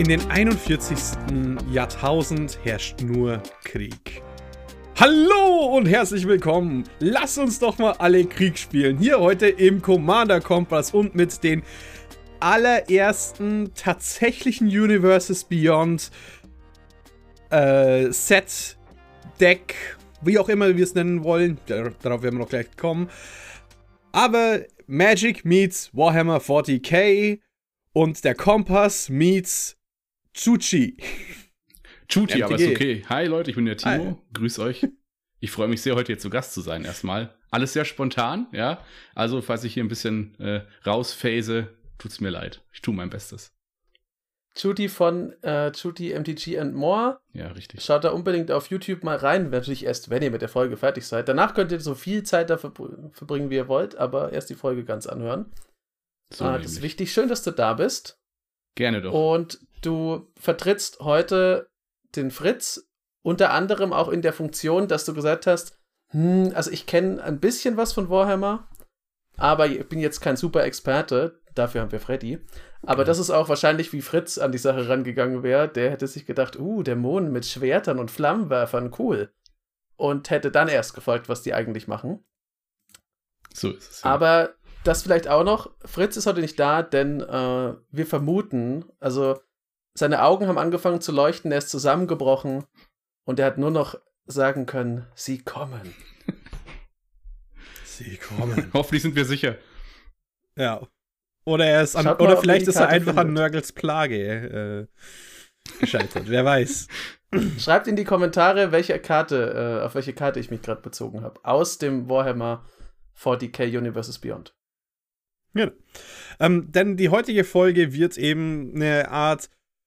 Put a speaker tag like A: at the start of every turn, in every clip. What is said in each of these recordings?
A: In den 41. Jahrtausend herrscht nur Krieg. Hallo und herzlich willkommen. Lass uns doch mal alle Krieg spielen. Hier heute im Commander Kompass und mit den allerersten tatsächlichen Universes Beyond Set, Deck, wie auch immer wir es nennen wollen. Darauf werden wir noch gleich kommen. Aber Magic meets Warhammer 40k und der Kompass meets Chuchi.
B: Chuchi, aber ist okay. Hi Leute, ich bin der Timo. Hi. Grüß euch. Ich freue mich sehr, heute hier zu Gast zu sein erstmal. Alles sehr spontan, ja. Also, falls ich hier ein bisschen rausphase, tut's mir leid. Ich tue mein Bestes.
C: Chuti von Chuti MTG and More.
B: Ja, richtig.
C: Schaut da unbedingt auf YouTube mal rein. Natürlich erst, wenn ihr mit der Folge fertig seid. Danach könnt ihr so viel Zeit dafür verbringen, wie ihr wollt, aber erst die Folge ganz anhören. So das ist wichtig. Schön, dass du da bist.
B: Gerne doch.
C: Und du vertrittst heute den Fritz, unter anderem auch in der Funktion, dass du gesagt hast, also ich kenne ein bisschen was von Warhammer, aber ich bin jetzt kein super Experte. Dafür haben wir Freddy. Aber das ist auch wahrscheinlich, wie Fritz an die Sache rangegangen wäre. Der hätte sich gedacht, Dämonen mit Schwertern und Flammenwerfern, cool. Und hätte dann erst gefolgt, was die eigentlich machen.
B: So ist es. Ja.
C: Aber das vielleicht auch noch. Fritz ist heute nicht da, denn wir vermuten, also seine Augen haben angefangen zu leuchten, er ist zusammengebrochen und er hat nur noch sagen können, sie kommen.
A: Sie kommen.
B: Hoffentlich sind wir sicher.
A: Ja. Oder er ist oder vielleicht ist er einfach an Nörgels Plage gescheitert. Wer weiß.
C: Schreibt in die Kommentare, auf welche Karte ich mich gerade bezogen habe. Aus dem Warhammer 40k Universes Beyond.
A: Ja. Denn die heutige Folge wird eben eine Art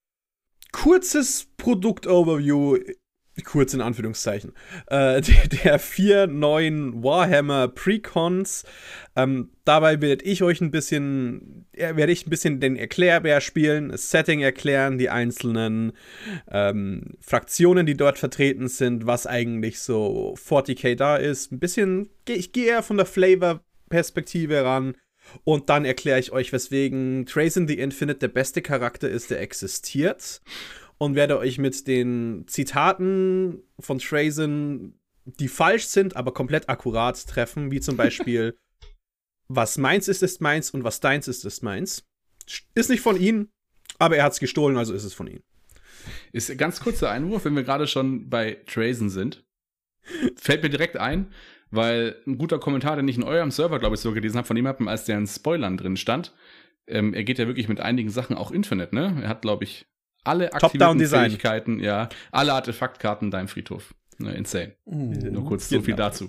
A: kurzes Produkt-Overview, kurz in Anführungszeichen, der 4 neuen Warhammer Precons. Dabei werde ich ein bisschen den Erklärbär spielen, das Setting erklären, die einzelnen Fraktionen, die dort vertreten sind, was eigentlich so 40k da ist. Ich gehe eher von der Flavor-Perspektive ran. Und dann erkläre ich euch, weswegen Trazyn the Infinite der beste Charakter ist, der existiert. Und werde euch mit den Zitaten von Trazyn, die falsch sind, aber komplett akkurat treffen. Wie zum Beispiel, was meins ist, ist meins und was deins ist, ist meins. Ist nicht von ihm, aber er hat es gestohlen, also ist es von ihm.
B: Ist ein ganz kurzer Einwurf, wenn wir gerade schon bei Trazyn sind. Fällt mir direkt ein, weil ein guter Kommentar, den ich in eurem Server, glaube ich, so gelesen habe, von jemandem, als der in Spoilern drin stand. Er geht ja wirklich mit einigen Sachen auch Infinite, ne? Er hat, glaube ich, alle aktivierten Fähigkeiten, ja, alle Artefaktkarten in deinem Friedhof. Ne, insane. Nur kurz so viel dazu.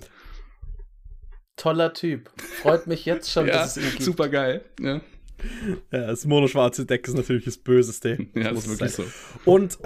C: Toller Typ. Freut mich jetzt schon,
B: ja,
C: dass es ihn gibt.
B: Super geil. Ja.
A: Ja, das monoschwarze Deck ist natürlich das Böseste.
B: Ja, das ist wirklich so.
A: Und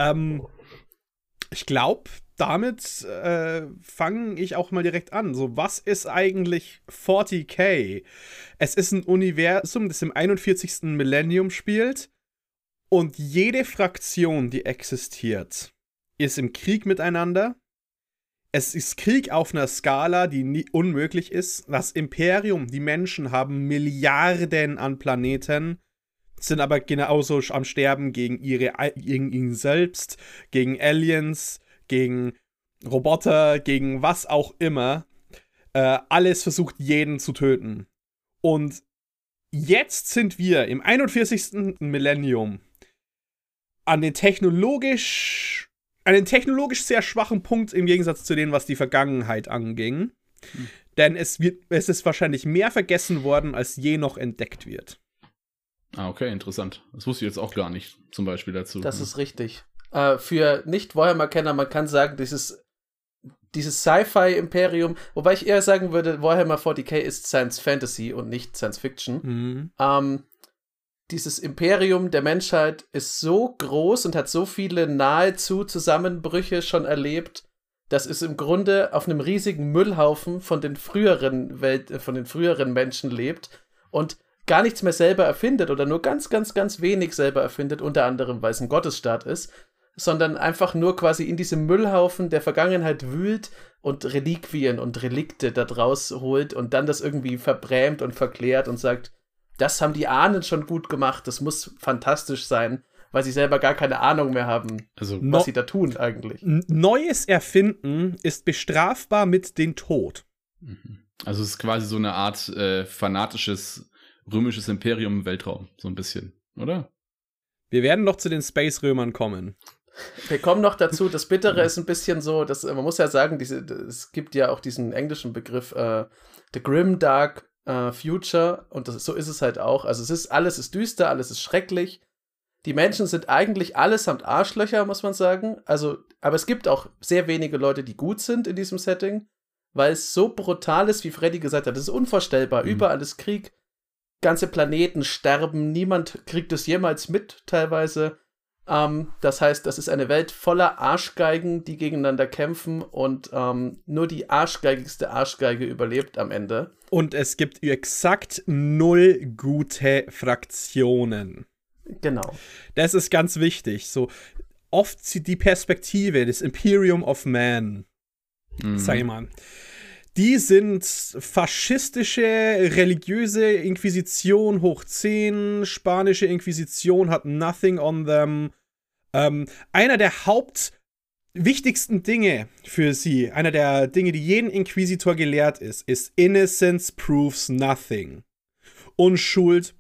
A: ich glaube, damit fange ich auch mal direkt an. So, was ist eigentlich 40k? Es ist ein Universum, das im 41. Millennium spielt. Und jede Fraktion, die existiert, ist im Krieg miteinander. Es ist Krieg auf einer Skala, die unmöglich ist. Das Imperium, die Menschen haben Milliarden an Planeten, sind aber genauso am Sterben gegen ihn selbst, gegen Aliens, gegen Roboter, gegen was auch immer. Alles versucht, jeden zu töten. Und jetzt sind wir im 41. Millennium an den technologisch sehr schwachen Punkt im Gegensatz zu dem, was die Vergangenheit anging. Denn es ist wahrscheinlich mehr vergessen worden, als je noch entdeckt wird.
B: Ah, okay, interessant. Das wusste ich jetzt auch gar nicht, zum Beispiel dazu.
C: Das ist richtig. Für Nicht-Warhammer-Kenner, man kann sagen, dieses Sci-Fi-Imperium, wobei ich eher sagen würde, Warhammer 40k ist Science Fantasy und nicht Science Fiction. Dieses Imperium der Menschheit ist so groß und hat so viele nahezu Zusammenbrüche schon erlebt, dass es im Grunde auf einem riesigen Müllhaufen von den früheren Menschen lebt und gar nichts mehr selber erfindet oder nur ganz, ganz, ganz wenig selber erfindet, unter anderem, weil es ein Gottesstaat ist, sondern einfach nur quasi in diesem Müllhaufen der Vergangenheit wühlt und Reliquien und Relikte da draus holt und dann das irgendwie verbrämt und verklärt und sagt, das haben die Ahnen schon gut gemacht, das muss fantastisch sein weil sie selber gar keine Ahnung mehr haben, was sie da tun eigentlich.
A: Neues Erfinden ist bestrafbar mit dem Tod.
B: Also es ist quasi so eine Art fanatisches römisches Imperium im Weltraum, so ein bisschen, oder?
A: Wir werden noch zu den Space-Römern kommen.
C: Wir kommen noch dazu, das Bittere ist ein bisschen so, dass man muss ja sagen, es gibt ja auch diesen englischen Begriff The Grim Dark Future und so ist es halt auch. Also alles ist düster, alles ist schrecklich. Die Menschen sind eigentlich allesamt Arschlöcher, muss man sagen. Also, aber es gibt auch sehr wenige Leute, die gut sind in diesem Setting, weil es so brutal ist, wie Freddy gesagt hat. Das ist unvorstellbar. Überall ist Krieg, ganze Planeten sterben, niemand kriegt es jemals mit, teilweise. Das heißt, das ist eine Welt voller Arschgeigen, die gegeneinander kämpfen und nur die arschgeigigste Arschgeige überlebt am Ende.
A: Und es gibt exakt 0 gute Fraktionen.
C: Genau.
A: Das ist ganz wichtig. So, oft sieht die Perspektive des Imperium of Man, sag ich mal, die sind faschistische, religiöse Inquisition hoch 10, spanische Inquisition hat nothing on them. Einer der wichtigsten Dinge für sie, einer der Dinge, die jeden Inquisitor gelehrt ist Innocence proves nothing. Unschuld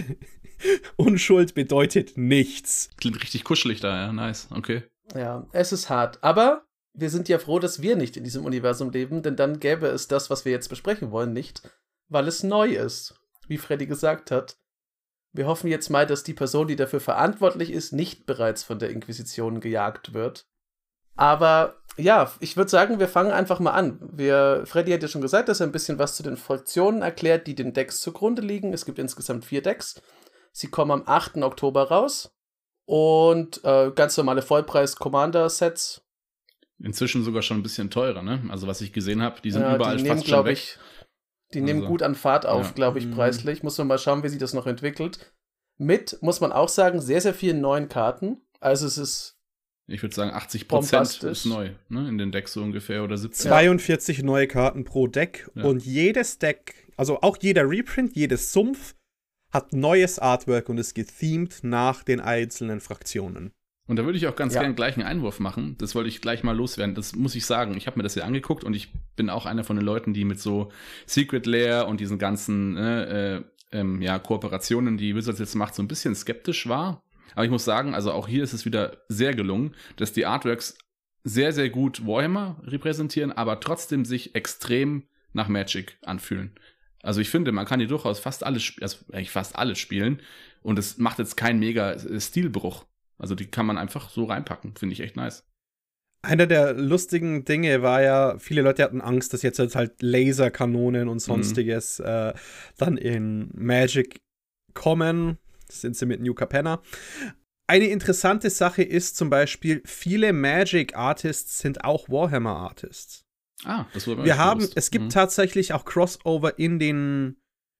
A: bedeutet nichts.
B: Klingt richtig kuschelig da, ja, nice, okay.
C: Ja, es ist hart, aber wir sind ja froh, dass wir nicht in diesem Universum leben, denn dann gäbe es das, was wir jetzt besprechen wollen, nicht, weil es neu ist, wie Freddy gesagt hat. Wir hoffen jetzt mal, dass die Person, die dafür verantwortlich ist, nicht bereits von der Inquisition gejagt wird. Aber ja, ich würde sagen, wir fangen einfach mal an. Freddy hat ja schon gesagt, dass er ein bisschen was zu den Fraktionen erklärt, die den Decks zugrunde liegen. Es gibt insgesamt 4 Decks. Sie kommen am 8. Oktober raus. Und ganz normale Vollpreis-Commander-Sets.
B: Inzwischen sogar schon ein bisschen teurer, ne? Also was ich gesehen habe, die sind überall fast schon weg.
C: Die nehmen gut an Fahrt auf, glaube ich, preislich. Muss man mal schauen, wie sich das noch entwickelt. Muss man auch sagen, sehr, sehr vielen neuen Karten. Also es ist
B: ich würde sagen, 80% ist neu, ne? In den Decks so ungefähr oder 70.
A: 42 neue Karten pro Deck. Ja. Und jedes Deck, also auch jeder Reprint, jedes Sumpf hat neues Artwork und ist gethemed nach den einzelnen Fraktionen.
B: Und da würde ich auch ganz gerne gleich einen Einwurf machen. Das wollte ich gleich mal loswerden. Das muss ich sagen. Ich habe mir das ja angeguckt und ich bin auch einer von den Leuten, die mit so Secret Lair und diesen ganzen Kooperationen, die Wizards jetzt macht, so ein bisschen skeptisch war. Aber ich muss sagen, also auch hier ist es wieder sehr gelungen, dass die Artworks sehr, sehr gut Warhammer repräsentieren, aber trotzdem sich extrem nach Magic anfühlen. Also ich finde, man kann hier durchaus fast alles spielen und es macht jetzt keinen mega Stilbruch. Also die kann man einfach so reinpacken. Finde ich echt nice.
A: Einer der lustigen Dinge war ja, viele Leute hatten Angst, dass jetzt halt Laserkanonen und sonstiges dann in Magic kommen. Das sind sie mit New Capenna. Eine interessante Sache ist zum Beispiel, viele Magic-Artists sind auch Warhammer-Artists.
B: Das wurde
A: es gibt tatsächlich auch Crossover in den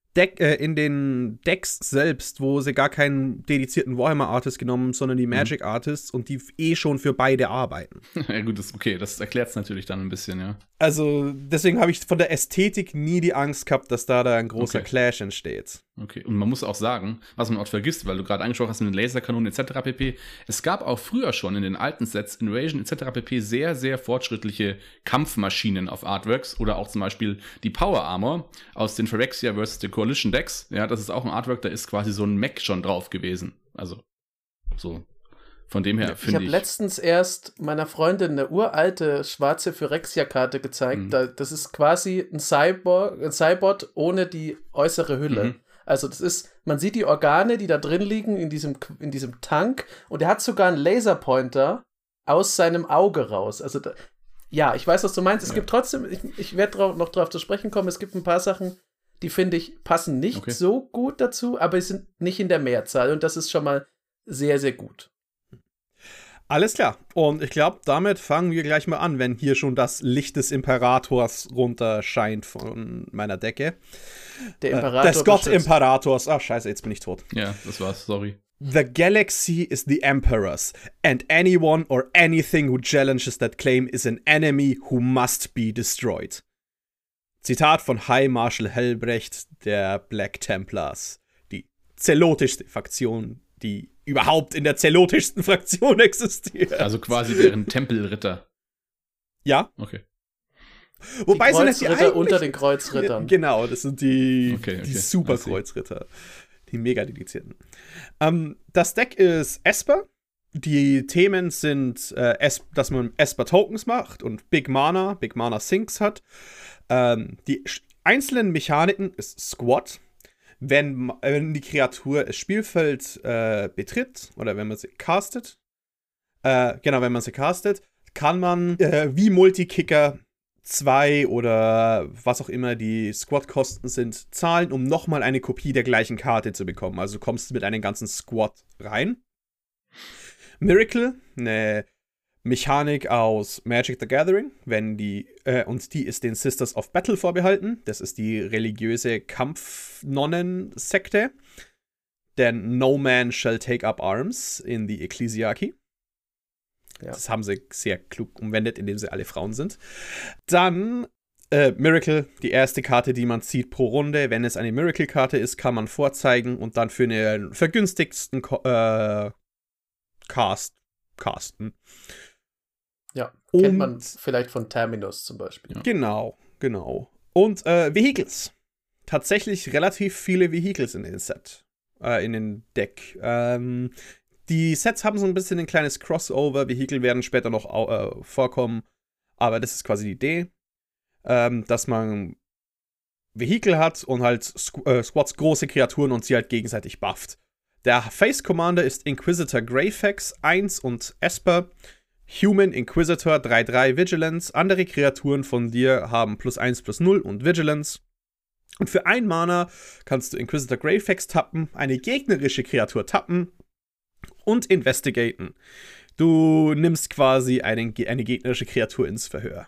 A: Decks selbst, wo sie gar keinen dedizierten Warhammer-Artist genommen, sondern die Magic-Artists und die schon für beide arbeiten.
B: Ja gut, das erklärt es natürlich dann ein bisschen, ja.
A: Also deswegen habe ich von der Ästhetik nie die Angst gehabt, dass da ein großer Clash entsteht.
B: Okay, und man muss auch sagen, was man oft vergisst, weil du gerade angesprochen hast mit den Laserkanonen etc. pp. Es gab auch früher schon in den alten Sets, Invasion etc. pp. sehr, sehr fortschrittliche Kampfmaschinen auf Artworks oder auch zum Beispiel die Power Armor aus den Phyrexia vs. The Coalition Decks. Ja, das ist auch ein Artwork, da ist quasi so ein Mech schon drauf gewesen. Also, so. Von dem her finde ich.
C: Ich habe letztens erst meiner Freundin eine uralte schwarze Phyrexia-Karte gezeigt. Das ist quasi ein Cybot ohne die äußere Hülle. Also man sieht die Organe, die da drin liegen in diesem Tank und er hat sogar einen Laserpointer aus seinem Auge raus. Also ich weiß, was du meinst. Es gibt trotzdem, ich werde noch drauf zu sprechen kommen, es gibt ein paar Sachen, die finde ich passen nicht so gut dazu, aber sie sind nicht in der Mehrzahl und das ist schon mal sehr, sehr gut.
A: Alles klar. Und ich glaube, damit fangen wir gleich mal an, wenn hier schon das Licht des Imperators runterscheint von meiner Decke.
C: Der Imperator
A: des Gott-Imperators. Ach, scheiße, jetzt bin ich tot.
B: Ja, das war's, sorry.
A: The galaxy is the Emperor's, and anyone or anything who challenges that claim is an enemy who must be destroyed. Zitat von High Marshal Helbrecht der Black Templars, die zelotischste Fraktion die überhaupt in der zelotischsten Fraktion existiert.
B: Also quasi deren Tempelritter.
A: Ja.
B: Okay.
A: Wobei
C: die Kreuzritter unter den Kreuzrittern.
A: Genau, das sind die
B: Okay.
A: Super-Kreuzritter. Die mega dedizierten. Das Deck ist Esper. Die Themen sind, dass man Esper-Tokens macht und Big Mana Sinks hat. Die einzelnen Mechaniken ist Squad. Wenn die Kreatur das Spielfeld betritt oder wenn man sie castet, wenn man sie castet, kann man wie Multikicker 2 oder was auch immer die Squad-Kosten sind, zahlen, um nochmal eine Kopie der gleichen Karte zu bekommen. Also du kommst mit einem ganzen Squad rein. Miracle, eine Mechanik aus Magic the Gathering, und die ist den Sisters of Battle vorbehalten. Das ist die religiöse Kampfnonnen-Sekte. Denn no man shall take up arms in the Ecclesiarchy. Ja. Das haben sie sehr klug umwendet, indem sie alle Frauen sind. Dann Miracle, die erste Karte, die man zieht pro Runde. Wenn es eine Miracle-Karte ist, kann man vorzeigen und dann für einen vergünstigsten casten.
C: Ja, kennt man vielleicht von Terminus zum Beispiel.
A: Ja. Genau. Und Vehicles. Tatsächlich relativ viele Vehicles in den Set. In den Deck. Die Sets haben so ein bisschen ein kleines Crossover. Vehikel werden später noch vorkommen. Aber das ist quasi die Idee. Dass man Vehikel hat und halt Squads große Kreaturen und sie halt gegenseitig bufft. Der Face Commander ist Inquisitor Greyfax 1 und Esper. Human Inquisitor 3/3 Vigilance. Andere Kreaturen von dir haben +1/+0 und Vigilance. Und für 1 Mana kannst du Inquisitor Greyfax tappen, eine gegnerische Kreatur tappen und investigaten. Du nimmst quasi eine gegnerische Kreatur ins Verhör.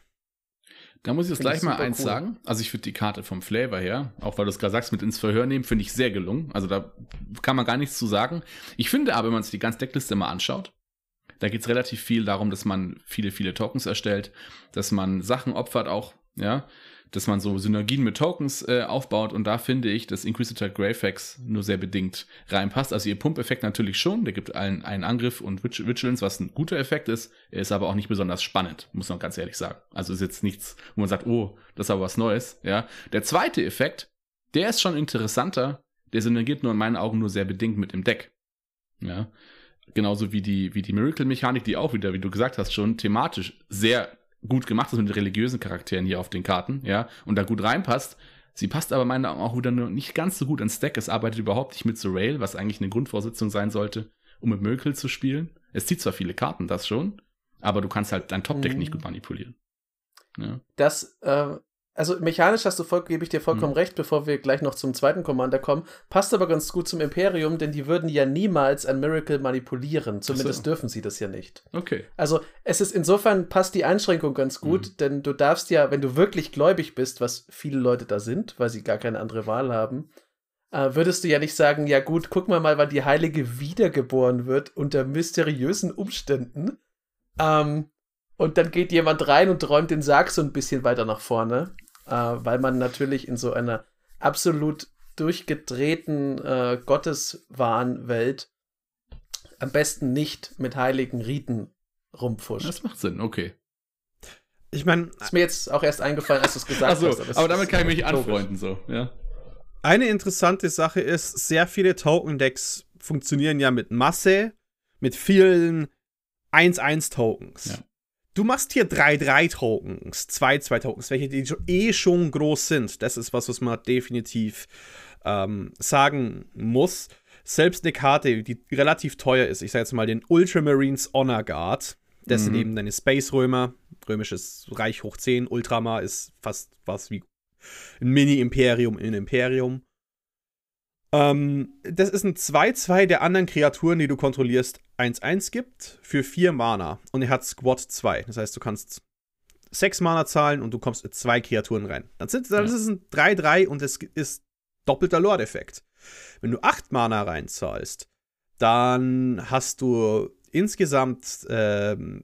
B: Da muss ich jetzt gleich mal eins sagen. Also ich finde die Karte vom Flavor her, auch weil du es gerade sagst, mit ins Verhör nehmen, finde ich sehr gelungen. Also da kann man gar nichts zu sagen. Ich finde aber, wenn man sich die ganze Deckliste mal anschaut, da geht es relativ viel darum, dass man viele, viele Tokens erstellt, dass man Sachen opfert auch, ja, dass man so Synergien mit Tokens aufbaut und da finde ich, dass Inquisitor Greyfax nur sehr bedingt reinpasst. Also ihr Pumpeffekt natürlich schon, der gibt allen einen Angriff und Vigilance, was ein guter Effekt ist, er ist aber auch nicht besonders spannend, muss man ganz ehrlich sagen. Also ist jetzt nichts, wo man sagt, oh, das ist aber was Neues, ja. Der zweite Effekt, der ist schon interessanter, der synergiert nur in meinen Augen nur sehr bedingt mit dem Deck, ja. Genauso wie die Miracle-Mechanik, die auch wieder, wie du gesagt hast, schon thematisch sehr gut gemacht ist mit den religiösen Charakteren hier auf den Karten, ja, und da gut reinpasst. Sie passt aber meiner Meinung nach auch wieder nur nicht ganz so gut ins Deck. Es arbeitet überhaupt nicht mit Zorail, was eigentlich eine Grundvoraussetzung sein sollte, um mit Miracle zu spielen. Es zieht zwar viele Karten, das schon, aber du kannst halt dein Top-Deck nicht gut manipulieren. Ja.
C: Das, also mechanisch gebe ich dir vollkommen recht, bevor wir gleich noch zum zweiten Commander kommen. Passt aber ganz gut zum Imperium, denn die würden ja niemals ein Miracle manipulieren. Zumindest dürfen sie das ja nicht.
B: Okay.
C: Also es ist insofern, passt die Einschränkung ganz gut, denn du darfst ja, wenn du wirklich gläubig bist, was viele Leute da sind, weil sie gar keine andere Wahl haben, würdest du ja nicht sagen, ja gut, guck mal, weil die Heilige wiedergeboren wird unter mysteriösen Umständen. Und dann geht jemand rein und räumt den Sarg so ein bisschen weiter nach vorne, weil man natürlich in so einer absolut durchgedrehten Gotteswahnwelt am besten nicht mit heiligen Riten rumpfuscht.
B: Das macht Sinn, okay.
A: Ich meine,
C: ist mir jetzt auch erst eingefallen, als du es gesagt hast.
B: Aber damit kann ich mich anfreunden, so, ja.
A: Eine interessante Sache ist, sehr viele Token-Decks funktionieren ja mit Masse, mit vielen 1-1-Tokens. Ja. Du machst hier 3-3-Tokens, 2-2-Tokens, welche die schon groß sind. Das ist was man definitiv sagen muss. Selbst eine Karte, die relativ teuer ist, ich sage jetzt mal den Ultramarines Honor Guard, das sind eben deine Space-Römer, römisches Reich hoch 10, Ultramar ist fast was wie ein Mini-Imperium in Imperium. Das ist ein 2-2 der anderen Kreaturen, die du kontrollierst, 1-1 gibt für 4 Mana. Und er hat Squad 2. Das heißt, du kannst 6 Mana zahlen und du kommst mit 2 Kreaturen rein. Dann ist es ein 3-3 und es ist doppelter Lord-Effekt. Wenn du 8 Mana reinzahlst, dann hast du insgesamt 3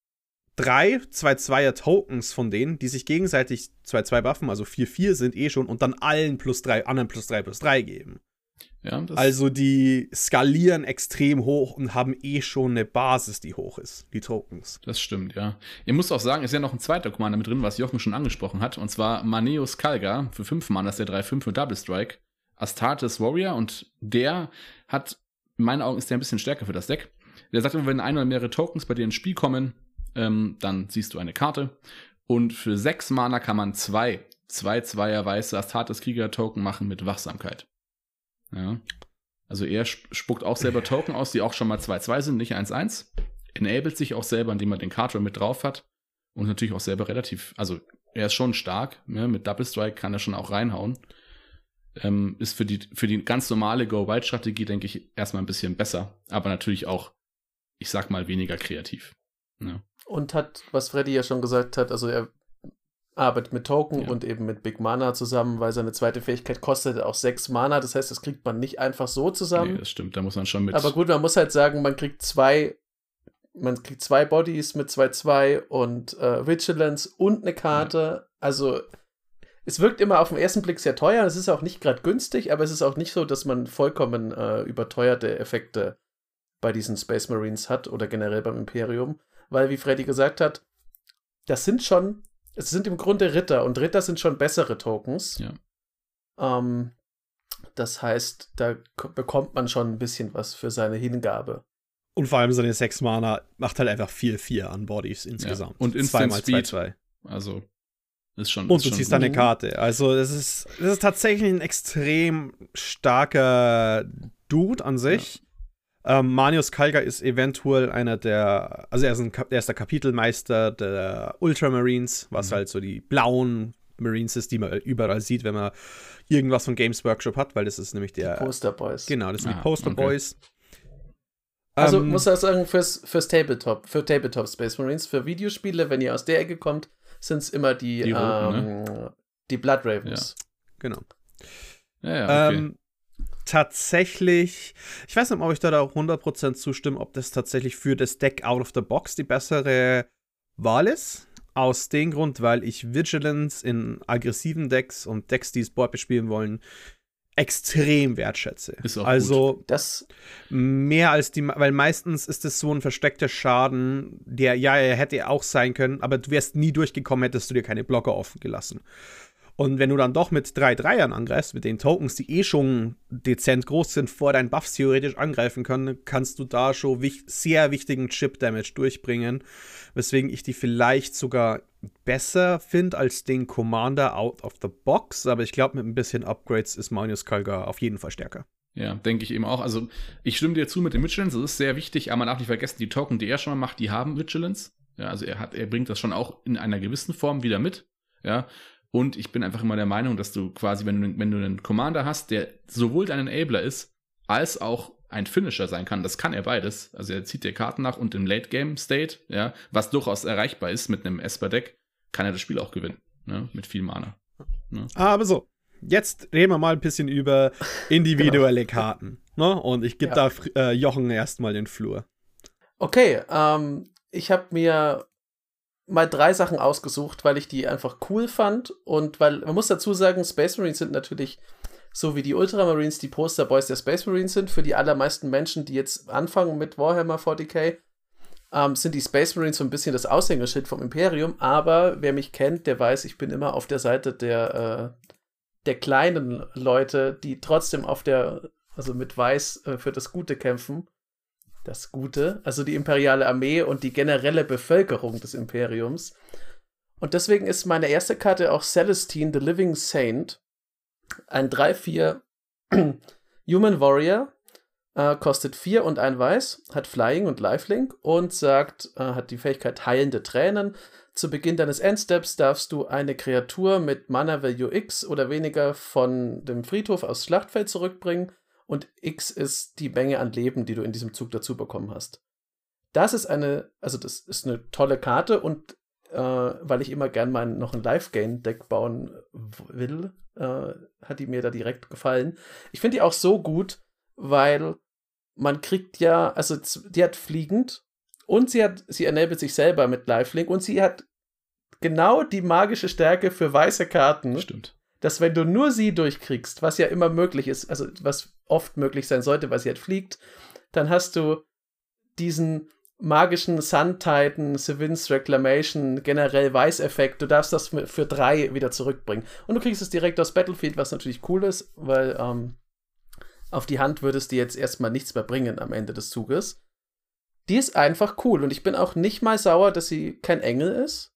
A: 2-2er Tokens von denen, die sich gegenseitig 2-2 buffen, also 4-4 sind schon und dann allen +3, anderen +3/+3 geben.
B: Ja,
A: also die skalieren extrem hoch und haben schon eine Basis, die hoch ist, die Tokens.
B: Das stimmt, ja. Ihr müsst auch sagen, ist ja noch ein zweiter Commander mit drin, was Jochen schon angesprochen hat, und zwar Maneus Kalga für 5 Mana, das ist der 3/5 mit Double Strike, Astartes Warrior, und der hat, in meinen Augen ist der ein bisschen stärker für das Deck. Der sagt immer, wenn ein oder mehrere Tokens bei dir ins Spiel kommen, dann siehst du eine Karte, und für 6 Mana kann man 2 Zweier weiße Astartes Krieger Token machen mit Wachsamkeit. Ja. Also er spuckt auch selber Token aus, die auch schon mal 2/2 sind, nicht 1/1. Enabled sich auch selber, indem er den Card mit drauf hat. Und natürlich auch selber also er ist schon stark, ne? Mit Double Strike kann er schon auch reinhauen. Ist für die ganz normale Go-Wild-Strategie, denke ich, erstmal ein bisschen besser. Aber natürlich auch, ich sag mal, weniger kreativ. Ja.
C: Und hat, was Freddy ja schon gesagt hat, also er arbeitet mit Token und eben mit Big Mana zusammen, weil seine zweite Fähigkeit kostet auch 6 Mana. Das heißt, das kriegt man nicht einfach so zusammen.
B: Nee, das stimmt, da muss man schon mit.
C: Aber gut, man muss halt sagen, man kriegt zwei Bodies mit 2/2 und Vigilance und eine Karte. Ja. Also es wirkt immer auf den ersten Blick sehr teuer. Es ist auch nicht gerade günstig, aber es ist auch nicht so, dass man vollkommen überteuerte Effekte bei diesen Space Marines hat oder generell beim Imperium. Weil, wie Freddy gesagt hat, es sind im Grunde Ritter und Ritter sind schon bessere Tokens.
B: Ja.
C: Das heißt, da bekommt man schon ein bisschen was für seine Hingabe.
A: Und vor allem seine 6 Mana macht halt einfach 4/4 an Bodies insgesamt.
B: Ja. Und Instant Speed.
A: 2/2.
B: Also ist schon.
A: Und du ziehst deine Karte. Also das ist tatsächlich ein extrem starker Dude an sich. Ja. Maneus Kalga ist eventuell er ist der Kapitelmeister der Ultramarines, was halt so die blauen Marines ist, die man überall sieht, wenn man irgendwas von Games Workshop hat, weil das ist nämlich die
C: Poster Boys.
A: Genau, das sind die Poster Boys.
C: Also muss ich sagen, für Tabletop Space Marines, für Videospiele, wenn ihr aus der Ecke kommt, sind es immer die Roten, ne? Die Blood Ravens.
A: Ja. Genau.
B: Ja, okay.
A: Tatsächlich, ich weiß nicht, ob ich da auch 100% zustimme, ob das tatsächlich für das Deck out of the box die bessere Wahl ist. Aus dem Grund, weil ich Vigilance in aggressiven Decks und Decks, die das Board bespielen wollen, extrem wertschätze.
B: Ist auch
A: also
B: gut.
C: Das
A: mehr als weil meistens ist es so ein versteckter Schaden, er hätte auch sein können, aber du wärst nie durchgekommen, hättest du dir keine Blocker offen gelassen. Und wenn du dann doch mit 3/3ern angreifst, mit den Tokens, die schon dezent groß sind, vor deinen Buffs theoretisch angreifen können, kannst du da schon sehr wichtigen Chip-Damage durchbringen, weswegen ich die vielleicht sogar besser finde als den Commander out of the box, aber ich glaube, mit ein bisschen Upgrades ist Maneus Kalga auf jeden Fall stärker.
B: Ja, denke ich eben auch. Also ich stimme dir zu mit dem Vigilance, das ist sehr wichtig, aber man darf nicht vergessen, die Token, die er schon mal macht, die haben Vigilance. Ja, also er bringt das schon auch in einer gewissen Form wieder mit. Ja. Und ich bin einfach immer der Meinung, dass du quasi, wenn du einen Commander hast, der sowohl dein Enabler ist, als auch ein Finisher sein kann, das kann er beides. Also er zieht dir Karten nach und im Late-Game-State, ja, was durchaus erreichbar ist mit einem Esper-Deck, kann er das Spiel auch gewinnen, ne, mit viel Mana. Ne?
A: Aber so, jetzt reden wir mal ein bisschen über individuelle Karten. Ne? Und ich gebe da Jochen erstmal den Flur.
C: Okay, ich habe mir mal 3 Sachen ausgesucht, weil ich die einfach cool fand und weil, man muss dazu sagen, Space Marines sind natürlich, so wie die Ultramarines, die Poster Boys der Space Marines sind, für die allermeisten Menschen, die jetzt anfangen mit Warhammer 40k, sind die Space Marines so ein bisschen das Aushängeschild vom Imperium, aber wer mich kennt, der weiß, ich bin immer auf der Seite der kleinen Leute, die trotzdem also mit Weiß für das Gute kämpfen. Das Gute, also die imperiale Armee und die generelle Bevölkerung des Imperiums. Und deswegen ist meine erste Karte auch Celestine, the Living Saint. Ein 3/4 Human Warrior, kostet 4 und 1 Weiß, hat Flying und Lifelink und hat die Fähigkeit Heilende Tränen. Zu Beginn deines Endsteps darfst du eine Kreatur mit Mana Value X oder weniger von dem Friedhof aufs Schlachtfeld zurückbringen. Und X ist die Menge an Leben, die du in diesem Zug dazu bekommen hast. Das ist eine tolle Karte und weil ich immer gern mal noch ein Life-Gain-Deck bauen will, hat die mir da direkt gefallen. Ich finde die auch so gut, weil man kriegt die hat fliegend und sie enabled sich selber mit Lifelink und sie hat genau die magische Stärke für weiße Karten.
B: Stimmt.
C: dass wenn du nur sie durchkriegst, was ja immer möglich ist, also was oft möglich sein sollte, weil sie halt fliegt, dann hast du diesen magischen Sun Titan, Sevin's Reclamation, generell Weiß-Effekt. Du darfst das für 3 wieder zurückbringen. Und du kriegst es direkt aus Battlefield, was natürlich cool ist, weil auf die Hand würde es dir jetzt erstmal nichts mehr bringen am Ende des Zuges. Die ist einfach cool und ich bin auch nicht mal sauer, dass sie kein Engel ist,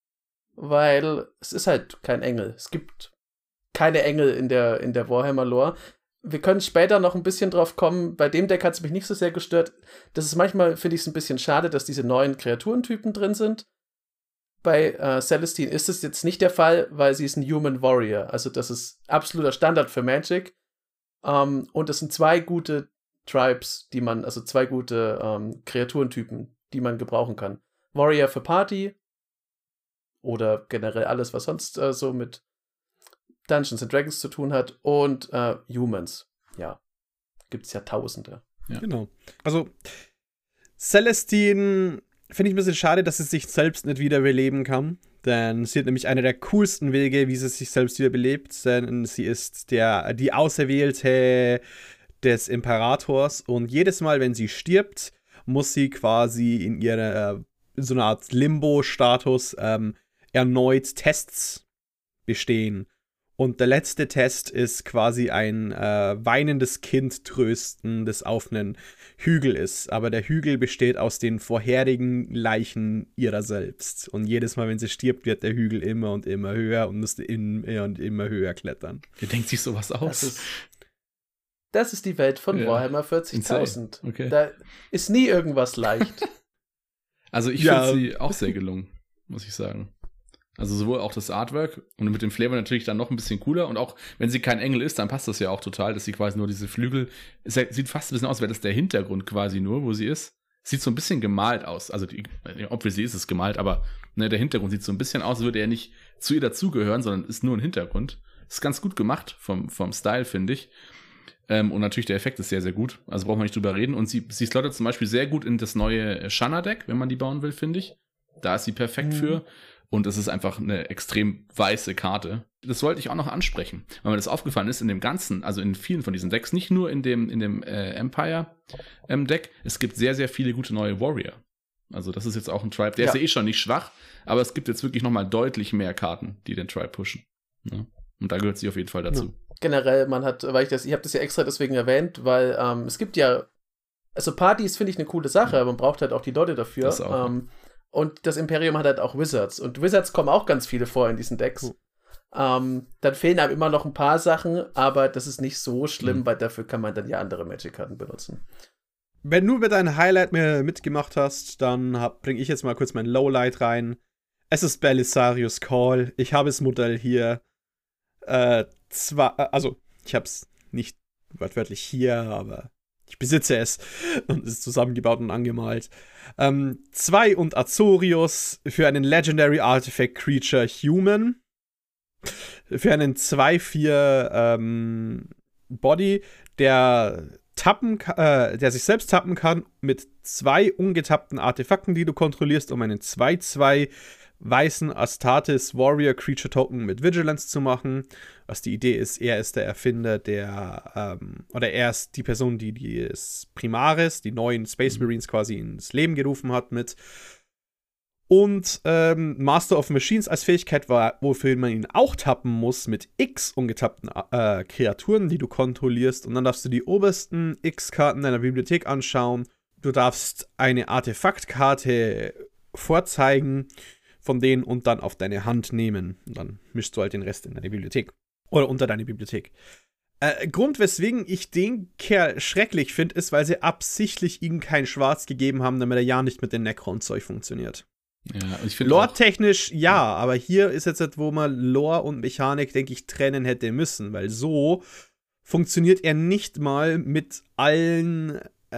C: weil es ist halt kein Engel. Es gibt keine Engel in der Warhammer-Lore. Wir können später noch ein bisschen drauf kommen. Bei dem Deck hat es mich nicht so sehr gestört. Das ist manchmal, finde ich es ein bisschen schade, dass diese neuen Kreaturentypen drin sind. Bei Celestine ist es jetzt nicht der Fall, weil sie ist ein Human Warrior. Also das ist absoluter Standard für Magic. Und es sind 2 gute Tribes, also 2 gute Kreaturentypen, die man gebrauchen kann. Warrior für Party oder generell alles, was sonst so mit Dungeons and Dragons zu tun hat und Humans. Ja, gibt's ja Tausende.
A: Ja. Genau. Also Celestine finde ich ein bisschen schade, dass sie sich selbst nicht wiederbeleben kann, denn sie hat nämlich einer der coolsten Wege, wie sie sich selbst wiederbelebt, denn sie ist die Auserwählte des Imperators und jedes Mal, wenn sie stirbt, muss sie quasi in so einer Art Limbo-Status erneut Tests bestehen. Und der letzte Test ist quasi ein weinendes Kind trösten, das auf einem Hügel ist. Aber der Hügel besteht aus den vorherigen Leichen ihrer selbst. Und jedes Mal, wenn sie stirbt, wird der Hügel immer und immer höher und muss immer und immer höher klettern.
B: Wie denkt sich sowas aus?
C: Das ist die Welt von Warhammer 40.000.
B: Okay.
C: Da ist nie irgendwas leicht.
B: Also ich finde sie auch sehr gelungen, muss ich sagen. Also sowohl auch das Artwork und mit dem Flavor natürlich dann noch ein bisschen cooler. Und auch, wenn sie kein Engel ist, dann passt das ja auch total, dass sie quasi nur diese Flügel, sieht fast ein bisschen aus, als wäre das der Hintergrund quasi nur, wo sie ist. Sieht so ein bisschen gemalt aus. Also, obviously ist es gemalt, aber ne, der Hintergrund sieht so ein bisschen aus, als würde er nicht zu ihr dazugehören, sondern ist nur ein Hintergrund. Ist ganz gut gemacht vom Style, finde ich. Und natürlich der Effekt ist sehr, sehr gut. Also braucht man nicht drüber reden. Und sie slottet zum Beispiel sehr gut in das neue Shanna-Deck, wenn man die bauen will, finde ich. Da ist sie perfekt für. Und es ist einfach eine extrem weiße Karte. Das wollte ich auch noch ansprechen, weil mir das aufgefallen ist in dem Ganzen, also in vielen von diesen Decks, nicht nur in dem Empire-Deck, es gibt sehr, sehr viele gute neue Warrior. Also das ist jetzt auch ein Tribe, der ist ja eh schon nicht schwach, aber es gibt jetzt wirklich nochmal deutlich mehr Karten, die den Tribe pushen. Ja? Und da gehört sie auf jeden Fall dazu.
C: Ja. Generell, ich habe das ja extra deswegen erwähnt, weil es gibt ja, also Partys finde ich eine coole Sache, aber man braucht halt auch die Leute dafür.
B: Das auch,
C: und das Imperium hat halt auch Wizards. Und Wizards kommen auch ganz viele vor in diesen Decks. Dann fehlen einem immer noch ein paar Sachen, aber das ist nicht so schlimm, weil dafür kann man dann ja andere Magic-Karten benutzen.
A: Wenn du mit deinem Highlight mitgemacht hast, dann bringe ich jetzt mal kurz mein Lowlight rein. Es ist Belisarius Call. Ich habe das Modell hier. Also, ich habe es nicht wortwörtlich hier, aber ich besitze es und es ist zusammengebaut und angemalt. 2 und Azorius für einen Legendary Artifact Creature Human. Für einen 2/4 Body, der sich selbst tappen kann mit 2 ungetappten Artefakten, die du kontrollierst, um einen 2/2 weißen Astartes Warrior Creature Token mit Vigilance zu machen. Was die Idee ist, er ist der Erfinder oder er ist die Person, die Primaris, die neuen Space Marines quasi ins Leben gerufen hat mit. Und Master of Machines als Fähigkeit war, wofür man ihn auch tappen muss, mit X ungetappten Kreaturen, die du kontrollierst. Und dann darfst du die obersten X-Karten deiner Bibliothek anschauen. Du darfst eine Artefaktkarte vorzeigen von denen und dann auf deine Hand nehmen. Und dann mischst du halt den Rest in deine Bibliothek. Oder unter deine Bibliothek. Grund, weswegen ich den Kerl schrecklich finde, ist, weil sie absichtlich ihm kein Schwarz gegeben haben, damit er ja nicht mit dem Necron-Zeug funktioniert.
B: Ja, ich finde
A: Lore-technisch ja, aber hier ist jetzt, wo man Lore und Mechanik, denke ich, trennen hätte müssen, weil so funktioniert er nicht mal mit allen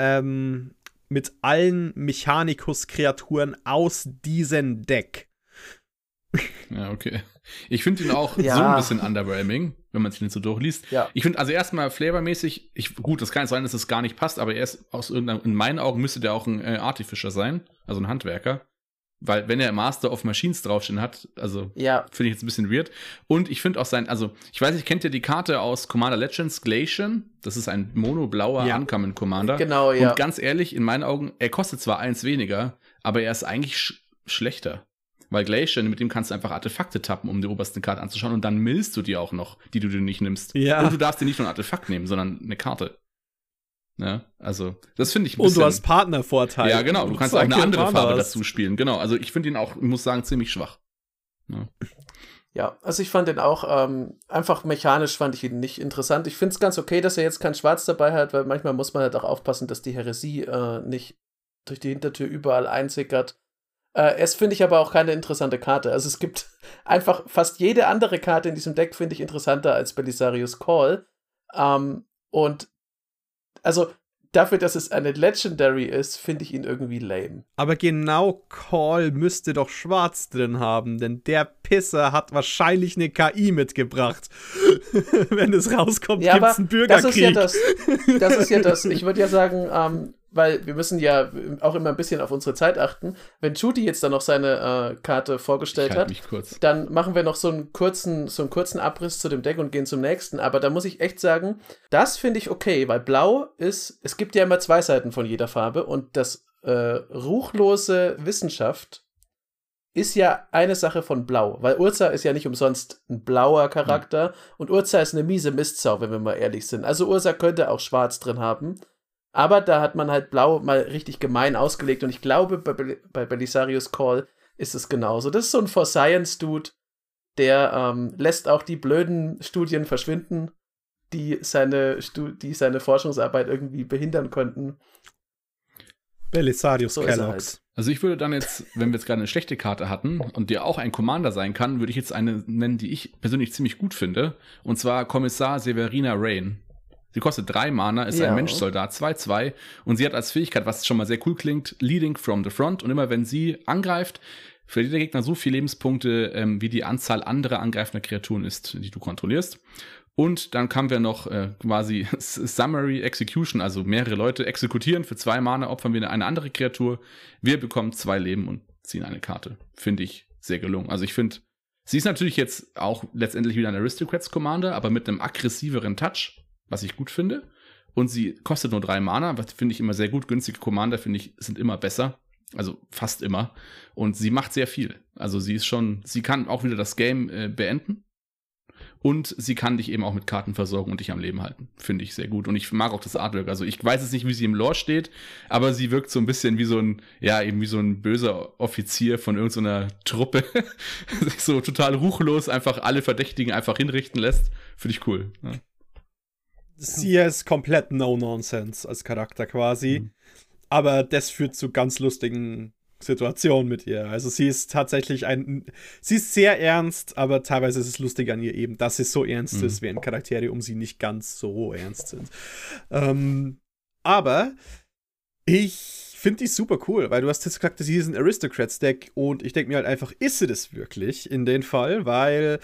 A: Mechanicus-Kreaturen aus diesem Deck.
B: Ja, okay. Ich finde ihn auch so ein bisschen underwhelming, wenn man sich den so durchliest.
C: Ja.
B: Ich finde, also erstmal flavormäßig, gut, das kann sein, dass es gar nicht passt, aber er ist in meinen Augen müsste der auch ein Artificer sein, also ein Handwerker. weil wenn er Master of Machines draufstehen hat, also finde ich jetzt ein bisschen weird. Und ich finde auch ich weiß nicht, kennt ihr die Karte aus Commander Legends, Glacian? Das ist ein mono-blauer Uncommon Commander.
C: Genau, ja.
B: Und ganz ehrlich, in meinen Augen, er kostet zwar 1 weniger, aber er ist eigentlich schlechter. Weil Glacian, mit dem kannst du einfach Artefakte tappen, um die oberste Karte anzuschauen und dann millst du die auch noch, die du dir nicht nimmst.
A: Ja.
B: Und du darfst dir nicht nur ein Artefakt nehmen, sondern eine Karte. Ja, also, das finde ich ein bisschen...
A: Und du hast Partnervorteile.
B: Ja, genau, du kannst auch eine andere Farbe dazu spielen. Genau, also ich finde ihn auch, ich muss sagen, ziemlich schwach.
C: Ja, also ich fand den auch, einfach mechanisch fand ich ihn nicht interessant. Ich finde es ganz okay, dass er jetzt kein Schwarz dabei hat, weil manchmal muss man halt auch aufpassen, dass die Häresie nicht durch die Hintertür überall einsickert. Es finde ich aber auch keine interessante Karte. Also es gibt einfach fast jede andere Karte in diesem Deck finde ich interessanter als Belisarius Call. Und also dafür, dass es eine Legendary ist, finde ich ihn irgendwie lame.
A: Aber genau Call müsste doch Schwarz drin haben, denn der Pisser hat wahrscheinlich eine KI mitgebracht. Wenn es rauskommt,
C: ja,
A: gibt's einen Bürgerkrieg.
C: Das ist ja das. Ich würde ja sagen, weil wir müssen ja auch immer ein bisschen auf unsere Zeit achten. Wenn Judy jetzt dann noch seine Karte vorgestellt hat, dann machen wir noch so einen kurzen Abriss zu dem Deck und gehen zum nächsten. Aber da muss ich echt sagen, das finde ich okay, weil Blau ist, es gibt ja immer 2 Seiten von jeder Farbe und das ruchlose Wissenschaft ist ja eine Sache von Blau, weil Urza ist ja nicht umsonst ein blauer Charakter und Urza ist eine miese Mistsau, wenn wir mal ehrlich sind. Also Urza könnte auch Schwarz drin haben. Aber da hat man halt Blau mal richtig gemein ausgelegt und ich glaube, bei Belisarius Call ist es genauso. Das ist so ein For-Science-Dude, der lässt auch die blöden Studien verschwinden, die seine Forschungsarbeit irgendwie behindern könnten.
A: Belisarius Kellogg's.
B: Halt. Also ich würde dann jetzt, wenn wir jetzt gerade eine schlechte Karte hatten und der auch ein Commander sein kann, würde ich jetzt eine nennen, die ich persönlich ziemlich gut finde. Und zwar Kommissar Severina Rain. Sie kostet 3 Mana, ist ein Menschsoldat, 2/2 und sie hat als Fähigkeit, was schon mal sehr cool klingt, Leading from the Front und immer wenn sie angreift, verliert der Gegner so viele Lebenspunkte, wie die Anzahl anderer angreifender Kreaturen ist, die du kontrollierst. Und dann haben wir noch quasi Summary Execution, also mehrere Leute exekutieren, für 2 Mana opfern wir eine andere Kreatur, wir bekommen 2 Leben und ziehen eine Karte. Finde ich sehr gelungen. Also ich finde, sie ist natürlich jetzt auch letztendlich wieder ein Aristocrats Commander, aber mit einem aggressiveren Touch, was ich gut finde. Und sie kostet nur 3 Mana, was finde ich immer sehr gut. Günstige Commander, finde ich, sind immer besser. Also fast immer. Und sie macht sehr viel. Also sie kann auch wieder das Game beenden. Und sie kann dich eben auch mit Karten versorgen und dich am Leben halten. Finde ich sehr gut. Und ich mag auch das Artwork. Also ich weiß jetzt nicht, wie sie im Lore steht, aber sie wirkt so ein bisschen wie so ein böser Offizier von irgendeiner Truppe. Sich so total ruchlos einfach alle Verdächtigen einfach hinrichten lässt. Finde ich cool. Ja.
A: Sie ist komplett No-Nonsense als Charakter quasi. Aber das führt zu ganz lustigen Situationen mit ihr. Also sie ist tatsächlich sie ist sehr ernst, aber teilweise ist es lustig an ihr eben, dass sie so ernst ist, während Charaktere um sie nicht ganz so ernst sind. Aber ich finde die super cool, weil du hast jetzt gesagt, sie ist ein Aristocrats-Deck und ich denke mir halt einfach, ist sie das wirklich in dem Fall? Weil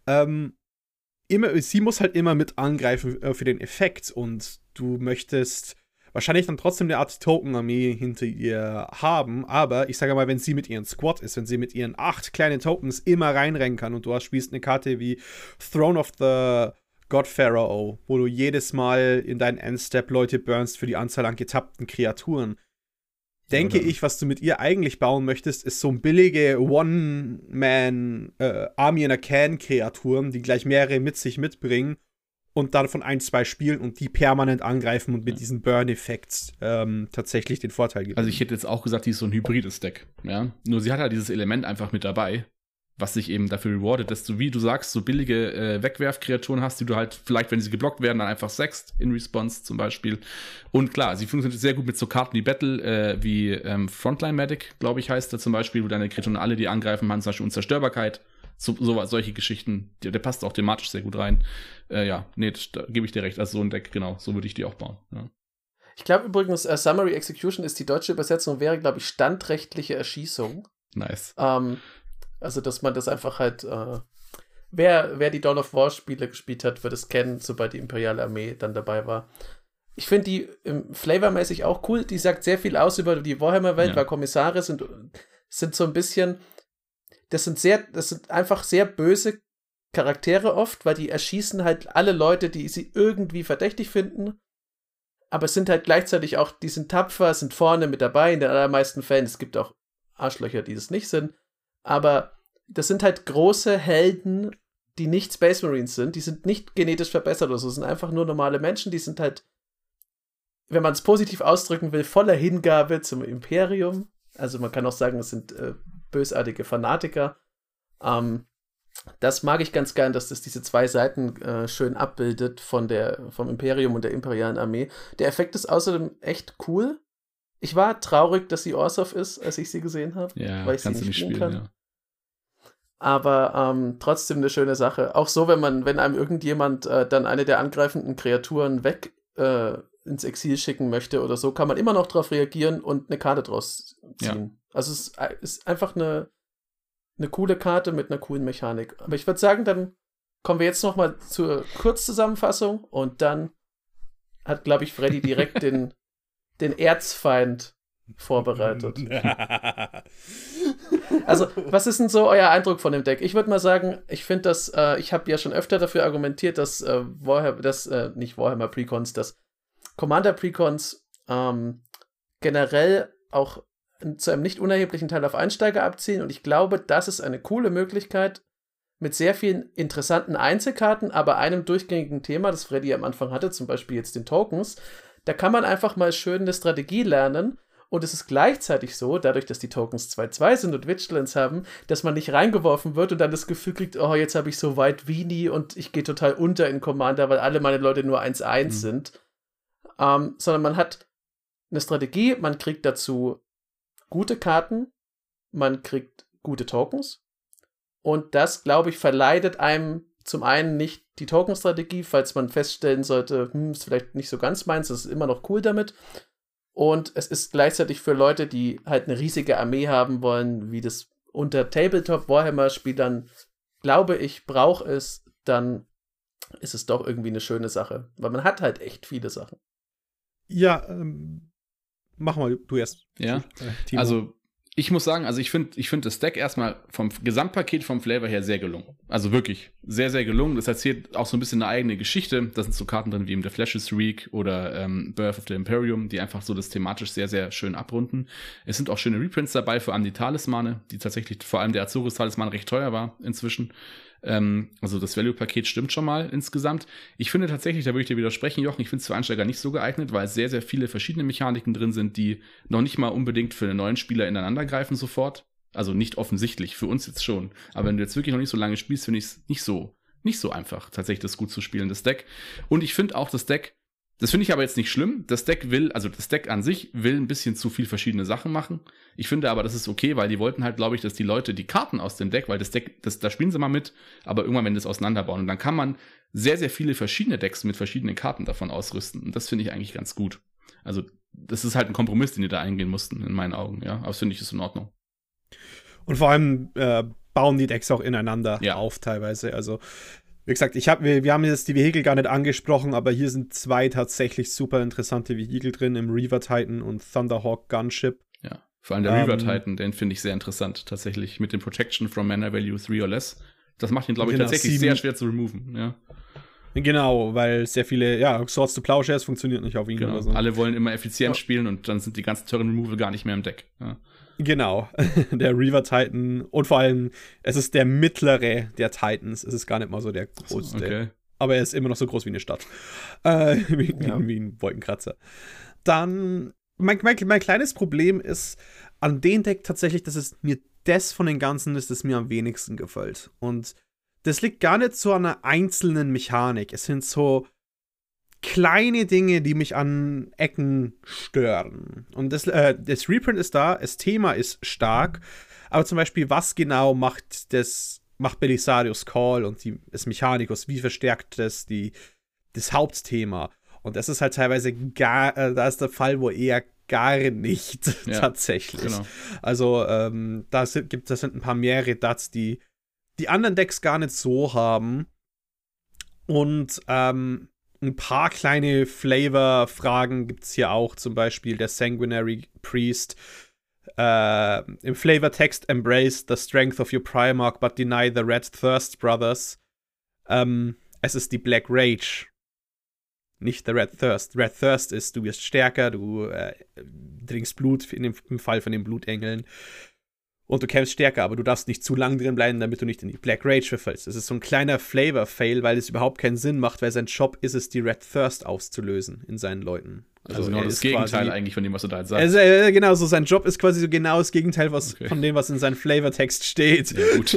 A: sie muss halt immer mit angreifen für den Effekt und du möchtest wahrscheinlich dann trotzdem eine Art Token-Armee hinter ihr haben, aber ich sage mal, wenn sie mit ihren Squad ist, wenn sie mit ihren 8 kleinen Tokens immer reinrennen kann und du spielst eine Karte wie Throne of the God Pharaoh, wo du jedes Mal in deinen Endstep Leute burnst für die Anzahl an getappten Kreaturen, denke ich, was du mit ihr eigentlich bauen möchtest, ist so ein billige One-Man-Army in a Can-Kreaturen, die gleich mehrere mit sich mitbringen und dann von 1-2 spielen und die permanent angreifen und mit diesen Burn-Effekts tatsächlich den Vorteil geben.
B: Also ich hätte jetzt auch gesagt, die ist so ein hybrides Deck, ja. Nur sie hat halt dieses Element einfach mit dabei, was sich eben dafür rewardet, dass du, wie du sagst, so billige Wegwerfkreaturen hast, die du halt vielleicht, wenn sie geblockt werden, dann einfach sackst in Response zum Beispiel. Und klar, sie funktioniert sehr gut mit so Karten wie Battle, wie Frontline Medic, glaube ich, heißt da zum Beispiel, wo deine Kreaturen alle, die angreifen, haben zum Beispiel Unzerstörbarkeit. Solche Geschichten, der passt auch thematisch sehr gut rein. Da gebe ich dir recht. Also so ein Deck, genau, so würde ich die auch bauen. Ja. Ich
C: glaube übrigens, Summary Execution ist die deutsche Übersetzung, wäre, glaube ich, standrechtliche Erschießung.
B: Nice.
C: Also, dass man das einfach halt, wer die Dawn of War Spiele gespielt hat, wird es kennen, sobald die Imperiale Armee dann dabei war. Ich finde die flavormäßig auch cool. Die sagt sehr viel aus über die Warhammer-Welt, weil Kommissare sind so ein bisschen, das sind einfach sehr böse Charaktere oft, weil die erschießen halt alle Leute, die sie irgendwie verdächtig finden, aber es sind halt gleichzeitig auch, die sind tapfer, sind vorne mit dabei in den allermeisten Fällen. Es gibt auch Arschlöcher, die es nicht sind, aber das sind halt große Helden, die nicht Space Marines sind, die sind nicht genetisch verbessert oder so, das sind einfach nur normale Menschen, die sind halt, wenn man es positiv ausdrücken will, voller Hingabe zum Imperium. Also man kann auch sagen, es sind bösartige Fanatiker. Das mag ich ganz gern, dass das diese zwei Seiten schön abbildet vom Imperium und der imperialen Armee. Der Effekt ist außerdem echt cool. Ich war traurig, dass sie Orsov ist, als ich sie gesehen habe, weil ich sie nicht spielen kann. Ja. Aber trotzdem eine schöne Sache. Auch so, wenn einem irgendjemand dann eine der angreifenden Kreaturen weg ins Exil schicken möchte oder so, kann man immer noch darauf reagieren und eine Karte draus ziehen. Ja. Also es ist einfach eine coole Karte mit einer coolen Mechanik. Aber ich würde sagen, dann kommen wir jetzt noch mal zur Kurzzusammenfassung und dann hat, glaube ich, Freddy direkt den Erzfeind vorbereitet. Also, was ist denn so euer Eindruck von dem Deck? Ich würde mal sagen, ich finde das, ich habe ja schon öfter dafür argumentiert, dass nicht Warhammer Precons, dass Commander Precons generell auch zu einem nicht unerheblichen Teil auf Einsteiger abzielen und ich glaube, das ist eine coole Möglichkeit mit sehr vielen interessanten Einzelkarten, aber einem durchgängigen Thema, das Freddy am Anfang hatte, zum Beispiel jetzt den Tokens. Da kann man einfach mal schön eine Strategie lernen und es ist gleichzeitig so, dadurch, dass die Tokens 2/2 sind und Vigilance haben, dass man nicht reingeworfen wird und dann das Gefühl kriegt, oh, jetzt habe ich so weit wie nie und ich gehe total unter in Commander, weil alle meine Leute nur 1/1 sind. Sondern man hat eine Strategie, man kriegt dazu gute Karten, man kriegt gute Tokens und das, glaube ich, verleidet einem zum einen nicht die Token-Strategie, falls man feststellen sollte, ist vielleicht nicht so ganz meins, das ist immer noch cool damit und es ist gleichzeitig für Leute, die halt eine riesige Armee haben wollen, wie das unter Tabletop-Warhammer-Spielern, glaube ich, braucht es, dann ist es doch irgendwie eine schöne Sache, weil man hat halt echt viele Sachen.
A: Ja, mach mal, du erst.
B: Ja, also ich muss sagen, ich finde das Deck erstmal vom Gesamtpaket, vom Flavor her sehr gelungen. Also wirklich sehr, sehr gelungen. Das erzählt auch so ein bisschen eine eigene Geschichte. Da sind so Karten drin wie eben der Flash's Reek oder Birth of the Imperium, die einfach so das thematisch sehr, sehr schön abrunden. Es sind auch schöne Reprints dabei, vor allem die Talismane, die tatsächlich, vor allem der Azuris-Talisman recht teuer war inzwischen. Also das Value-Paket stimmt schon mal insgesamt. Ich finde tatsächlich, da würde ich dir widersprechen, Jochen, ich finde es für Einsteiger nicht so geeignet, weil sehr, sehr viele verschiedene Mechaniken drin sind, die noch nicht mal unbedingt für einen neuen Spieler ineinander greifen sofort. Also nicht offensichtlich, für uns jetzt schon. Aber wenn du jetzt wirklich noch nicht so lange spielst, finde ich es nicht so einfach, tatsächlich das gut zu spielen, das Deck. Und ich finde auch das Deck, das finde ich aber jetzt nicht schlimm. Das Deck an sich will ein bisschen zu viel verschiedene Sachen machen. Ich finde aber, das ist okay, weil die wollten halt, glaube ich, dass die Leute die Karten aus dem Deck, weil das Deck, da spielen sie mal mit, aber irgendwann werden das auseinanderbauen. Und dann kann man sehr, sehr viele verschiedene Decks mit verschiedenen Karten davon ausrüsten. Und das finde ich eigentlich ganz gut. Also, das ist halt ein Kompromiss, den die da eingehen mussten, in meinen Augen, ja. Aber das finde ich ist in Ordnung.
A: Und vor allem bauen die Decks auch ineinander auf teilweise. Also, wie gesagt, wir haben jetzt die Vehikel gar nicht angesprochen, aber hier sind 2 tatsächlich super interessante Vehikel drin, im Reaver Titan und Thunderhawk Gunship.
B: Ja, vor allem der Reaver Titan, den finde ich sehr interessant, tatsächlich, mit dem Protection from Mana Value 3 or less. Das macht ihn, glaube ich, tatsächlich sehr schwer zu removen, ja.
A: Genau, weil sehr viele, Swords to Plowshares funktioniert nicht auf ihn oder so.
B: Alle wollen immer effizient spielen und dann sind die ganzen Turn Removal gar nicht mehr im Deck. Ja.
A: Genau, der Reaver Titan und vor allem, es ist der mittlere der Titans, es ist gar nicht mal so der größte,
B: okay.
A: Aber er ist immer noch so groß wie eine Stadt, wie ein Wolkenkratzer. Dann, mein kleines Problem ist an dem Deck tatsächlich, dass es mir das von den Ganzen ist, das mir am wenigsten gefällt. Und das liegt gar nicht so an einer einzelnen Mechanik, es sind so kleine Dinge, die mich an Ecken stören. Und das Reprint ist da, das Thema ist stark, aber zum Beispiel, was genau macht Belisarius Call und des Mechanicus, wie verstärkt das das Hauptthema? Und das ist halt teilweise da ist der Fall, wo eher gar nicht tatsächlich. Genau. Also, das sind ein paar mehr Redats, die anderen Decks gar nicht so haben. Und, ein paar kleine Flavor-Fragen gibt es hier auch, zum Beispiel der Sanguinary Priest. im Flavortext embrace the strength of your Primarch, but deny the Red Thirst Brothers. Es ist die Black Rage, nicht der Red Thirst. Red Thirst ist, du wirst stärker, du trinkst Blut, im Fall von den Blutengeln. Und du kämpfst stärker, aber du darfst nicht zu lang drin bleiben, damit du nicht in die Black Rage verfällst. Das ist so ein kleiner Flavor-Fail, weil es überhaupt keinen Sinn macht, weil sein Job ist es, die Red Thirst auszulösen in seinen Leuten.
B: Also genau das Gegenteil eigentlich von dem, was du da jetzt sagst.
A: Genau, so sein Job ist quasi so genau das Gegenteil von dem, was in seinem Flavortext steht.
B: Ja, gut.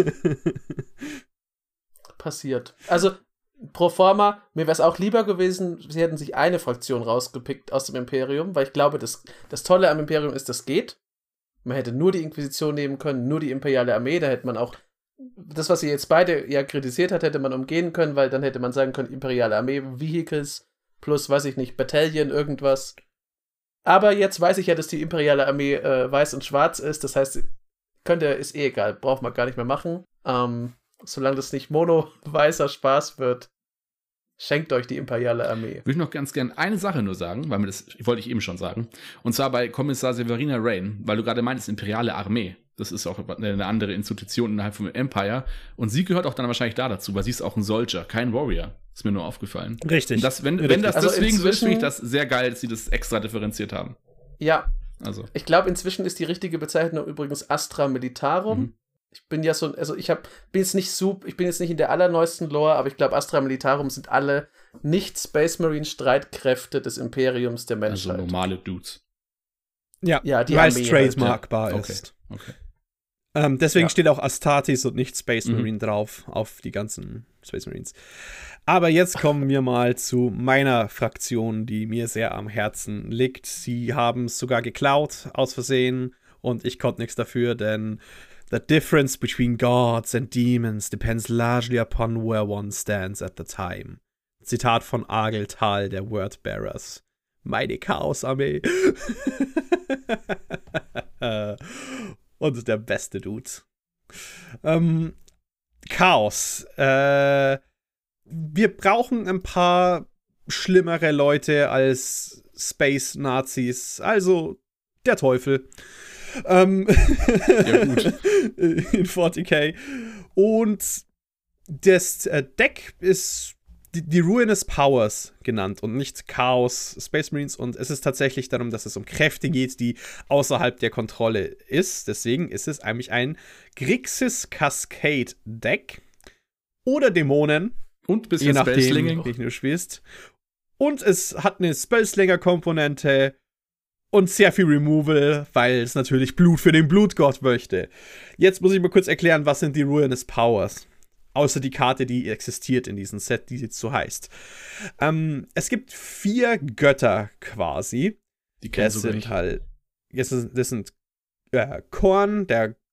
C: Passiert. Also, pro forma, mir wäre es auch lieber gewesen, sie hätten sich eine Fraktion rausgepickt aus dem Imperium, weil ich glaube, das Tolle am Imperium ist, das geht. Man hätte nur die Inquisition nehmen können, nur die imperiale Armee, da hätte man auch das, was ihr jetzt beide ja kritisiert hat, hätte man umgehen können, weil dann hätte man sagen können, imperiale Armee, Vehicles, plus, weiß ich nicht, Battalion, irgendwas. Aber jetzt weiß ich ja, dass die imperiale Armee weiß und schwarz ist, das heißt, ist eh egal, braucht man gar nicht mehr machen. Solange das nicht mono-weißer Spaß wird, schenkt euch die imperiale Armee.
B: Würde ich noch ganz gern eine Sache nur sagen, weil das wollte ich eben schon sagen. Und zwar bei Kommissar Severina Rain, weil du gerade meintest, imperiale Armee. Das ist auch eine andere Institution innerhalb vom Empire. Und sie gehört auch dann wahrscheinlich da dazu, weil sie ist auch ein Soldier, kein Warrior. Ist mir nur aufgefallen.
A: Richtig.
B: Und das, wenn das also deswegen so ist, finde ich das sehr geil, dass sie das extra differenziert haben.
C: Ja.
B: Also.
C: Ich glaube, inzwischen ist die richtige Bezeichnung übrigens Astra Militarum. Mhm. Ich bin ja so, also ich bin jetzt nicht in der allerneuesten Lore, aber ich glaube, Astra Militarum sind alle nicht Space Marine Streitkräfte des Imperiums der Menschheit.
B: Also normale Dudes.
A: Ja,
C: die
A: weil es trademarkbar ist.
B: Okay.
A: Deswegen steht auch Astartes und nicht Space Marine drauf auf die ganzen Space Marines. Aber jetzt kommen wir mal zu meiner Fraktion, die mir sehr am Herzen liegt. Sie haben es sogar geklaut, aus Versehen, und ich konnte nichts dafür, denn the difference between gods and demons depends largely upon where one stands at the time. Zitat von Ageltal, der Wordbearers. Meine Chaos-Armee. Und der beste Dude. Chaos. Wir brauchen ein paar schlimmere Leute als Space-Nazis. Also der Teufel.
B: Ja, gut.
A: In 40k. Und das Deck ist die Ruinous Powers genannt und nicht Chaos Space Marines. Und es ist tatsächlich darum, dass es um Kräfte geht, die außerhalb der Kontrolle ist. Deswegen ist es eigentlich ein Grixis Cascade Deck oder Dämonen.
B: Und ein bisschen Spellslinging.
A: Wie du spielst. Und es hat eine Spellslinger-Komponente und sehr viel Removal, weil es natürlich Blut für den Blutgott möchte. Jetzt muss ich mal kurz erklären, was sind die Ruinous Powers? Außer die Karte, die existiert in diesem Set, die jetzt so heißt. Es gibt 4 Götter quasi.
B: Die kennst du nicht.
A: Das sind Khorne,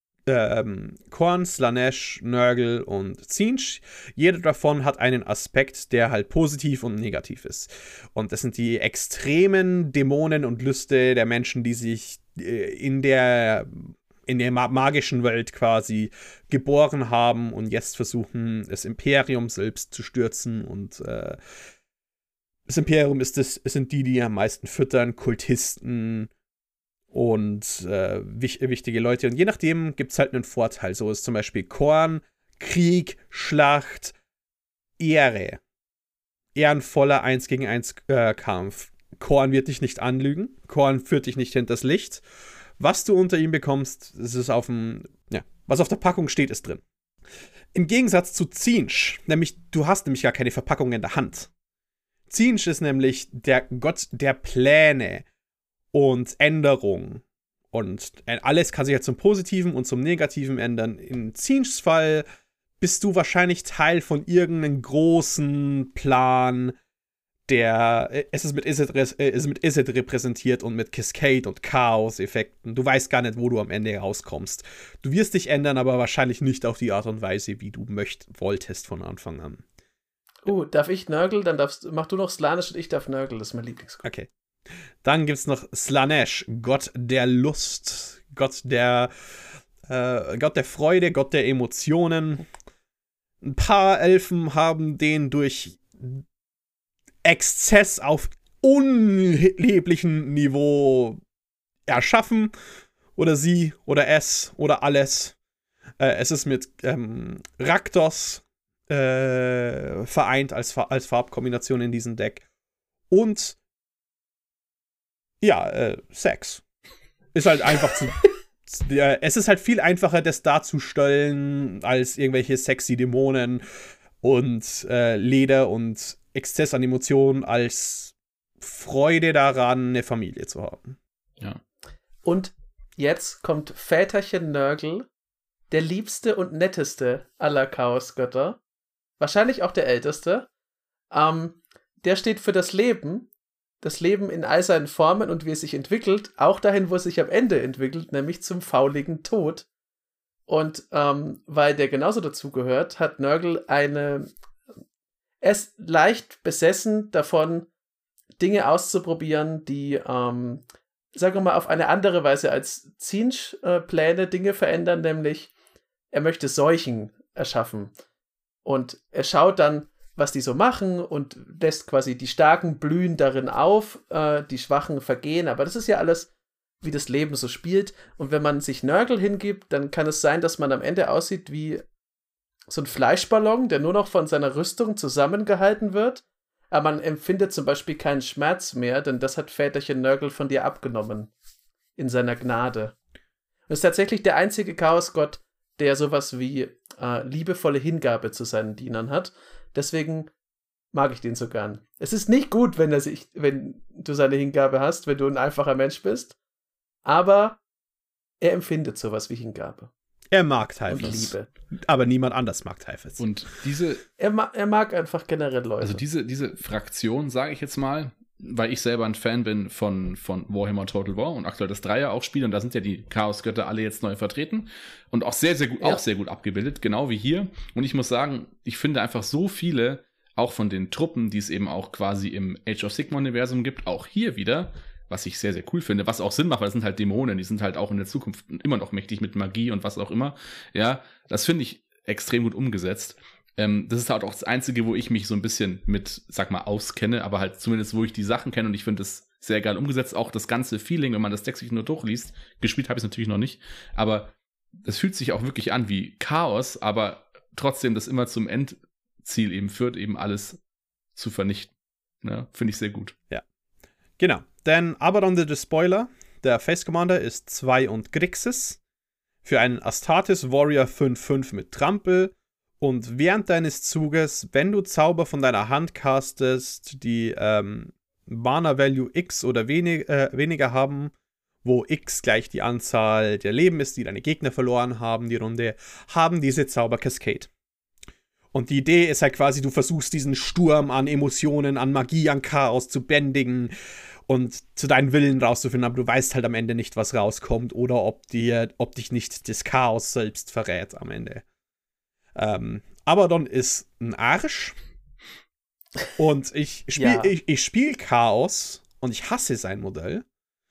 A: Khorne, Slaanesh, Nurgle und Tzeentch. Jeder davon hat einen Aspekt, der halt positiv und negativ ist. Und das sind die extremen Dämonen und Lüste der Menschen, die sich in der magischen Welt quasi geboren haben und jetzt versuchen, das Imperium selbst zu stürzen. Und das Imperium sind die am meisten füttern, Kultisten und wichtige Leute. Und je nachdem gibt es halt einen Vorteil. So ist zum Beispiel Khorne, Krieg, Schlacht, Ehre. Ehrenvoller 1-gegen-1 Kampf. Khorne wird dich nicht anlügen. Khorne führt dich nicht hinters Licht. Was du unter ihm bekommst, das ist was auf der Packung steht, ist drin. Im Gegensatz zu Tzeentch, du hast nämlich gar keine Verpackung in der Hand. Tzeentch ist nämlich der Gott der Pläne und Änderung. Und alles kann sich ja zum Positiven und zum Negativen ändern. In Tzeentchs Fall bist du wahrscheinlich Teil von irgendeinem großen Plan, es ist mit Izzet repräsentiert und mit Cascade und Chaos-Effekten. Du weißt gar nicht, wo du am Ende rauskommst. Du wirst dich ändern, aber wahrscheinlich nicht auf die Art und Weise, wie du wolltest von Anfang an.
C: Darf ich Nurgle? Dann mach du noch Slaanesh und ich darf Nurgle. Das ist mein Lieblingsgott.
A: Okay. Dann gibt's noch Slaanesh, Gott der Lust, Gott der Freude, Gott der Emotionen. Ein paar Elfen haben den durch Exzess auf unleblichem Niveau erschaffen oder sie oder es oder alles. Es ist mit Rakdos vereint als Farbkombination in diesem Deck. Und ja, Sex. Ist halt einfach es ist halt viel einfacher, das darzustellen, als irgendwelche sexy Dämonen und Leder und Exzess an Emotionen, als Freude daran, eine Familie zu haben.
B: Ja.
C: Und jetzt kommt Väterchen Nurgle, der liebste und netteste aller Chaosgötter. Wahrscheinlich auch der älteste. Der steht für das Leben in all seinen Formen und wie es sich entwickelt, auch dahin, wo es sich am Ende entwickelt, nämlich zum fauligen Tod. Und weil der genauso dazugehört, hat Nurgle er ist leicht besessen davon, Dinge auszuprobieren, die, sagen wir mal, auf eine andere Weise als Zinsch-Pläne Dinge verändern, nämlich er möchte Seuchen erschaffen. Und er schaut dann, was die so machen und lässt quasi die Starken blühen darin auf, die Schwachen vergehen, aber das ist ja alles, wie das Leben so spielt. Und wenn man sich Nurgle hingibt, dann kann es sein, dass man am Ende aussieht wie so ein Fleischballon, der nur noch von seiner Rüstung zusammengehalten wird, aber man empfindet zum Beispiel keinen Schmerz mehr, denn das hat Väterchen Nurgle von dir abgenommen, in seiner Gnade. Und ist tatsächlich der einzige Chaosgott, der sowas wie liebevolle Hingabe zu seinen Dienern hat. Deswegen mag ich den so gern. Es ist nicht gut, wenn du seine Hingabe hast, wenn du ein einfacher Mensch bist, aber er empfindet sowas wie Hingabe.
A: Er mag Typhus.
C: Und Liebe.
A: Aber niemand anders mag Typhus.
B: Und
C: er mag einfach generell Leute.
B: Also diese Fraktion, sage ich jetzt mal, weil ich selber ein Fan bin von Warhammer Total War und aktuell das Dreier auch spiele, und da sind ja die Chaosgötter alle jetzt neu vertreten und auch sehr, sehr gut, auch sehr gut abgebildet, genau wie hier. Und ich muss sagen, ich finde einfach so viele, auch von den Truppen, die es eben auch quasi im Age of Sigmar-Universum gibt, auch hier wieder, was ich sehr, sehr cool finde, was auch Sinn macht, weil das sind halt Dämonen, die sind halt auch in der Zukunft immer noch mächtig mit Magie und was auch immer. Ja, das finde ich extrem gut umgesetzt. Das ist halt auch das Einzige, wo ich mich so ein bisschen mit, sag mal, auskenne, aber halt zumindest, wo ich die Sachen kenne, und ich finde das sehr geil umgesetzt. Auch das ganze Feeling, wenn man das Deck sich nur durchliest. Gespielt habe ich es natürlich noch nicht, aber es fühlt sich auch wirklich an wie Chaos, aber trotzdem das immer zum Endziel eben führt, eben alles zu vernichten. Ja, finde ich sehr gut.
A: Ja, genau. Denn Abaddon the Despoiler, der Face Commander, ist 2 und Grixis. Für einen Astartes Warrior 5/5 mit Trampel. Und während deines Zuges, wenn du Zauber von deiner Hand castest, die Mana-Value X oder weniger haben, wo X gleich die Anzahl der Leben ist, die deine Gegner verloren haben, die Runde, haben diese Zauber Cascade. Und die Idee ist halt quasi, du versuchst diesen Sturm an Emotionen, an Magie, an Chaos zu bändigen und zu deinen Willen rauszufinden, aber du weißt halt am Ende nicht, was rauskommt oder ob dich nicht das Chaos selbst verrät am Ende. Abaddon ist ein Arsch und ich spiele Chaos und ich hasse sein Modell.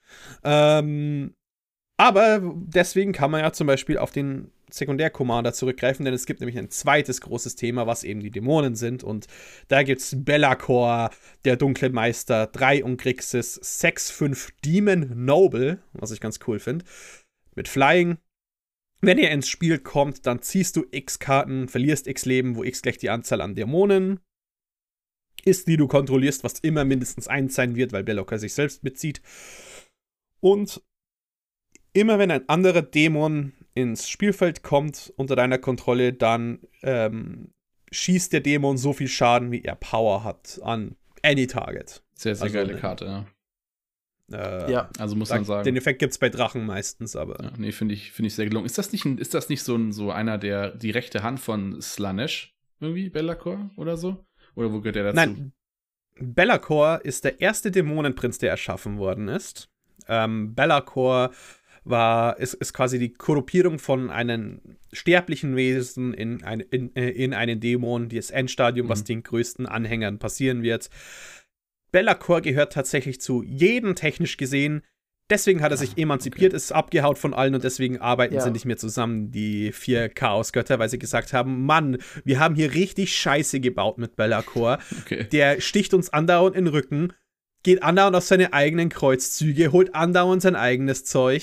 A: Aber deswegen kann man ja zum Beispiel auf den Sekundär-Commander zurückgreifen, denn es gibt nämlich ein zweites großes Thema, was eben die Dämonen sind, und da gibt's Be'lakor, der dunkle Meister, 3 und Grixis, 6/5 Demon Noble, was ich ganz cool finde, mit Flying. Wenn ihr ins Spiel kommt, dann ziehst du X Karten, verlierst X Leben, wo X gleich die Anzahl an Dämonen ist, die du kontrollierst, was immer mindestens 1 sein wird, weil Be'lakor sich selbst mitzieht. Und immer wenn ein anderer Dämon ins Spielfeld kommt unter deiner Kontrolle, dann schießt der Dämon so viel Schaden, wie er Power hat an any Target.
B: Sehr, sehr geile Karte, ja.
C: Ja.
B: Also muss man sagen.
A: Den Effekt gibt es bei Drachen meistens, aber.
B: Ja, nee, finde ich sehr gelungen. Ist das nicht so einer die rechte Hand von Slaanesh irgendwie, Be'lakor oder so? Oder wo gehört der dazu?
A: Nein, Be'lakor ist der erste Dämonenprinz, der erschaffen worden ist. Be'lakor ist quasi die Korruptierung von einem sterblichen Wesen in einen Dämon, das Endstadium, was den größten Anhängern passieren wird. Be'lakor gehört tatsächlich zu jedem technisch gesehen. Deswegen hat er sich emanzipiert, ist abgehaut von allen und deswegen arbeiten sie nicht mehr zusammen, die 4 Chaosgötter, weil sie gesagt haben, Mann, wir haben hier richtig Scheiße gebaut mit Be'lakor. Okay. Der sticht uns andauernd in den Rücken, geht andauernd auf seine eigenen Kreuzzüge, holt andauernd sein eigenes Zeug.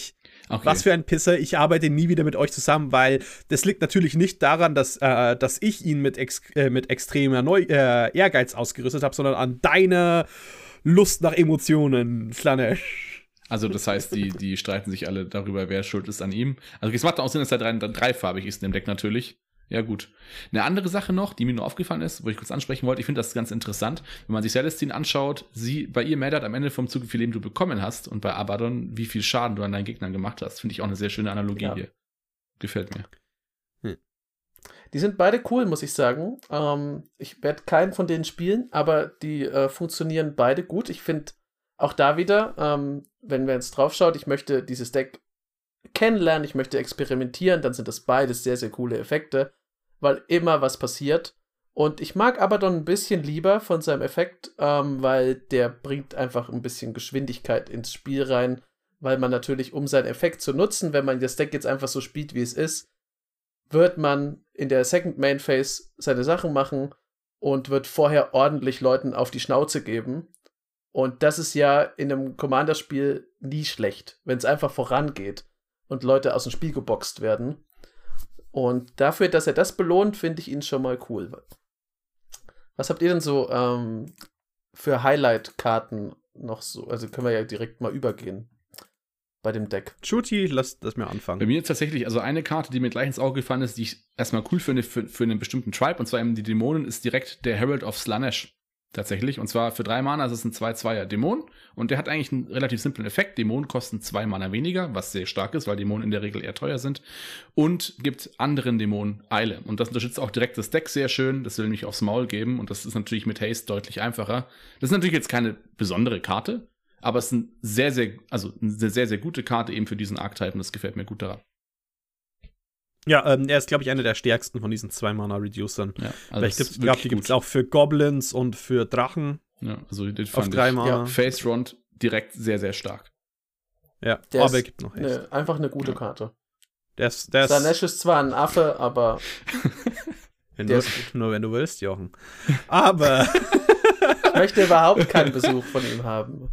B: Okay.
A: Was für ein Pisser, ich arbeite nie wieder mit euch zusammen, weil das liegt natürlich nicht daran, dass ich ihn mit extremer Ehrgeiz ausgerüstet habe, sondern an deiner Lust nach Emotionen, Slanesh.
B: Also das heißt, die streiten sich alle darüber, wer schuld ist an ihm. Also es macht auch Sinn, dass er dreifarbig ist in dem Deck natürlich. Ja, gut. Eine andere Sache noch, die mir nur aufgefallen ist, wo ich kurz ansprechen wollte, ich finde das ganz interessant, wenn man sich Celestine anschaut, bei ihr mattert am Ende vom Zug, wie viel Leben du bekommen hast und bei Abaddon, wie viel Schaden du an deinen Gegnern gemacht hast. Finde ich auch eine sehr schöne Analogie hier. Gefällt mir.
C: Die sind beide cool, muss ich sagen. Ich werde keinen von denen spielen, aber die funktionieren beide gut. Ich finde auch da wieder, wenn wir jetzt drauf schaut, ich möchte dieses Deck kennenlernen, ich möchte experimentieren, dann sind das beides sehr, sehr coole Effekte, weil immer was passiert. Und ich mag Abaddon ein bisschen lieber von seinem Effekt, weil der bringt einfach ein bisschen Geschwindigkeit ins Spiel rein, weil man natürlich, um seinen Effekt zu nutzen, wenn man das Deck jetzt einfach so spielt, wie es ist, wird man in der Second Main Phase seine Sachen machen und wird vorher ordentlich Leuten auf die Schnauze geben. Und das ist ja in einem Commander-Spiel nie schlecht, wenn es einfach vorangeht und Leute aus dem Spiel geboxt werden. Und dafür, dass er das belohnt, finde ich ihn schon mal cool. Was habt ihr denn so für Highlight-Karten noch so? Also können wir ja direkt mal übergehen bei dem Deck.
A: Chuti, lass das mir anfangen.
B: Bei mir ist tatsächlich, also eine Karte, die mir gleich ins Auge gefallen ist, die ich erstmal cool finde für einen bestimmten Tribe, und zwar eben die Dämonen, ist direkt der Herald of Slanesh. Tatsächlich. Und zwar für 3 Mana, also es ist ein 2/2er Dämon. Und der hat eigentlich einen relativ simplen Effekt. Dämonen kosten 2 Mana weniger, was sehr stark ist, weil Dämonen in der Regel eher teuer sind. Und gibt anderen Dämonen Eile. Und das unterstützt auch direkt das Deck sehr schön. Das will mich aufs Maul geben. Und das ist natürlich mit Haste deutlich einfacher. Das ist natürlich jetzt keine besondere Karte, aber es ist eine sehr, sehr gute Karte eben für diesen Archetype. Und das gefällt mir gut daran.
A: Ja, er ist, glaube ich, einer der stärksten von diesen 2-Mana-Reducern.
B: Ja, also
A: ich glaube, die gibt es auch für Goblins und für Drachen.
B: Ja, also den
A: auf 3 Mana.
B: Ja, Face Rond direkt sehr, sehr stark.
A: Ja,
C: der
A: aber er gibt noch echt.
C: Einfach eine gute Karte.
A: Der ist
C: Slanesh ist zwar ein Affe, aber
A: nur wenn du willst, Jochen. Aber
C: ich möchte überhaupt keinen Besuch von ihm haben.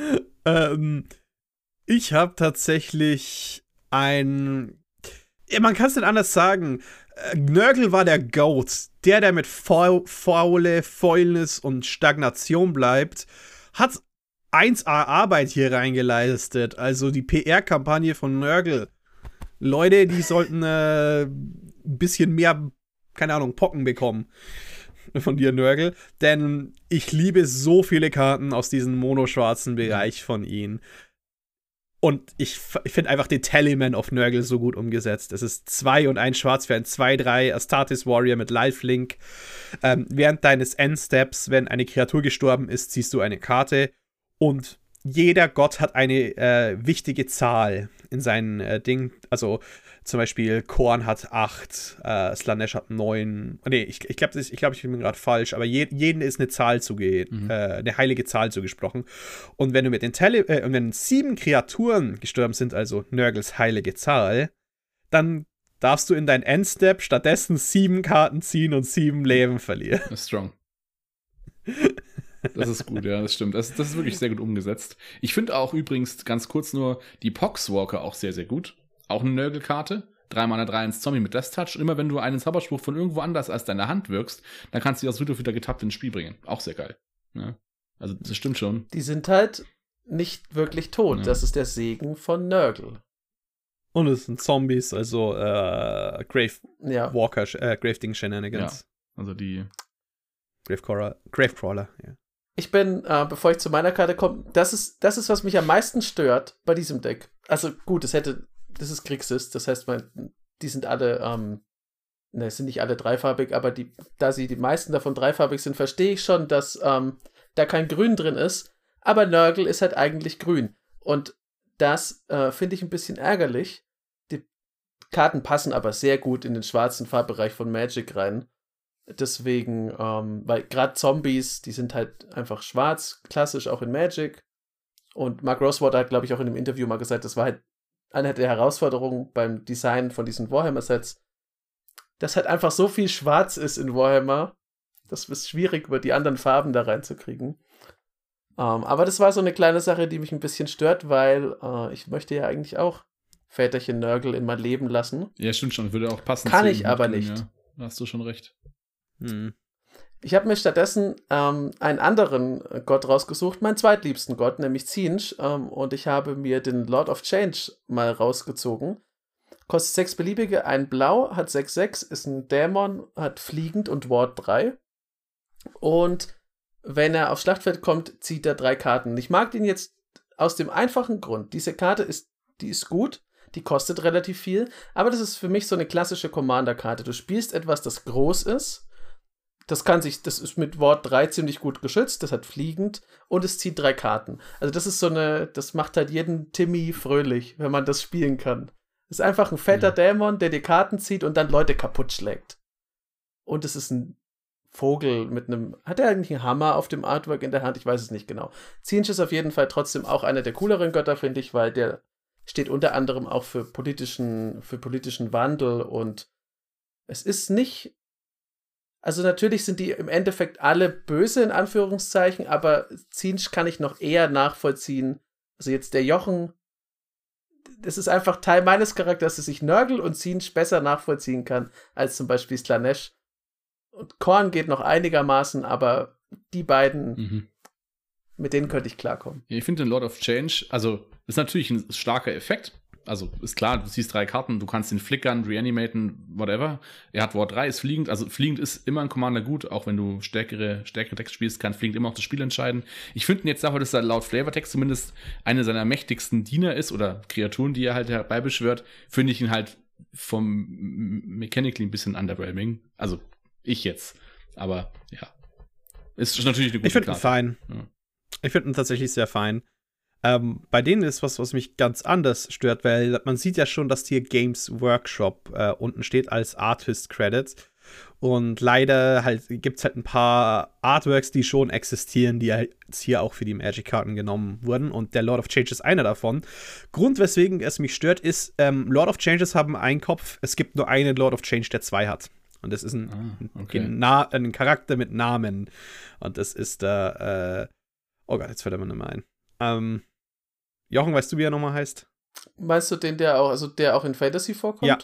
A: Ich habe tatsächlich man kann es nicht anders sagen. Nurgle war der Goat. Der mit Fäulnis und Stagnation bleibt, hat 1A Arbeit hier reingeleistet. Also die PR-Kampagne von Nurgle. Leute, die sollten ein bisschen mehr, keine Ahnung, Pocken bekommen von dir, Nurgle. Denn ich liebe so viele Karten aus diesem monoschwarzen Bereich von ihnen. Und ich finde einfach den Talisman of Nurgle so gut umgesetzt. Es ist 2 und 1 Schwarz für ein 2/3 Astartes Warrior mit Lifelink. Während deines Endsteps, wenn eine Kreatur gestorben ist, ziehst du eine Karte. Und jeder Gott hat eine wichtige Zahl in seinen Ding. Also zum Beispiel Korn hat 8, Slanesh hat 9. Nee, ich glaube, ich bin gerade falsch, aber jedem ist eine Zahl eine heilige Zahl zugesprochen. Und wenn du mit den wenn 7 Kreaturen gestorben sind, also Nurgles heilige Zahl, dann darfst du in dein Endstep stattdessen 7 Karten ziehen und 7 Leben verlieren.
B: Das ist strong. Das ist gut, ja, das stimmt. Das ist wirklich sehr gut umgesetzt. Ich finde auch übrigens, ganz kurz nur, die Poxwalker auch sehr, sehr gut. Auch eine Nurgle-Karte. 3 Mana 3/1 Zombie mit Death Touch. Und immer wenn du einen Zauberspruch von irgendwo anders als deiner Hand wirkst, dann kannst du die aus Friedhof wieder getappt ins Spiel bringen. Auch sehr geil. Ja. Also das stimmt schon.
C: Die sind halt nicht wirklich tot. Ja. Das ist der Segen von Nurgle.
A: Und es sind Zombies, also Gravedigger Shenanigans.
B: Ja, also die
A: Gravecrawler, ja.
C: Ich bin, bevor ich zu meiner Karte komme, das ist, was mich am meisten stört bei diesem Deck. Also gut, das ist Grixis, das heißt, die sind alle, es sind nicht alle dreifarbig, aber da die meisten davon dreifarbig sind, verstehe ich schon, dass da kein Grün drin ist, aber Nurgle ist halt eigentlich grün. Und das finde ich ein bisschen ärgerlich. Die Karten passen aber sehr gut in den schwarzen Farbbereich von Magic rein. Deswegen, weil gerade Zombies, die sind halt einfach schwarz, klassisch auch in Magic. Und Mark Rosewater hat, glaube ich, auch in einem Interview mal gesagt, das war halt eine der Herausforderungen beim Design von diesen Warhammer-Sets, dass halt einfach so viel schwarz ist in Warhammer, dass es schwierig wird, die anderen Farben da reinzukriegen. Aber das war so eine kleine Sache, die mich ein bisschen stört, weil ich möchte ja eigentlich auch Väterchen Nörgel in mein Leben lassen.
B: Ja, stimmt schon, würde auch passen.
C: Kann ich aber nicht.
B: Ja. Da hast du schon recht.
C: Ich habe mir stattdessen einen anderen Gott rausgesucht, meinen zweitliebsten Gott, nämlich Tzeentch. Und ich habe mir den Lord of Change mal rausgezogen. Kostet 6 beliebige, ein Blau, hat 6/6, ist ein Dämon, hat Fliegend und Ward 3. Und wenn er aufs Schlachtfeld kommt, zieht er 3 Karten. Ich mag den jetzt aus dem einfachen Grund. Diese Karte ist gut, die kostet relativ viel, aber das ist für mich so eine klassische Commander-Karte. Du spielst etwas, das groß ist. Das ist mit Ward 3 ziemlich gut geschützt, das hat Fliegend und es zieht 3 Karten. Also das ist das macht halt jeden Timmy fröhlich, wenn man das spielen kann. Das ist einfach ein fetter Dämon, der die Karten zieht und dann Leute kaputt schlägt. Und es ist ein Vogel hat er eigentlich einen Hammer auf dem Artwork in der Hand? Ich weiß es nicht genau. Tzeentch ist auf jeden Fall trotzdem auch einer der cooleren Götter, finde ich, weil der steht unter anderem auch für politischen Wandel und es ist nicht. Also natürlich sind die im Endeffekt alle böse, in Anführungszeichen, aber Tzeentch kann ich noch eher nachvollziehen. Also jetzt der Jochen, das ist einfach Teil meines Charakters, dass ich Nörgel und Tzeentch besser nachvollziehen kann, als zum Beispiel Slaanesh. Und Khorne geht noch einigermaßen, aber die beiden, mit denen könnte ich klarkommen.
B: Ja, ich finde den Lord of Change, also ist natürlich ein starker Effekt. Also ist klar, du ziehst 3 Karten, du kannst ihn flickern, reanimaten, whatever. Er hat Ward 3, ist fliegend. Also fliegend ist immer ein Commander gut, auch wenn du stärkere Decks spielst, kann fliegend immer auch das Spiel entscheiden. Ich finde ihn jetzt dafür, dass er laut Flavortext zumindest eine seiner mächtigsten Diener ist oder Kreaturen, die er halt herbeibeschwört, finde ich ihn halt vom Mechanically ein bisschen underwhelming. Also ich jetzt. Aber ja. Ist natürlich eine gute Karte.
A: Ich finde ihn fein. Ja. Ich finde ihn tatsächlich sehr fein. Bei denen ist was mich ganz anders stört, weil man sieht ja schon, dass hier Games Workshop unten steht als Artist Credits. Und leider gibt es halt ein paar Artworks, die schon existieren, die halt hier auch für die Magic-Karten genommen wurden. Und der Lord of Change ist einer davon. Grund, weswegen es mich stört, ist, Lord of Changes haben einen Kopf. Es gibt nur einen Lord of Change, der 2 hat. Und das ist ein Charakter mit Namen. Und das ist der, oh Gott, jetzt fällt er mir nicht mehr ein. Jochen, weißt du, wie er nochmal heißt?
C: Meinst du den, der auch in Fantasy vorkommt?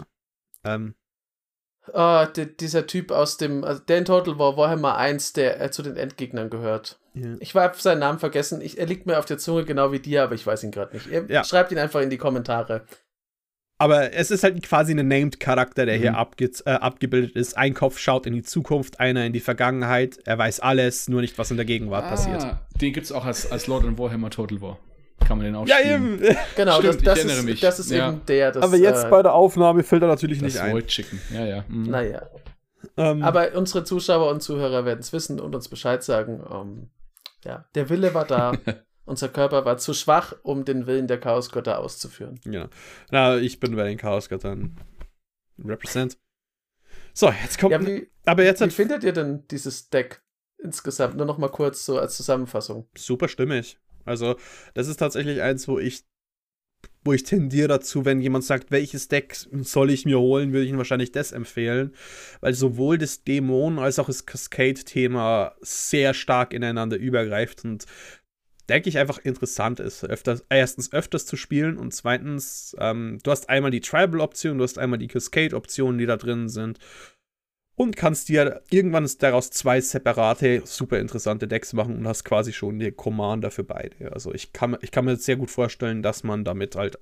A: Ja.
C: Dieser Typ aus der in Total War Warhammer 1, der zu den Endgegnern gehört.
A: Ja.
C: Ich habe seinen Namen vergessen. Er liegt mir auf der Zunge, genau wie dir, aber ich weiß ihn gerade nicht. Schreibt ihn einfach in die Kommentare.
A: Aber es ist halt quasi ein Named-Charakter, der hier abgebildet ist. Ein Kopf schaut in die Zukunft, einer in die Vergangenheit. Er weiß alles, nur nicht, was in der Gegenwart passiert.
B: Den gibt es auch als Lord in Warhammer Total War. Kann man den auch spielen.
A: Ja, eben.
C: Genau,
B: stimmt,
C: das ist eben der.
A: Aber jetzt bei der Aufnahme fällt er natürlich nicht ein.
B: Das Void Chicken, ja.
C: Naja. Aber unsere Zuschauer und Zuhörer werden es wissen und uns Bescheid sagen. Der Wille war da. Unser Körper war zu schwach, um den Willen der Chaosgötter auszuführen.
A: Ja. Na, ich bin bei den Chaosgöttern. Represent. So, jetzt kommt.
C: Wie findet ihr denn dieses Deck insgesamt? Nur noch mal kurz so als Zusammenfassung.
A: Super stimmig. Also, das ist tatsächlich eins, wo ich tendiere dazu, wenn jemand sagt, welches Deck soll ich mir holen, würde ich ihm wahrscheinlich das empfehlen, weil sowohl das Dämon als auch das Cascade-Thema sehr stark ineinander übergreift und denke ich einfach interessant ist, erstens öfters zu spielen und zweitens, du hast einmal die Tribal-Option, du hast einmal die Cascade-Optionen, die da drin sind und kannst dir irgendwann daraus 2 separate, super interessante Decks machen und hast quasi schon die Commander für beide. Also ich kann mir sehr gut vorstellen, dass man damit halt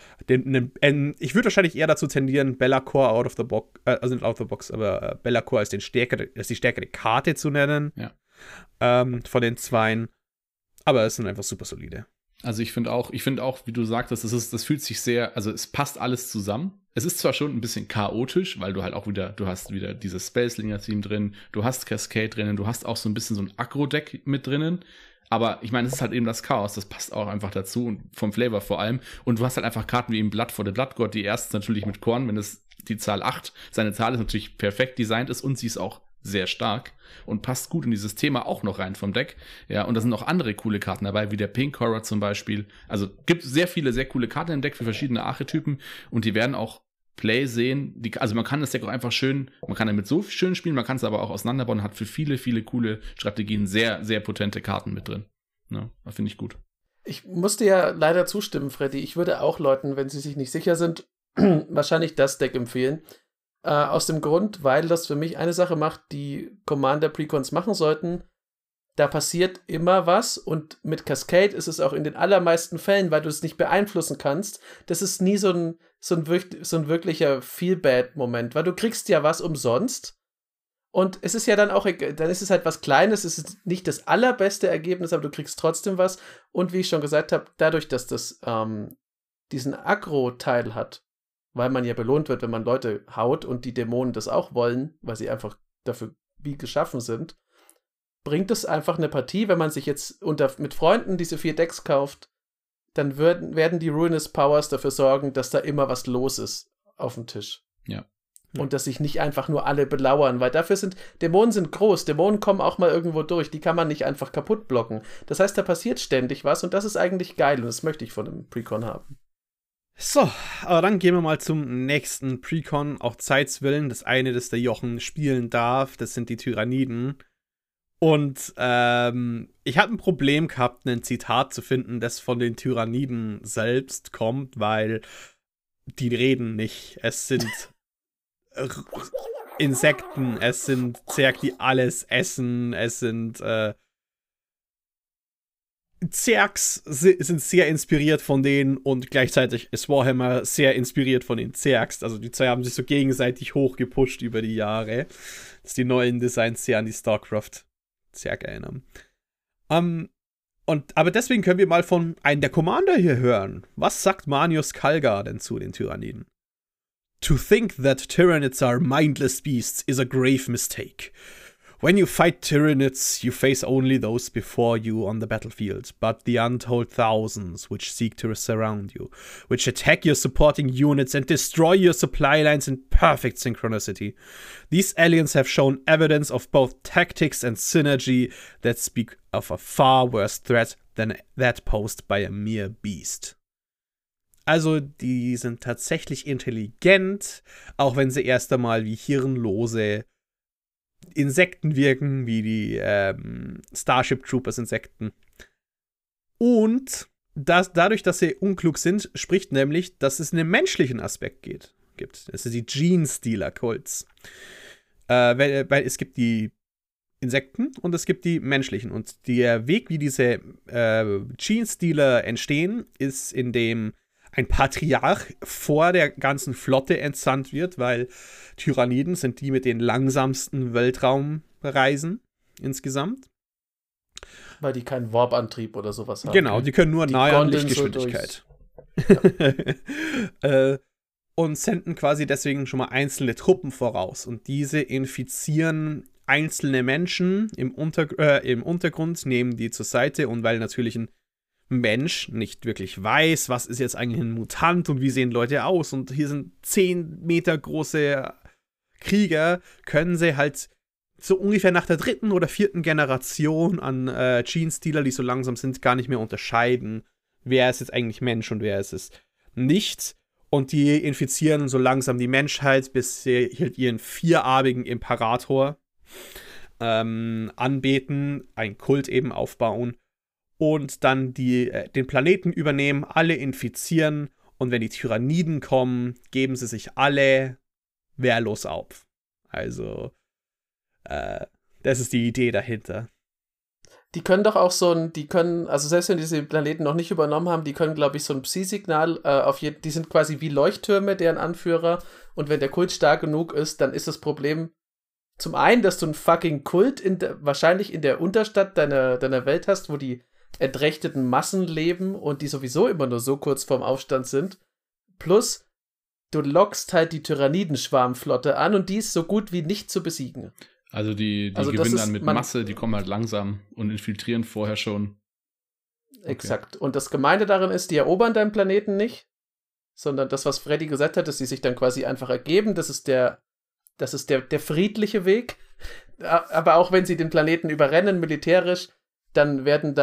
A: ich würde wahrscheinlich eher dazu tendieren, Be'lakor out of the box, also nicht out of the box, aber Be'lakor als die stärkere Karte zu nennen.
B: Ja.
A: Von den 2. Aber es sind einfach super solide.
B: Also ich finde auch, wie du sagtest, das fühlt sich sehr, also es passt alles zusammen. Es ist zwar schon ein bisschen chaotisch, weil du halt auch du hast wieder dieses Spellslinger-Team drin, du hast Cascade drinnen, du hast auch so ein bisschen so ein Aggro-Deck mit drinnen. Aber ich meine, es ist halt eben das Chaos, das passt auch einfach dazu und vom Flavor vor allem. Und du hast halt einfach Karten wie im Blood for the Blood God, die erst natürlich mit Khorne, wenn es die Zahl 8, seine Zahl ist natürlich perfekt designt ist und sie ist auch sehr stark und passt gut in dieses Thema auch noch rein vom Deck. Ja, und da sind auch andere coole Karten dabei, wie der Pink Horror zum Beispiel. Also gibt sehr viele, sehr coole Karten im Deck für verschiedene Archetypen und die werden auch Play sehen. Also man kann das Deck auch einfach man kann damit so schön spielen, man kann es aber auch auseinanderbauen und hat für viele, viele coole Strategien sehr, sehr potente Karten mit drin. Ja, das finde ich gut.
C: Ich musste ja leider zustimmen, Freddy. Ich würde auch Leuten, wenn sie sich nicht sicher sind, wahrscheinlich das Deck empfehlen. Aus dem Grund, weil das für mich eine Sache macht, die Commander-Precons machen sollten. Da passiert immer was und mit Cascade ist es auch in den allermeisten Fällen, weil du es nicht beeinflussen kannst, das ist nie so ein wirklicher Feel-Bad-Moment, weil du kriegst ja was umsonst und es ist ja dann auch, dann ist es halt was Kleines, es ist nicht das allerbeste Ergebnis, aber du kriegst trotzdem was und wie ich schon gesagt habe, dadurch, dass das diesen Aggro-Teil hat, weil man ja belohnt wird, wenn man Leute haut und die Dämonen das auch wollen, weil sie einfach dafür wie geschaffen sind, bringt es einfach eine Partie, wenn man sich jetzt mit Freunden diese 4 Decks kauft, dann werden die Ruinous Powers dafür sorgen, dass da immer was los ist auf dem Tisch.
B: Ja.
C: Und dass sich nicht einfach nur alle belauern, weil Dämonen sind groß, Dämonen kommen auch mal irgendwo durch, die kann man nicht einfach kaputt blocken. Das heißt, da passiert ständig was und das ist eigentlich geil und das möchte ich von einem Precon haben.
A: So, aber dann gehen wir mal zum nächsten Precon, auch Zeitswillen. Das eine, das der Jochen spielen darf, das sind die Tyranniden. Und ich habe ein Problem gehabt, ein Zitat zu finden, das von den Tyranniden selbst kommt, weil die reden nicht. Es sind Insekten, es sind Zerg, die alles essen, es sind Zergs sind sehr inspiriert von denen und gleichzeitig ist Warhammer sehr inspiriert von den Zergs. Also die zwei haben sich so gegenseitig hochgepusht über die Jahre, dass die neuen Designs sehr an die StarCraft Zerg erinnern. Aber deswegen können wir mal von einem der Commander hier hören. Was sagt Manius Kalgar denn zu den Tyranniden? To think that Tyranids are mindless beasts is a grave mistake. When you fight Tyranids, you face only those before you on the battlefield, but the untold thousands which seek to surround you, which attack your supporting units and destroy your supply lines in perfect synchronicity. These aliens have shown evidence of both tactics and synergy that speak of a far worse threat than that posed by a mere beast. Also, die sind tatsächlich intelligent, auch wenn sie erst einmal wie hirnlose Insekten wirken, wie die Starship Troopers Insekten. Und dadurch, dass sie unklug sind, spricht nämlich, dass es einen menschlichen Aspekt gibt. Es sind die Gene-Stealer-Kults. Weil es gibt die Insekten und es gibt die menschlichen. Und der Weg, wie diese Gene-Stealer entstehen, ist, indem ein Patriarch vor der ganzen Flotte entsandt wird, weil Tyranniden sind die mit den langsamsten Weltraumreisen insgesamt.
C: Weil die keinen Warp-Antrieb oder sowas haben.
A: Genau, die können nur nahe an Lichtgeschwindigkeit. Ja. Und senden quasi deswegen schon mal einzelne Truppen voraus. Und diese infizieren einzelne Menschen im Untergrund, nehmen die zur Seite und weil natürlich ein Mensch nicht wirklich weiß, was ist jetzt eigentlich ein Mutant und wie sehen Leute aus und hier sind 10 Meter große Krieger, können sie halt so ungefähr nach der 3. oder 4. Generation an Gene-Stealer, die so langsam sind, gar nicht mehr unterscheiden, wer ist jetzt eigentlich Mensch und wer ist es nicht. Und die infizieren so langsam die Menschheit, bis sie halt ihren 4-armigen Imperator anbeten, einen Kult eben aufbauen und dann den Planeten übernehmen, alle infizieren und wenn die Tyranniden kommen, geben sie sich alle wehrlos auf. Also, das ist die Idee dahinter.
C: Die können doch auch also selbst wenn die diese Planeten noch nicht übernommen haben, die können, glaube ich, so ein Psi-Signal die sind quasi wie Leuchttürme, deren Anführer und wenn der Kult stark genug ist, dann ist das Problem zum einen, dass du einen fucking Kult wahrscheinlich in der Unterstadt deiner Welt hast, wo die entrechteten Massen leben und die sowieso immer nur so kurz vorm Aufstand sind. Plus, du lockst halt die Tyrannidenschwarmflotte an und die ist so gut wie nicht zu besiegen.
B: Also die gewinnen dann mit Masse, die kommen halt langsam und infiltrieren vorher schon.
C: Okay. Exakt. Und das Gemeine darin ist, die erobern deinen Planeten nicht, sondern das, was Freddy gesagt hat, dass die sich dann quasi einfach ergeben, das ist der friedliche Weg. Aber auch wenn sie den Planeten überrennen, militärisch, dann werden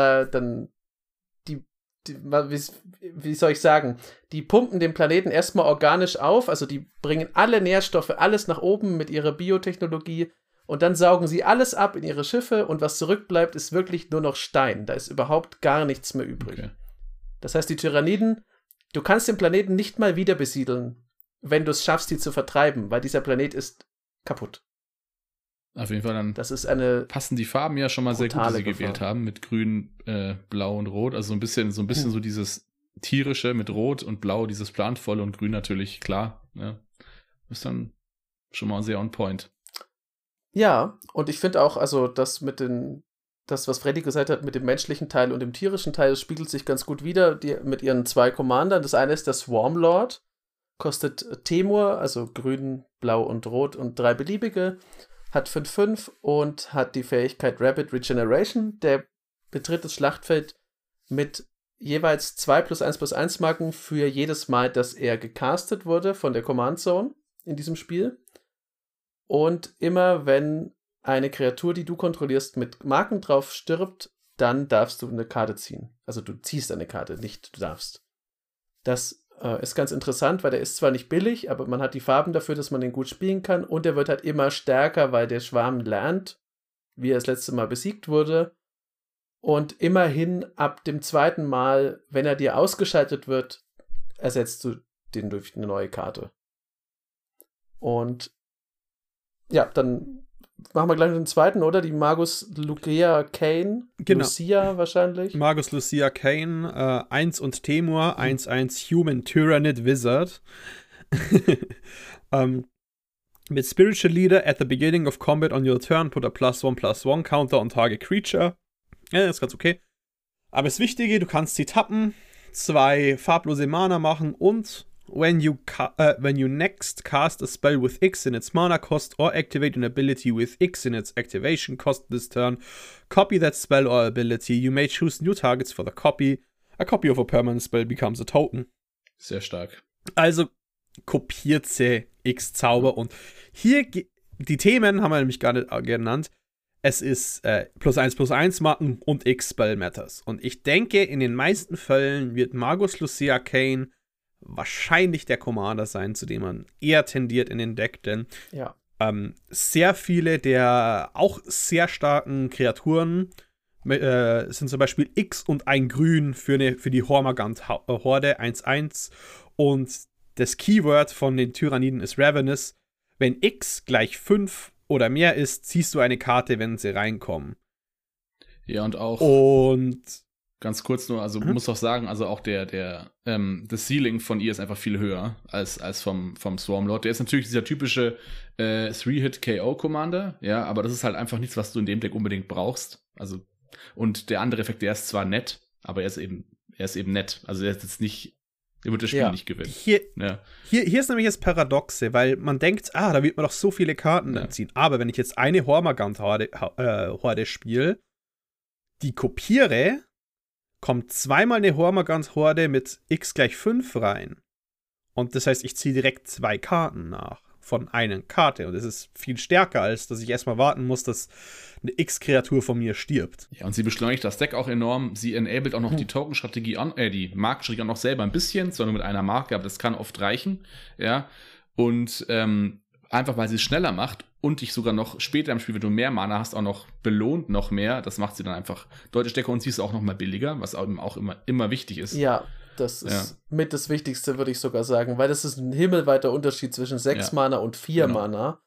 C: wie soll ich sagen, die pumpen den Planeten erstmal organisch auf, also die bringen alle Nährstoffe, alles nach oben mit ihrer Biotechnologie und dann saugen sie alles ab in ihre Schiffe und was zurückbleibt, ist wirklich nur noch Stein. Da ist überhaupt gar nichts mehr übrig.
B: Okay.
C: Das heißt, die Tyranniden, du kannst den Planeten nicht mal wieder besiedeln, wenn du es schaffst, die zu vertreiben, weil dieser Planet ist kaputt.
B: Auf jeden Fall dann
C: das ist eine
B: passen die Farben ja schon mal sehr gut, die sie
C: Gefahr.
B: gewählt haben, mit Grün, Blau und Rot. Also so ein bisschen so dieses tierische mit Rot und Blau, dieses planvolle und Grün natürlich, klar. Ja. Ist dann schon mal sehr on point.
C: Ja, und ich finde auch, also das, was Freddy gesagt hat, mit dem menschlichen Teil und dem tierischen Teil, das spiegelt sich ganz gut wider, mit ihren 2 Commandern. Das eine ist der Swarmlord, kostet Temur, also grün, blau und rot und 3 beliebige, hat 5/5 und hat die Fähigkeit Rapid Regeneration. Der betritt das Schlachtfeld mit jeweils 2+1+1 Marken für jedes Mal, dass er gecastet wurde von der Command Zone in diesem Spiel. Und immer wenn eine Kreatur, die du kontrollierst, mit Marken drauf stirbt, dann darfst du eine Karte ziehen. Also du ziehst eine Karte, nicht du darfst. Das ist ganz interessant, weil der ist zwar nicht billig, aber man hat die Farben dafür, dass man den gut spielen kann und der wird halt immer stärker, weil der Schwarm lernt, wie er das letzte Mal besiegt wurde. Und immerhin ab dem 2. Mal, wenn er dir ausgeschaltet wird, ersetzt du den durch eine neue Karte. Und ja, dann machen wir gleich den zweiten, oder? Die Magus Lucia Kane.
A: Genau.
C: Lucia wahrscheinlich.
A: Magus Lucia Kane, 1 und Temur, 1/1 Human Tyrannid Wizard. Mit Spiritual Leader, at the beginning of combat on your turn, put a +1/+1 counter on target creature. Ja, ist ganz okay. Aber das Wichtige, du kannst sie tappen, 2 farblose Mana machen und when you next cast a spell with X in its mana cost or activate an ability with X in its activation cost this turn, copy that spell or ability. You may choose new targets for the copy. A copy of a permanent spell becomes a token.
B: Sehr stark.
A: Also kopiert sie X-Zauber und hier, die Themen haben wir nämlich gar nicht genannt. Es ist +1/+1 Marken und X-Spell Matters. Und ich denke, in den meisten Fällen wird Magus Lucia Kane wahrscheinlich der Commander sein, zu dem man eher tendiert in den Deck, denn
C: ja.
A: Sehr viele der auch sehr starken Kreaturen sind zum Beispiel X und ein Grün für die Hormagant-Horde 1/1 und das Keyword von den Tyranniden ist Ravenous. Wenn X gleich 5 oder mehr ist, ziehst du eine Karte, wenn sie reinkommen.
B: Ja, und auch ganz kurz nur, also muss auch sagen, also auch das Ceiling von ihr ist einfach viel höher als vom Swarmlord. Der ist natürlich dieser typische 3-Hit-KO-Commander, ja, aber das ist halt einfach nichts, was du in dem Deck unbedingt brauchst. Also, und der andere Effekt, der ist zwar nett, aber er ist eben nett. Also er ist jetzt nicht, er wird das Spiel nicht gewinnen. Hier
A: ist nämlich das Paradoxe, weil man denkt, da wird man doch so viele Karten ziehen. Aber wenn ich jetzt eine Hormagant-Horde spiele, die kopiere, kommt zweimal eine Hormagant-Horde mit X gleich 5 rein. Und das heißt, ich ziehe direkt 2 Karten nach von einer Karte. Und das ist viel stärker, als dass ich erstmal warten muss, dass eine X-Kreatur von mir stirbt.
B: Ja, und sie beschleunigt das Deck auch enorm. Sie enabled auch noch die Token-Strategie die Markenstrategie auch noch selber ein bisschen, zwar nur mit einer Marke, aber das kann oft reichen. Ja, und einfach, weil sie es schneller macht und dich sogar noch später im Spiel, wenn du mehr Mana hast, auch noch belohnt noch mehr. Das macht sie dann einfach deutlich stärker und sie ist auch noch mal billiger, was auch immer wichtig ist.
C: Ja, das ist mit das Wichtigste, würde ich sogar sagen, weil das ist ein himmelweiter Unterschied zwischen 6 Mana und 4 Mana.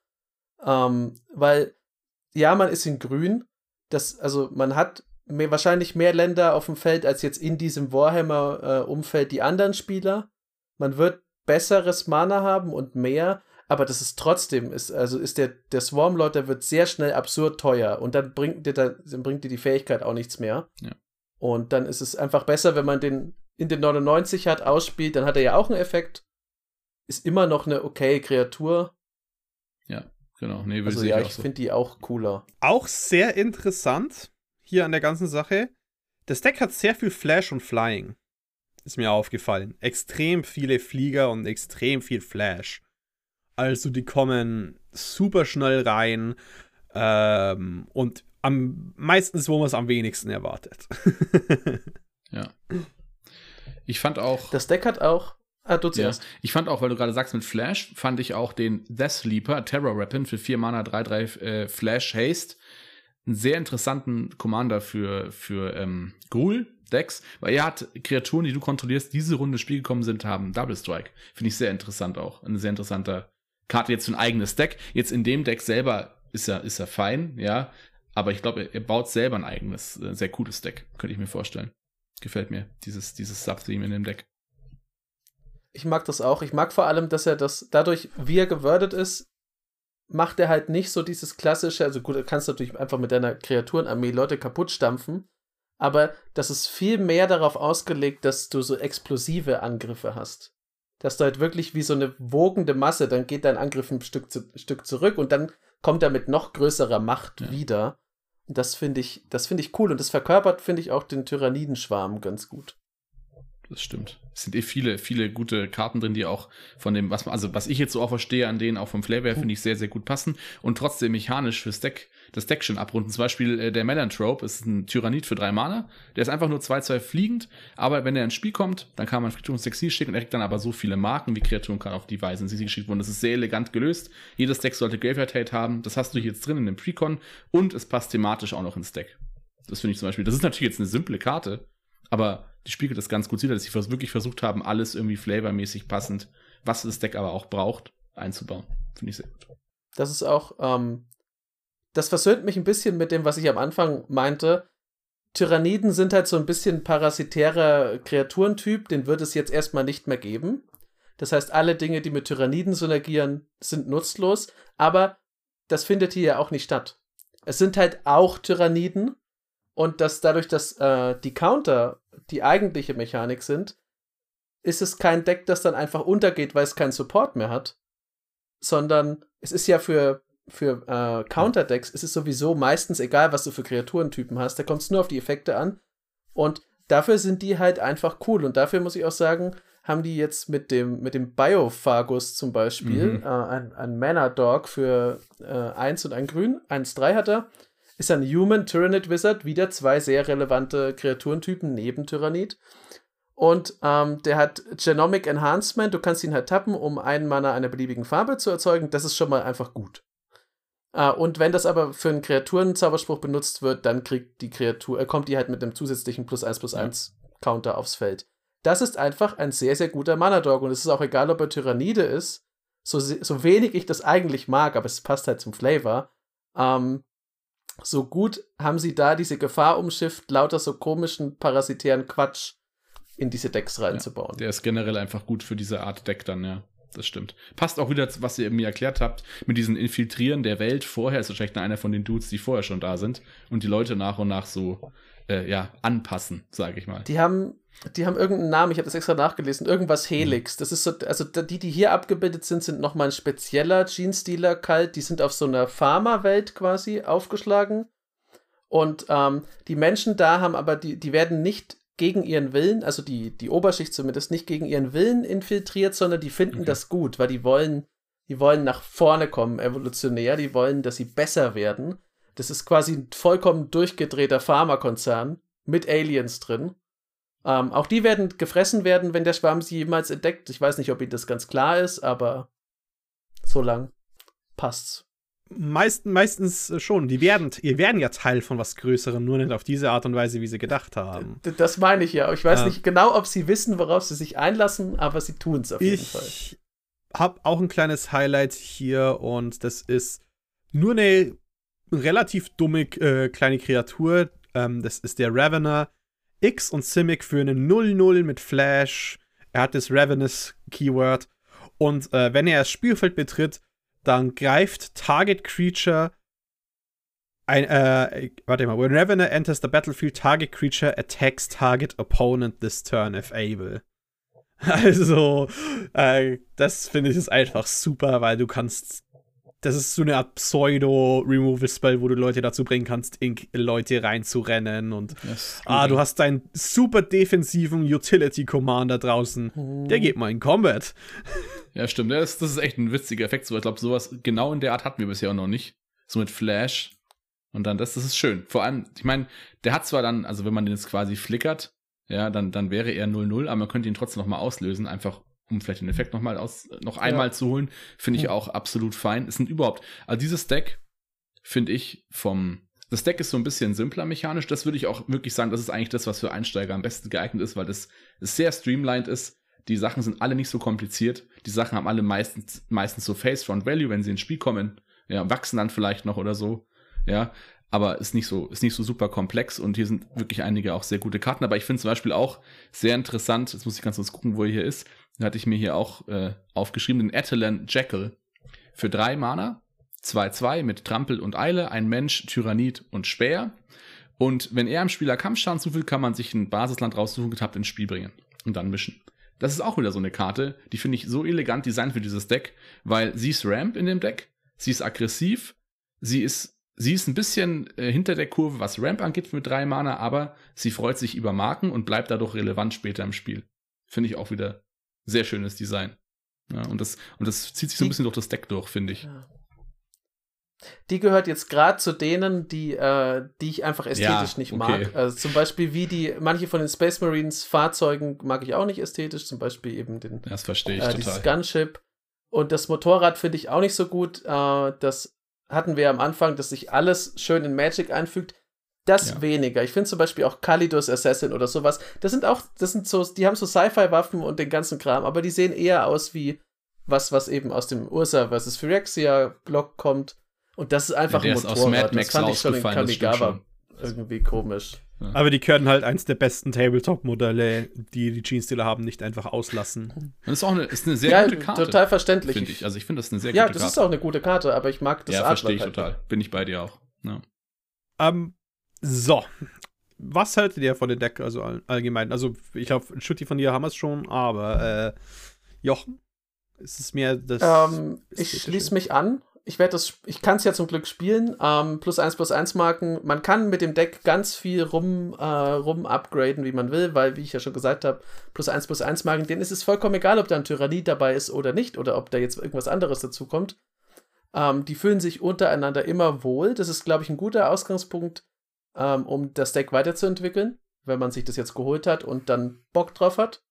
C: Weil, man ist in Grün, also man hat wahrscheinlich mehr Länder auf dem Feld als jetzt in diesem Warhammer-Umfeld die anderen Spieler. Man wird besseres Mana haben und mehr, aber das ist trotzdem, ist der Swarmlord, der wird sehr schnell absurd teuer und dann bringt dir die Fähigkeit auch nichts mehr.
B: Ja.
C: Und dann ist es einfach besser, wenn man den in den 99 ausspielt, dann hat er ja auch einen Effekt. Ist immer noch eine okay Kreatur.
B: Ja, genau. Nee,
C: ich finde die auch cooler.
A: Auch sehr interessant hier an der ganzen Sache. Das Deck hat sehr viel Flash und Flying. Ist mir aufgefallen. Extrem viele Flieger und extrem viel Flash. Also die kommen super schnell rein und meistens, wo man es am wenigsten erwartet.
B: Ja. Ich fand auch...
C: Das Deck hat auch... du zuerst.
B: Ja, ich fand auch, weil du gerade sagst mit Flash, fand ich auch den Death Sleeper, Terror Weapon für 4 Mana, 3/3 Flash Haste einen sehr interessanten Commander für Gruul, Decks, weil er hat Kreaturen, die du kontrollierst, diese Runde ins Spiel gekommen sind, haben Double Strike. Finde ich sehr interessant auch. Eine sehr interessante Karte jetzt für ein eigenes Deck. Jetzt in dem Deck selber ist er fein, ja. Aber ich glaube, er baut selber ein eigenes, sehr cooles Deck. Könnte ich mir vorstellen. Gefällt mir, dieses Sub-Theme in dem Deck.
C: Ich mag das auch. Ich mag vor allem, dass er das, dadurch, wie er gewordet ist, macht er halt nicht so dieses klassische, also gut, du kannst natürlich einfach mit deiner Kreaturenarmee Leute kaputt stampfen, aber das ist viel mehr darauf ausgelegt, dass du so explosive Angriffe hast. Dass du halt wirklich wie so eine wogende Masse, dann geht dein Angriff ein Stück zurück und dann kommt er mit noch größerer Macht wieder. Und das finde ich cool und das verkörpert, finde ich, auch den Tyrannidenschwarm ganz gut.
B: Das stimmt. Es sind viele gute Karten drin, die auch von dem, was ich jetzt so auch verstehe, an denen auch vom Flavor her, finde ich, sehr, sehr gut passen und trotzdem mechanisch das Deck schon abrunden. Zum Beispiel der Melanthrope ist ein Tyrannid für 3 Mana. Der ist einfach nur 2/2 fliegend, aber wenn er ins Spiel kommt, dann kann man Kreaturen ins Exil schicken und er kriegt dann aber so viele Marken, wie Kreaturen kann auf die Weise ins Exil geschickt wurden. Das ist sehr elegant gelöst. Jedes Deck sollte Graveyard Hate haben. Das hast du hier jetzt drin in dem Precon und es passt thematisch auch noch ins Deck. Das finde ich zum Beispiel, das ist natürlich jetzt eine simple Karte, aber die spiegelt das ganz gut wider, dass sie wirklich versucht haben, alles irgendwie flavormäßig passend, was das Deck aber auch braucht, einzubauen. Finde ich sehr gut.
C: Das ist auch, das versöhnt mich ein bisschen mit dem, was ich am Anfang meinte. Tyranniden sind halt so ein bisschen parasitärer Kreaturentyp, den wird es jetzt erstmal nicht mehr geben. Das heißt, alle Dinge, die mit Tyranniden synergieren, sind nutzlos, aber das findet hier ja auch nicht statt. Es sind halt auch Tyranniden und dadurch, dass die Counter die eigentliche Mechanik sind, ist es kein Deck, das dann einfach untergeht, weil es keinen Support mehr hat, sondern es ist ja für Counter-Decks ist es sowieso meistens egal, was du für Kreaturentypen hast, da kommt es nur auf die Effekte an und dafür sind die halt einfach cool und dafür muss ich auch sagen, haben die jetzt mit dem Biophagus zum Beispiel ein Mana-Dog für 1 und ein Grün, 1/3 hat er, ist ein Human Tyrannid Wizard, wieder 2 sehr relevante Kreaturentypen neben Tyrannid. Und der hat Genomic Enhancement, du kannst ihn halt tappen, um 1 Mana einer beliebigen Farbe zu erzeugen, das ist schon mal einfach gut. Und wenn das aber für einen Kreaturenzauberspruch benutzt wird, dann kommt die halt mit einem zusätzlichen +1/+1 Counter aufs Feld. Das ist einfach ein sehr, sehr guter Mana-Dog und es ist auch egal, ob er Tyrannide ist, so wenig ich das eigentlich mag, aber es passt halt zum Flavor, so gut haben sie da diese Gefahr umschifft, lauter so komischen, parasitären Quatsch in diese Decks reinzubauen.
B: Ja, der ist generell einfach gut für diese Art Deck dann, ja. Das stimmt. Passt auch wieder, was ihr mir erklärt habt, mit diesem Infiltrieren der Welt vorher, ist wahrscheinlich einer von den Dudes, die vorher schon da sind und die Leute nach und nach so, anpassen, sage ich mal.
C: Die haben irgendeinen Namen, ich habe das extra nachgelesen, irgendwas Helix. Das ist so, also die hier abgebildet sind nochmal ein spezieller Genestealer-Kalt, die sind auf so einer Pharma-Welt quasi aufgeschlagen und die Menschen da haben aber, die werden nicht gegen ihren Willen, also die Oberschicht zumindest nicht gegen ihren Willen infiltriert, sondern die finden das gut, weil die wollen nach vorne kommen, evolutionär, die wollen, dass sie besser werden. Das ist quasi ein vollkommen durchgedrehter Pharmakonzern mit Aliens drin. Auch die werden gefressen werden, wenn der Schwarm sie jemals entdeckt. Ich weiß nicht, ob ihnen das ganz klar ist, aber so lang passt's.
A: Meistens schon. Die werden ja Teil von was Größerem, nur nicht auf diese Art und Weise, wie sie gedacht haben.
C: Das meine ich ja. Ich weiß nicht genau, ob sie wissen, worauf sie sich einlassen, aber sie tun es auf jeden Fall.
A: Ich habe auch ein kleines Highlight hier und das ist nur eine relativ dumme kleine Kreatur. Das ist der Ravener. X und Simic für eine 0/0 mit Flash. Er hat das Ravenous-Keyword. Und wenn er das Spielfeld betritt, dann greift Target Creature when Ravener enters the battlefield, Target Creature attacks Target Opponent this turn if able. Also, das finde ich ist einfach super, weil du kannst, das ist so eine Art Pseudo-Removal-Spell, wo du Leute dazu bringen kannst, in Leute reinzurennen und du hast deinen super defensiven Utility-Commander draußen, der geht mal in Combat.
B: Ja, stimmt. Das ist echt ein witziger Effekt. Ich glaube, sowas genau in der Art hatten wir bisher auch noch nicht. So mit Flash. Und dann, das ist schön. Vor allem, ich meine, der hat zwar dann, also wenn man den jetzt quasi flickert, ja, dann wäre er 0/0, aber man könnte ihn trotzdem nochmal auslösen, einfach um vielleicht den Effekt noch einmal zu holen. Finde ich auch absolut fein. Es sind also dieses Deck, finde ich, Das Deck ist so ein bisschen simpler mechanisch. Das würde ich auch wirklich sagen, das ist eigentlich das, was für Einsteiger am besten geeignet ist, weil das sehr streamlined ist. Die Sachen sind alle nicht so kompliziert. Die Sachen haben alle meistens so Face-Front-Value, wenn sie ins Spiel kommen. Ja, wachsen dann vielleicht noch oder so. Ja, aber ist nicht so super komplex. Und hier sind wirklich einige auch sehr gute Karten. Aber ich finde zum Beispiel auch sehr interessant, jetzt muss ich ganz kurz gucken, wo er hier ist. Da hatte ich mir hier auch aufgeschrieben, den Atalan Jackal. Für 3 Mana, 2/2 mit Trampel und Eile, ein Mensch, Tyrannid und Späher. Und wenn er am Spieler Kampfschaden zufügt, kann man sich ein Basisland raussuchen, getappt ins Spiel bringen und dann mischen. Das ist auch wieder so eine Karte, die finde ich so elegant designt für dieses Deck, weil sie ist Ramp in dem Deck, sie ist aggressiv, sie ist ein bisschen hinter der Kurve, was Ramp angeht mit 3 Mana, aber sie freut sich über Marken und bleibt dadurch relevant später im Spiel. Finde ich auch wieder sehr schönes Design. Ja, und das zieht sich so ein bisschen durch das Deck durch, finde ich.
C: Ja. Die gehört jetzt gerade zu denen, die ich einfach ästhetisch nicht mag. Also zum Beispiel wie manche von den Space Marines Fahrzeugen mag ich auch nicht ästhetisch, zum Beispiel eben
B: das verstehe ich total.
C: Dieses Gunship. Und das Motorrad finde ich auch nicht so gut. Das hatten wir am Anfang, dass sich alles schön in Magic einfügt. Das weniger. Ich finde zum Beispiel auch Kalidos Assassin oder sowas. Die haben so Sci-Fi-Waffen und den ganzen Kram, aber die sehen eher aus wie was eben aus dem Ursa vs. Phyrexia-Block kommt. Und das ist einfach ein Motorrad.
B: Aus Mad Max
C: das fand ich schon in Kamigawa irgendwie komisch.
A: Ja. Aber die können halt eins der besten Tabletop-Modelle, die Jeans-Dealer haben, nicht einfach auslassen.
B: Das ist auch eine sehr gute Karte.
C: Total verständlich.
B: Finde ich. Also ich finde das eine sehr gute Karte.
C: Ja, das ist auch eine gute Karte, aber ich mag das Artwork.
B: Ja, verstehe ich total. Bin ich bei dir auch. Ja.
A: So. Was haltet ihr von dem Deck, also allgemein? Also ich glaube, Schutti von dir haben wir es schon, aber Jochen? Ist es mir das...
C: ich schließe mich an. Ich kann es ja zum Glück spielen. +1/+1 Marken. Man kann mit dem Deck ganz viel rum upgraden, wie man will, weil, wie ich ja schon gesagt habe, +1/+1 Marken, denen ist es vollkommen egal, ob da ein Tyrannid dabei ist oder nicht, oder ob da jetzt irgendwas anderes dazu kommt. Die fühlen sich untereinander immer wohl. Das ist, glaube ich, ein guter Ausgangspunkt, um das Deck weiterzuentwickeln, wenn man sich das jetzt geholt hat und dann Bock drauf hat.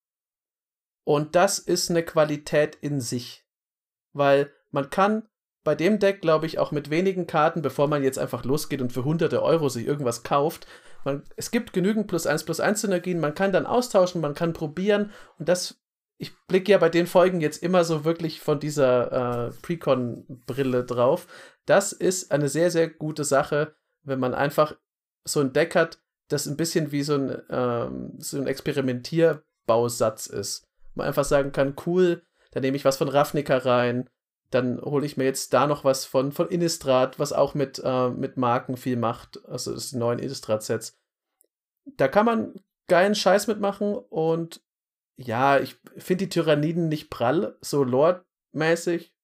C: Und das ist eine Qualität in sich. Weil man kann bei dem Deck, glaube ich, auch mit wenigen Karten, bevor man jetzt einfach losgeht und für hunderte Euro sich irgendwas kauft, es gibt genügend +1/+1 Synergien, man kann dann austauschen, man kann probieren und ich blicke ja bei den Folgen jetzt immer so wirklich von dieser Precon-Brille drauf. Das ist eine sehr, sehr gute Sache, wenn man einfach so ein Deck hat, das ein bisschen wie so ein Experimentierbausatz ist. Man einfach sagen kann, cool, da nehme ich was von Ravnica rein, dann hole ich mir jetzt da noch was von Innistrad, was auch mit Marken viel macht. Also das sind 9 Innistrad-Sets. Da kann man geilen Scheiß mitmachen und ja, ich finde die Tyranniden nicht prall, so Lore-mäßig.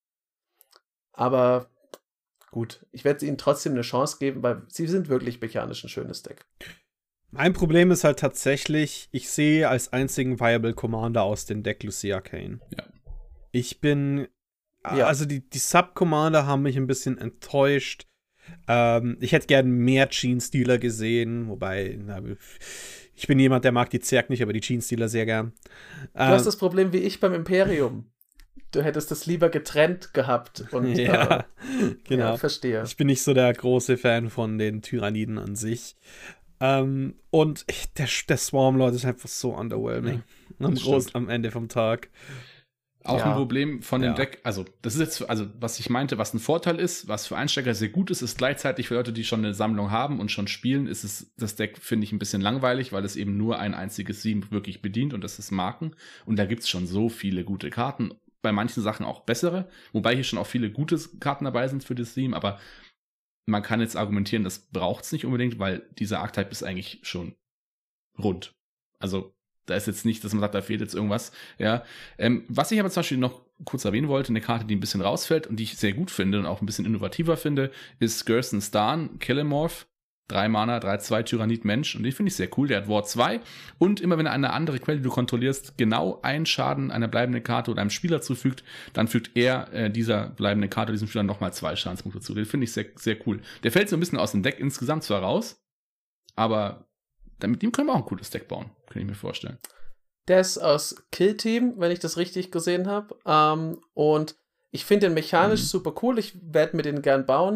C: Aber gut, ich werde ihnen trotzdem eine Chance geben, weil sie sind wirklich mechanisch ein schönes Deck.
A: Mein Problem ist halt tatsächlich, ich sehe als einzigen Viable Commander aus dem Deck Lucia Kane.
B: Ja.
A: Also die Sub-Commander haben mich ein bisschen enttäuscht. Ich hätte gern mehr Jeans-Dealer gesehen, wobei, ich bin jemand, der mag die Zerg nicht, aber die Jeans-Dealer sehr gern.
C: Du hast das Problem wie ich beim Imperium. Du hättest das lieber getrennt gehabt. Und,
A: ja, genau.
C: Ja, verstehe.
A: Ich bin nicht so der große Fan von den Tyranniden an sich. Und der Swarmlord ist einfach so underwhelming. Am Ende vom Tag.
B: Auch ein Problem von dem Deck, also das ist jetzt, also was ich meinte, was ein Vorteil ist, was für Einsteiger sehr gut ist gleichzeitig für Leute, die schon eine Sammlung haben und schon spielen, ist das Deck, finde ich, ein bisschen langweilig, weil es eben nur ein einziges Theme wirklich bedient und das ist Marken. Und da gibt es schon so viele gute Karten, bei manchen Sachen auch bessere, wobei hier schon auch viele gute Karten dabei sind für das Theme, aber man kann jetzt argumentieren, das braucht es nicht unbedingt, weil dieser Archetype ist eigentlich schon rund. Also da ist jetzt nicht, dass man sagt, da fehlt jetzt irgendwas. Ja. Was ich aber zum Beispiel noch kurz erwähnen wollte, eine Karte, die ein bisschen rausfällt und die ich sehr gut finde und auch ein bisschen innovativer finde, ist Gerson Starn, Killemorph. 3 Mana, 3/2 Tyrannid Mensch. Und den finde ich sehr cool. Der hat Ward 2. Und immer wenn eine andere Quelle, die du kontrollierst, genau einen Schaden einer bleibenden Karte oder einem Spieler zufügt, dann fügt er dieser bleibenden Karte, diesem Spieler, nochmal 2 Schadenspunkte zu. Den finde ich sehr, sehr cool. Der fällt so ein bisschen aus dem Deck insgesamt zwar raus, aber mit ihm können wir auch ein cooles Deck bauen. Kann ich mir vorstellen.
C: Der ist aus Kill Team, wenn ich das richtig gesehen habe. Und ich finde den mechanisch super cool. Ich werde mir den gern bauen.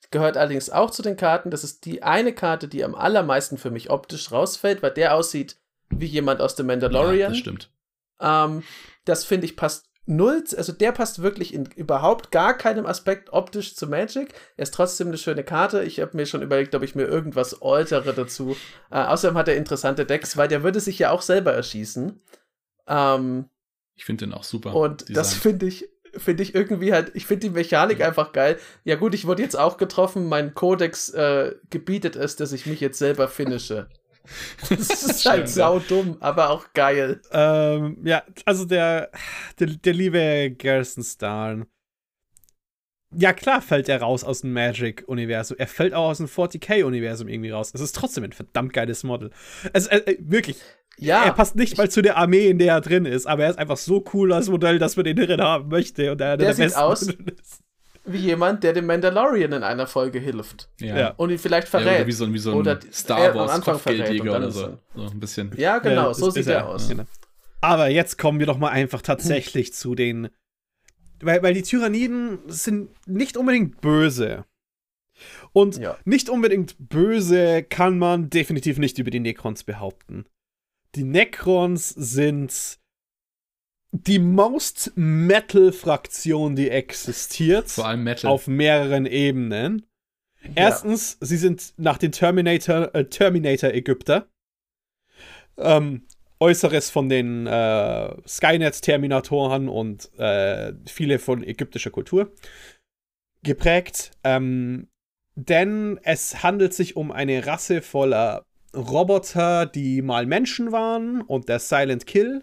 C: gehört allerdings auch zu den Karten. Das ist die eine Karte, die am allermeisten für mich optisch rausfällt, weil der aussieht wie jemand aus The Mandalorian.
B: Ja, das stimmt.
C: Das finde ich passt null, also der passt wirklich in überhaupt gar keinem Aspekt optisch zu Magic. Er ist trotzdem eine schöne Karte. Ich habe mir schon überlegt, ob ich mir irgendwas altere dazu. Außerdem hat er interessante Decks, weil der würde sich ja auch selber erschießen.
B: Ich finde den auch super.
C: Und Design. Das finde ich irgendwie halt, ich finde die Mechanik einfach geil. Ja gut, ich wurde jetzt auch getroffen, mein Kodex gebietet es, dass ich mich jetzt selber finische. Das ist halt saudumm, aber auch geil.
A: Ja, also der liebe Garrison Starn. Ja, klar fällt er raus aus dem Magic-Universum. Er fällt auch aus dem 40k-Universum irgendwie raus. Es ist trotzdem ein verdammt geiles Model. Also, wirklich. Ja, er passt nicht mal zu der Armee, in der er drin ist, aber er ist einfach so cool als Modell, dass man den drin haben möchte. Und der
C: sieht aus wie jemand, der dem Mandalorian in einer Folge hilft.
B: Ja.
C: Und ihn vielleicht verrät.
B: Ja, oder wie so ein Star Wars Kopfgeldjäger oder so. So ein bisschen.
C: Ja, genau, so sieht er aus.
A: Genau. Aber jetzt kommen wir doch mal einfach tatsächlich zu den. Weil die Tyranniden sind nicht unbedingt böse. Und nicht unbedingt böse kann man definitiv nicht über die Necrons behaupten. Die Necrons sind die most Metal-Fraktion, die existiert.
B: Vor allem Metal.
A: Auf mehreren Ebenen. Ja. Erstens, sie sind nach den Terminator-Ägypter. Äußeres von den Skynet-Terminatoren und viele von ägyptischer Kultur geprägt. Denn es handelt sich um eine Rasse voller Roboter, die mal Menschen waren, und der Silent King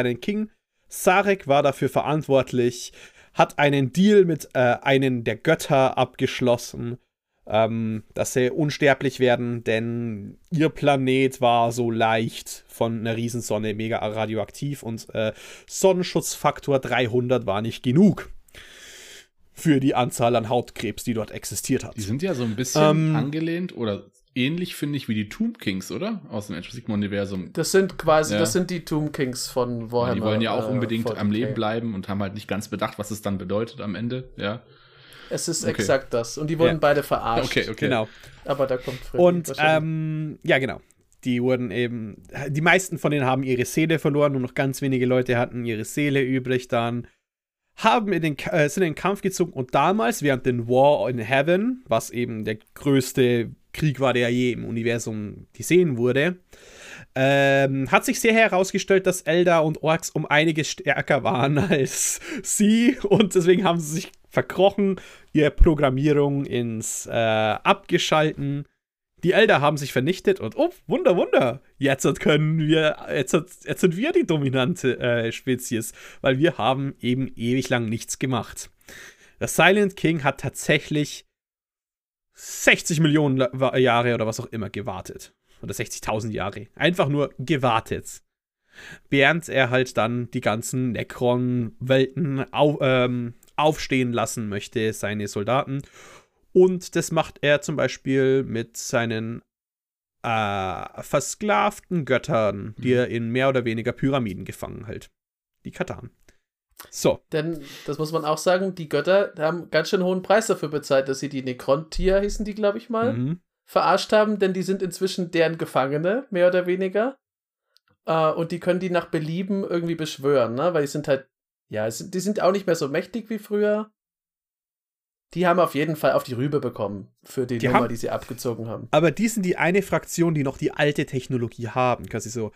A: Sarek war dafür verantwortlich, hat einen Deal mit einem der Götter abgeschlossen, dass sie unsterblich werden, denn ihr Planet war so leicht von einer Riesensonne mega radioaktiv und Sonnenschutzfaktor 300 war nicht genug für die Anzahl an Hautkrebs, die dort existiert hat.
B: Die sind ja so ein bisschen angelehnt oder ähnlich, finde ich, wie die Tomb Kings, oder? Aus dem Age of Sigmar-Universum.
C: Das sind quasi, das sind die Tomb Kings von Warhammer.
B: Die wollen ja auch unbedingt am Leben bleiben und haben halt nicht ganz bedacht, was es dann bedeutet am Ende, ja.
C: Es ist exakt das. Und die wurden beide verarscht.
B: Okay.
A: Genau.
C: Aber da kommt Freddy.
A: Und, ja, genau. Die wurden eben, die meisten von denen haben ihre Seele verloren, nur noch ganz wenige Leute hatten ihre Seele übrig dann. Sind in den Kampf gezogen und damals, während den War in Heaven, was eben der größte Krieg war, der je im Universum gesehen wurde, hat sich sehr herausgestellt, dass Eldar und Orks um einiges stärker waren als sie und deswegen haben sie sich verkrochen, ihre Programmierung ins abgeschalten. Die Eldar haben sich vernichtet und Wunder, jetzt sind wir die dominante Spezies, weil wir haben eben ewig lang nichts gemacht. Der Silent King hat tatsächlich 60 Millionen Jahre oder was auch immer gewartet. Oder 60.000 Jahre. Einfach nur gewartet. Während er halt dann die ganzen Necron-Welten aufstehen lassen möchte, seine Soldaten. Und das macht er zum Beispiel mit seinen versklavten Göttern, die er in mehr oder weniger Pyramiden gefangen hält. Die Katan. So.
C: Denn, das muss man auch sagen, die Götter haben ganz schön hohen Preis dafür bezahlt, dass sie die Necrontyr, hießen die, glaube ich mal, verarscht haben, denn die sind inzwischen deren Gefangene, mehr oder weniger. Und die können die nach Belieben irgendwie beschwören, ne? Weil die sind halt, die sind auch nicht mehr so mächtig wie früher. Die haben auf jeden Fall auf die Rübe bekommen für die Nummer, die sie abgezogen haben.
A: Aber die sind die eine Fraktion, die noch die alte Technologie haben. Quasi so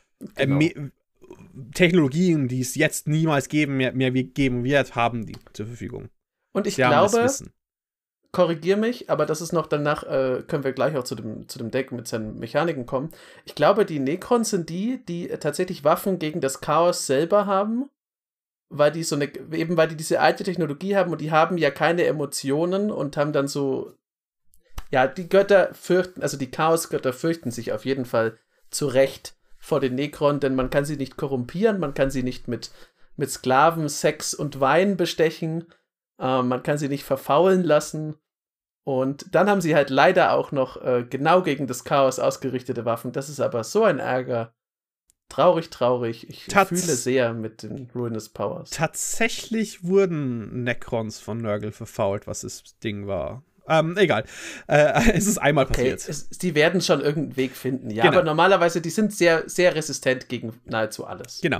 A: Technologien, die es jetzt niemals mehr geben wird, haben die zur Verfügung.
C: Und ich glaube, korrigier mich, aber das ist noch danach, können wir gleich auch zu dem Deck mit seinen Mechaniken kommen. Ich glaube, die Necrons sind die tatsächlich Waffen gegen das Chaos selber haben, weil die weil die diese alte Technologie haben und die haben ja keine Emotionen und haben dann so, die Götter fürchten, also die Chaosgötter fürchten sich auf jeden Fall zu Recht vor den Necron, denn man kann sie nicht korrumpieren, man kann sie nicht mit Sklaven, Sex und Wein bestechen, man kann sie nicht verfaulen lassen und dann haben sie halt leider auch noch genau gegen das Chaos ausgerichtete Waffen. Das ist aber so ein Ärger. Traurig. Ich fühle sehr mit den Ruinous Powers.
A: Tatsächlich wurden Necrons von Nurgle verfault, was das Ding war. Egal. Es ist einmal passiert.
C: Die werden schon irgendeinen Weg finden, ja.
A: Genau.
C: Aber normalerweise, die sind sehr, sehr resistent gegen nahezu alles.
A: Genau.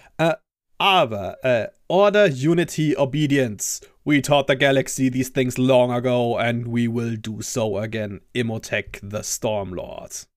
A: Aber Order, Unity, Obedience. We taught the galaxy these things long ago and we will do so again. Imhotep the Stormlord.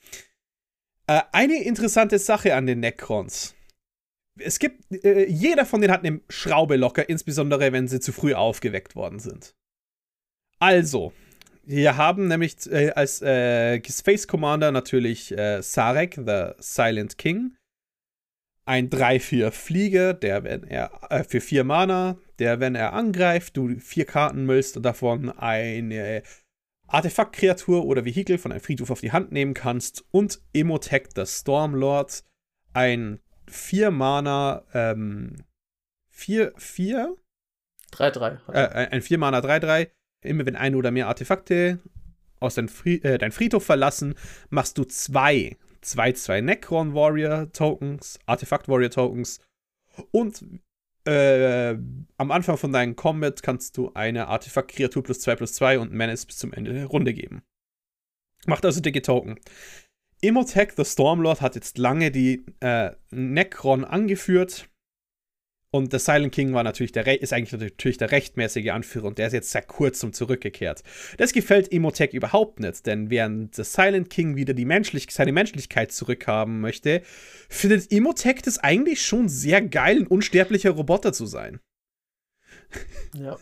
A: Eine interessante Sache an den Necrons. Es gibt, jeder von denen hat eine Schraube locker, insbesondere wenn sie zu früh aufgeweckt worden sind. Also, wir haben nämlich als Space Commander natürlich Sarek, the Silent King. Ein 3/4 Flieger, der, wenn er für 4 Mana, der, wenn er angreift, du 4 Karten müllst und davon eine Artefaktkreatur oder Vehikel von einem Friedhof auf die Hand nehmen kannst. Und Imhotep the Stormlord, ein 4 Mana 4/4?
C: 3/3.
A: Ein 4 Mana 3/3. Immer wenn ein oder mehr Artefakte aus dein Friedhof verlassen, machst du 2 Necron Warrior Tokens, Artefakt Warrior Tokens. Und am Anfang von deinem Combat kannst du eine Artefakt-Kreatur +2/+2 und Menace bis zum Ende der Runde geben. Macht also dicke Token. Imhotep the Stormlord hat jetzt lange die Necron angeführt. Und der Silent King ist eigentlich natürlich der rechtmäßige Anführer und der ist jetzt seit kurzem zurückgekehrt. Das gefällt Imhotep überhaupt nicht, denn während der Silent King wieder seine Menschlichkeit zurückhaben möchte, findet Imhotep das eigentlich schon sehr geil, ein unsterblicher Roboter zu sein.
C: Ja.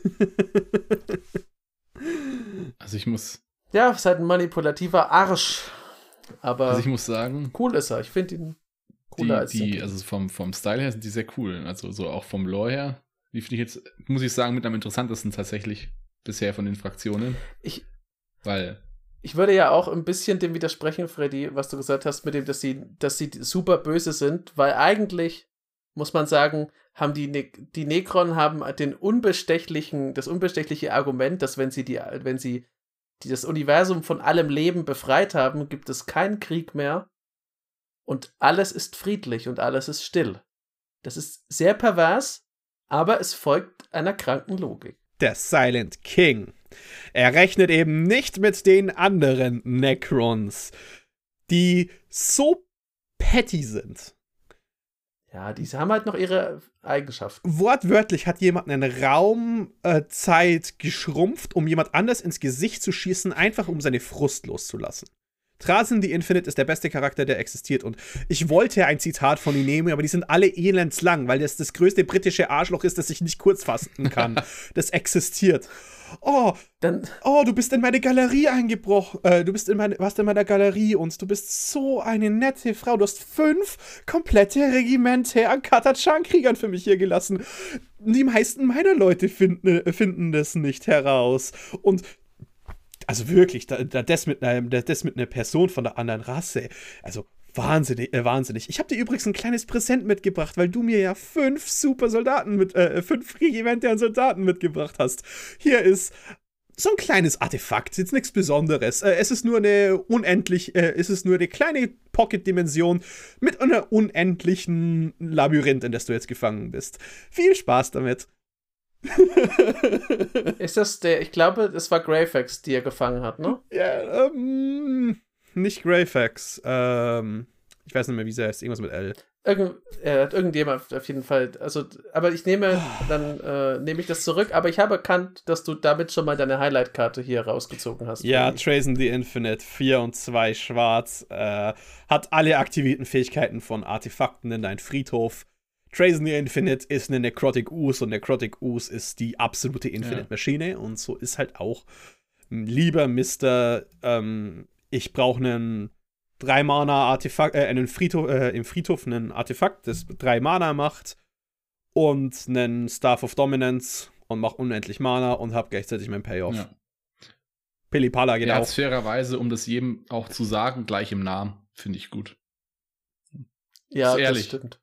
B: Also ich muss...
C: Ja, ist halt ein manipulativer Arsch. Aber
B: also ich muss sagen...
C: Cool ist er. Ich finde ihn cooler als der
B: also vom Style her sind die sehr cool. Also so auch vom Lore her. Die finde ich jetzt, muss ich sagen, mit am interessantesten tatsächlich bisher von den Fraktionen. Ich würde ja auch ein bisschen dem widersprechen, Freddy, was du gesagt hast, mit dem, dass sie super böse sind, weil eigentlich, muss man sagen, haben die Necron haben das unbestechliche Argument, dass wenn sie das Universum von allem Leben befreit haben, gibt es keinen Krieg mehr. Und alles ist friedlich und alles ist still. Das ist sehr pervers, aber es folgt einer kranken Logik.
A: Der Silent King. Er rechnet eben nicht mit den anderen Necrons, die so petty sind.
C: Ja, die haben halt noch ihre Eigenschaften.
A: Wortwörtlich hat jemand eine Raumzeit geschrumpft, um jemand anders ins Gesicht zu schießen, einfach um seine Frust loszulassen. Trazen the Infinite ist der beste Charakter, der existiert. Und ich wollte ein Zitat von ihm nehmen, aber die sind alle elendslang, weil das größte britische Arschloch ist, das sich nicht kurz fassen kann. Das existiert. Du bist in meine Galerie eingebrochen. Warst in meiner Galerie und du bist so eine nette Frau. Du hast 5 komplette Regimente an Katachan-Kriegern für mich hier gelassen. Die meisten meiner Leute finden das nicht heraus. Und also wirklich, das mit einer Person von der anderen Rasse. Also wahnsinnig. Ich habe dir übrigens ein kleines Präsent mitgebracht, weil du mir ja 5 super Soldaten 5 Regimente an Soldaten mitgebracht hast. Hier ist so ein kleines Artefakt, jetzt nichts Besonderes. Es ist nur eine kleine Pocket-Dimension mit einer unendlichen Labyrinth, in das du jetzt gefangen bist. Viel Spaß damit.
C: Ist das ich glaube, es war Greyfax, die er gefangen hat, ne?
A: Ja, nicht Greyfax. Ich weiß nicht mehr, wie sie heißt. Irgendwas mit L.
C: Irgendjemand auf jeden Fall. Also, aber ich nehme ich das zurück, aber ich habe erkannt, dass du damit schon mal deine Highlight-Karte hier rausgezogen hast.
A: Ja, Trazen the Infinite, 4 und 2 schwarz, hat alle aktivierten Fähigkeiten von Artefakten in deinem Friedhof. Trazen the Infinite ist eine Necrotic Ooze und Necrotic Ooze ist die absolute Infinite-Maschine und so ist halt auch lieber Mister, ich brauche einen 3-Mana-Artefakt, im Friedhof ein Artefakt, das 3 Mana macht und einen Staff of Dominance und mach unendlich Mana und hab gleichzeitig meinen Payoff. Ja. Pillipala geht auch.
B: Fairerweise, um das jedem auch zu sagen, gleich im Namen, finde ich gut.
C: Ja, das stimmt.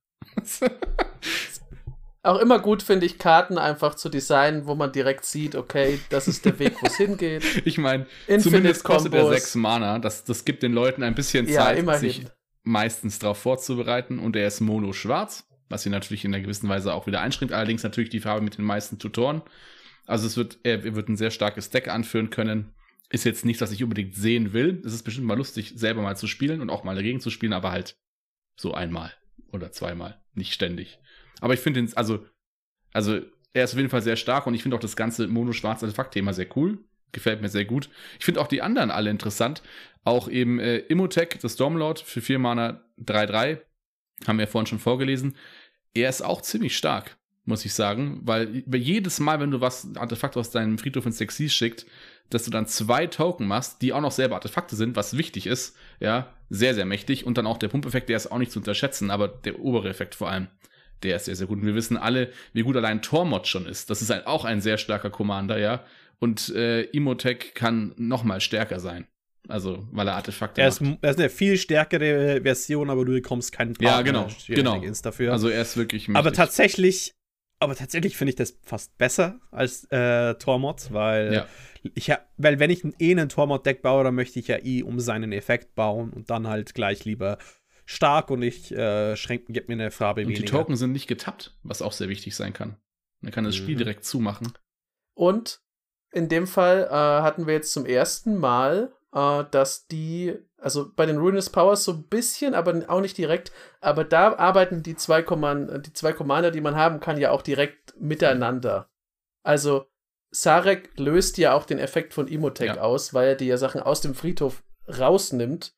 C: Auch immer gut, finde ich, Karten einfach zu designen, wo man direkt sieht, okay, das ist der Weg, wo es hingeht.
B: Ich meine, zumindest kostet er 6 Mana. Das gibt den Leuten ein bisschen Zeit, sich meistens darauf vorzubereiten. Und er ist mono-schwarz, was sie natürlich in einer gewissen Weise auch wieder einschränkt. Allerdings natürlich die Farbe mit den meisten Tutoren. Also er wird ein sehr starkes Deck anführen können. Ist jetzt nichts, was ich unbedingt sehen will. Es ist bestimmt mal lustig, selber mal zu spielen und auch mal dagegen zu spielen, aber halt so einmal oder zweimal, nicht ständig. Aber ich finde ihn, also er ist auf jeden Fall sehr stark und ich finde auch das ganze Mono-Schwarz-Artefakt-Thema sehr cool. Gefällt mir sehr gut. Ich finde auch die anderen alle interessant. Auch eben Imhotep, das Stormlord für 4 Mana 3/3. Haben wir ja vorhin schon vorgelesen. Er ist auch ziemlich stark, muss ich sagen. Weil jedes Mal, wenn du ein Artefakt aus deinem Friedhof ins Exil schickt, dass du dann 2 Token machst, die auch noch selber Artefakte sind, was wichtig ist. Ja, sehr, sehr mächtig. Und dann auch der Pumpeffekt, der ist auch nicht zu unterschätzen, aber der obere Effekt vor allem, der ist sehr, sehr gut. Und wir wissen alle, wie gut allein Tormod schon ist. Das ist halt auch ein sehr starker Commander, ja. Und Imhotep kann noch mal stärker sein. Also, weil er Artefakte macht.
A: Er ist eine viel stärkere Version, aber du bekommst keinen
B: Partner. Ja, genau.
A: Dafür.
B: Also, er ist wirklich mächtig.
A: Aber tatsächlich finde ich das fast besser als Tormod, weil weil wenn ich einen Tormod-Deck baue, dann möchte ich ja um seinen Effekt bauen und dann halt gleich lieber stark und ich gebe mir eine Farbe weniger.
B: Und die Token sind nicht getappt, was auch sehr wichtig sein kann. Man kann das Spiel direkt zumachen.
C: Und in dem Fall hatten wir jetzt zum ersten Mal, dass also bei den Ruinous Powers so ein bisschen, aber auch nicht direkt, aber da arbeiten die zwei Commander, die man haben kann, ja auch direkt miteinander. Also Sarek löst ja auch den Effekt von Imhotep aus, weil er die ja Sachen aus dem Friedhof rausnimmt.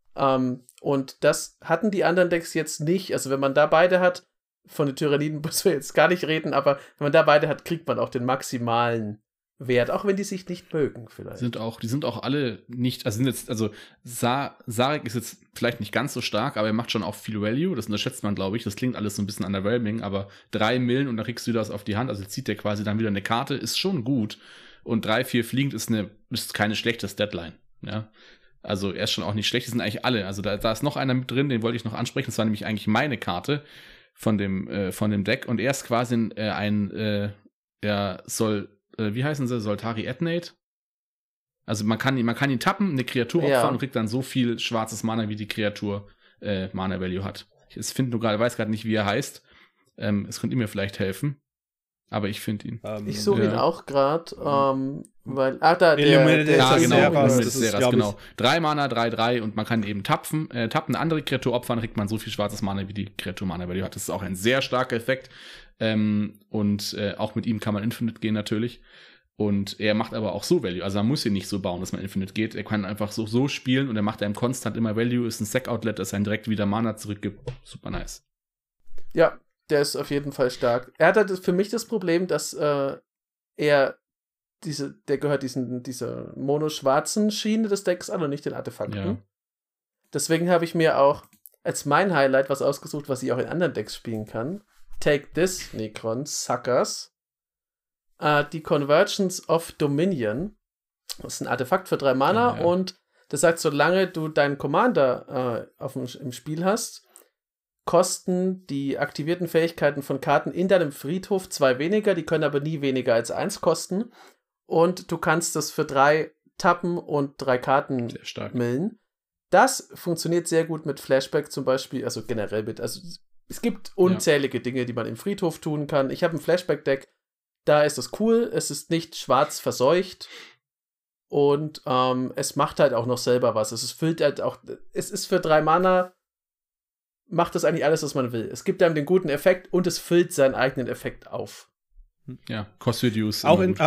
C: Und das hatten die anderen Decks jetzt nicht. Also wenn man da beide hat, von den Tyranniden müssen wir jetzt gar nicht reden, aber wenn man da beide hat, kriegt man auch den maximalen Wert, auch wenn die sich nicht mögen vielleicht.
B: Die sind auch alle nicht, Sarek ist jetzt vielleicht nicht ganz so stark, aber er macht schon auch viel Value, das unterschätzt man, glaube ich. Das klingt alles so ein bisschen underwhelming, aber 3 Millen und dann kriegst du das auf die Hand, also zieht der quasi dann wieder eine Karte, ist schon gut. Und 3/4 fliegend ist keine schlechte Deadline, ja. Also er ist schon auch nicht schlecht, die sind eigentlich alle. Also da ist noch einer mit drin, den wollte ich noch ansprechen, das war nämlich eigentlich meine Karte von dem Deck und er ist quasi wie heißen sie? Soltari Ethnate. Also man kann ihn tappen, eine Kreatur opfern und kriegt dann so viel schwarzes Mana, wie die Kreatur Mana Value hat. Ich weiß gerade nicht, wie er heißt. Es könnte mir vielleicht helfen. Aber ich finde ihn.
C: Ich suche ihn auch gerade, weil.
B: Genau. 3 Mana, 3/3 und man kann eben tappen, eine andere Kreatur opfern, kriegt man so viel schwarzes Mana, wie die Kreatur Mana Value hat. Das ist auch ein sehr starker Effekt. Und auch mit ihm kann man Infinite gehen natürlich. Und er macht aber auch so Value. Also man muss ihn nicht so bauen, dass man Infinite geht. Er kann einfach so spielen und er macht einem konstant immer Value, ist ein Stack-Outlet, das einen direkt wieder Mana zurückgibt. Super nice.
C: Ja, der ist auf jeden Fall stark. Er hat halt für mich das Problem, dass der gehört dieser mono-schwarzen Schiene des Decks an und nicht den Artefakten. Ja. Deswegen habe ich mir auch als mein Highlight was ausgesucht, was ich auch in anderen Decks spielen kann. Take this, Necron, Suckers. Die Convergence of Dominion. Das ist ein Artefakt für 3 Mana und das sagt, solange du deinen Commander im Spiel hast, kosten die aktivierten Fähigkeiten von Karten in deinem Friedhof 2 weniger, die können aber nie weniger als 1 kosten. Und du kannst das für 3 tappen und 3 Karten millen. Das funktioniert sehr gut mit Flashback zum Beispiel, also generell es gibt unzählige Dinge, die man im Friedhof tun kann. Ich habe ein Flashback-Deck, da ist das cool, es ist nicht schwarz verseucht und es macht halt auch noch selber was. Es füllt halt auch, es ist für 3 Mana, macht das eigentlich alles, was man will. Es gibt einem den guten Effekt und es füllt seinen eigenen Effekt auf.
B: Ja, Cost Reduce.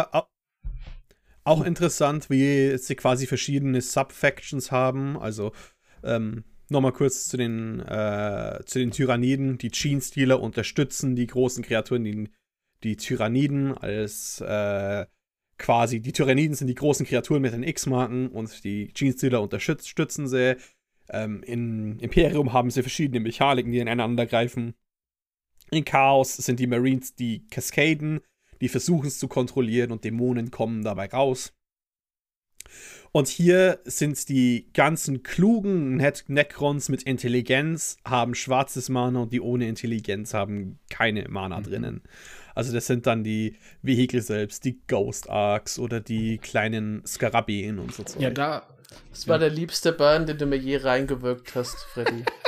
A: Auch interessant, wie sie quasi verschiedene Sub-Factions haben. Also nochmal kurz zu den Tyranniden. Die Genestealer unterstützen die großen Kreaturen, die Tyranniden als quasi, die Tyranniden sind die großen Kreaturen mit den X-Marken und die Genestealer unterstützen sie. In Imperium haben sie verschiedene Mechaniken, die ineinander greifen. In Chaos sind die Marines die Kaskaden, die versuchen es zu kontrollieren und Dämonen kommen dabei raus. Und hier sind die ganzen klugen Necrons mit Intelligenz, haben schwarzes Mana und die ohne Intelligenz haben keine Mana drinnen. Also das sind dann die Vehikel selbst, die Ghost Arcs oder die kleinen Skarabäen und so.
C: Ja, das war der liebste Burn, den du mir je reingewirkt hast, Freddy.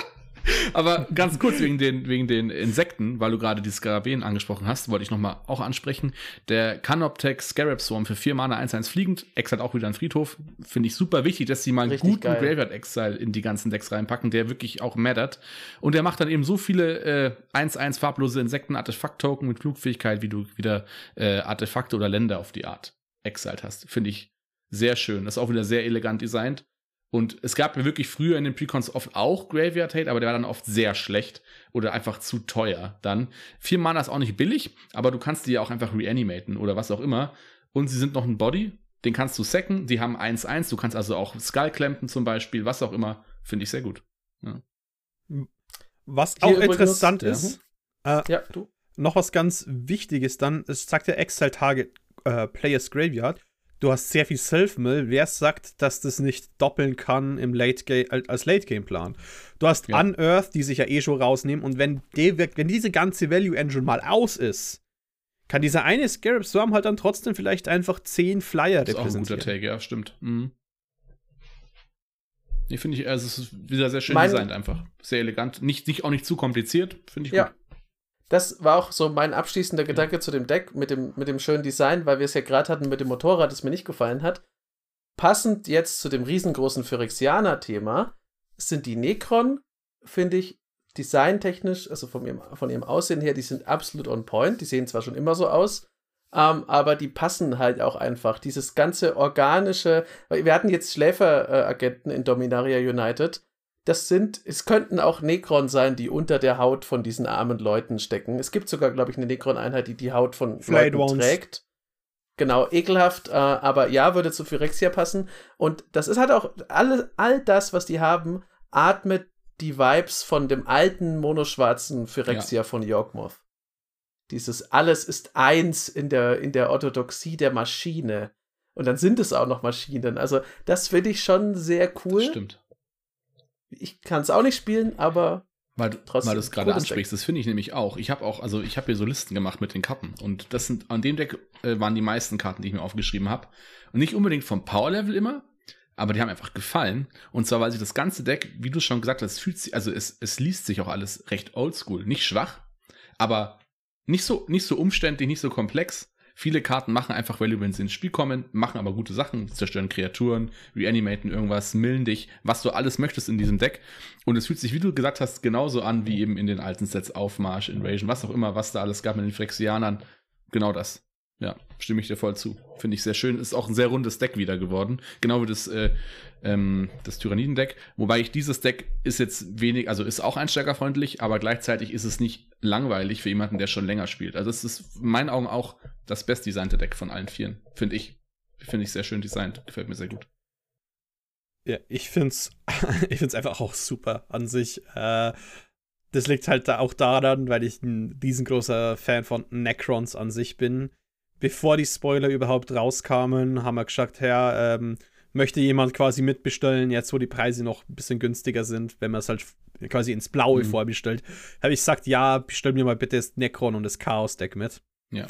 B: Aber ganz kurz wegen den Insekten, weil du gerade die Skarabäen angesprochen hast, wollte ich nochmal auch ansprechen. Der Canoptech Scarab Swarm für 4 Mana 1/1 fliegend, Exile auch wieder ein Friedhof. Finde ich super wichtig, dass sie mal einen
C: Richtig
B: guten
C: geil.
B: Graveyard Exile in die ganzen Decks reinpacken, der wirklich auch mattert. Und der macht dann eben so viele 1/1 farblose Insekten-Artefakt-Token mit Flugfähigkeit, wie du wieder Artefakte oder Länder auf die Art exiled hast. Finde ich sehr schön. Das ist auch wieder sehr elegant designt. Und es gab ja wirklich früher in den Precons oft auch Graveyard Hate, aber der war dann oft sehr schlecht oder einfach zu teuer dann. 4 Mana ist auch nicht billig, aber du kannst die ja auch einfach reanimaten oder was auch immer. Und sie sind noch ein Body, den kannst du sacken, die haben 1/1, du kannst also auch Skull clampen zum Beispiel, was auch immer, finde ich sehr gut. Ja.
A: Was
C: Hier
A: auch
C: übrigens,
A: interessant ist,
C: du.
A: noch was ganz Wichtiges dann, es sagt der Exile Target Players Graveyard, du hast sehr viel Self-Mill. Wer sagt, dass das nicht doppeln kann im als Late-Game-Plan? Du hast Unearth, die sich ja schon rausnehmen, und wenn diese ganze Value-Engine mal aus ist, kann dieser eine Scarab Swarm halt dann trotzdem vielleicht einfach 10 Flyer
B: Das ist auch ein
A: repräsentieren.
B: guter Take, ja, stimmt. Mhm. Nee, finde ich, also es ist wieder sehr schön designt einfach. Sehr elegant. Auch nicht zu kompliziert, finde ich gut.
C: Das war auch so mein abschließender Gedanke zu dem Deck mit dem schönen Design, weil wir es ja gerade hatten mit dem Motorrad, das mir nicht gefallen hat. Passend jetzt zu dem riesengroßen Phyrexianer-Thema sind die Necron, finde ich, designtechnisch, also von ihrem Aussehen her, die sind absolut on point. Die sehen zwar schon immer so aus, aber die passen halt auch einfach. Dieses ganze organische, weil wir hatten jetzt Schläferagenten in Dominaria United. Es könnten auch Necron sein, die unter der Haut von diesen armen Leuten stecken. Es gibt sogar, glaube ich, eine Necron-Einheit, die Haut von Leuten trägt. Genau, ekelhaft, aber ja, würde zu Phyrexia passen. Und das ist halt auch all das, was die haben, atmet die Vibes von dem alten monoschwarzen Phyrexia von Yawgmoth. Dieses alles ist eins in der Orthodoxie der Maschine. Und dann sind es auch noch Maschinen. Also das finde ich schon sehr cool.
B: Das stimmt.
C: Ich kann es auch nicht spielen, aber
B: weil du es gerade ansprichst,
C: Deck.
B: das finde ich nämlich auch. Ich habe hier so Listen gemacht mit den Karten und an dem Deck waren die meisten Karten, die ich mir aufgeschrieben habe. Und nicht unbedingt vom Power-Level immer, aber die haben einfach gefallen. Und zwar, weil sich das ganze Deck, wie du schon gesagt hast, es liest sich auch alles recht oldschool. Nicht schwach, aber nicht so umständlich, nicht so komplex. Viele Karten machen einfach Value, wenn sie ins Spiel kommen, machen aber gute Sachen, zerstören Kreaturen, reanimaten irgendwas, millen dich, was du alles möchtest in diesem Deck. Und es fühlt sich, wie du gesagt hast, genauso an wie eben in den alten Sets Aufmarsch, Invasion, was auch immer, was da alles gab mit den Phyrexianern. Genau das. Ja, stimme ich dir voll zu. Finde ich sehr schön. Ist auch ein sehr rundes Deck wieder geworden. Genau wie das Tyranniden-Deck. Wobei dieses Deck ist jetzt ist auch einsteigerfreundlich, aber gleichzeitig ist es nicht langweilig für jemanden, der schon länger spielt. Also es ist in meinen Augen auch das bestdesignte Deck von allen 4, finde ich. Finde ich sehr schön designt. Gefällt mir sehr gut.
A: Ja, ich find's einfach auch super an sich. Das liegt halt auch daran, weil ich ein riesengroßer Fan von Necrons an sich bin. Bevor die Spoiler überhaupt rauskamen, haben wir gesagt, möchte jemand quasi mitbestellen, jetzt wo die Preise noch ein bisschen günstiger sind, wenn man es halt quasi ins Blaue vorbestellt. Habe ich gesagt, ja, bestell mir mal bitte das Necron und das Chaos-Deck mit.
B: Ja.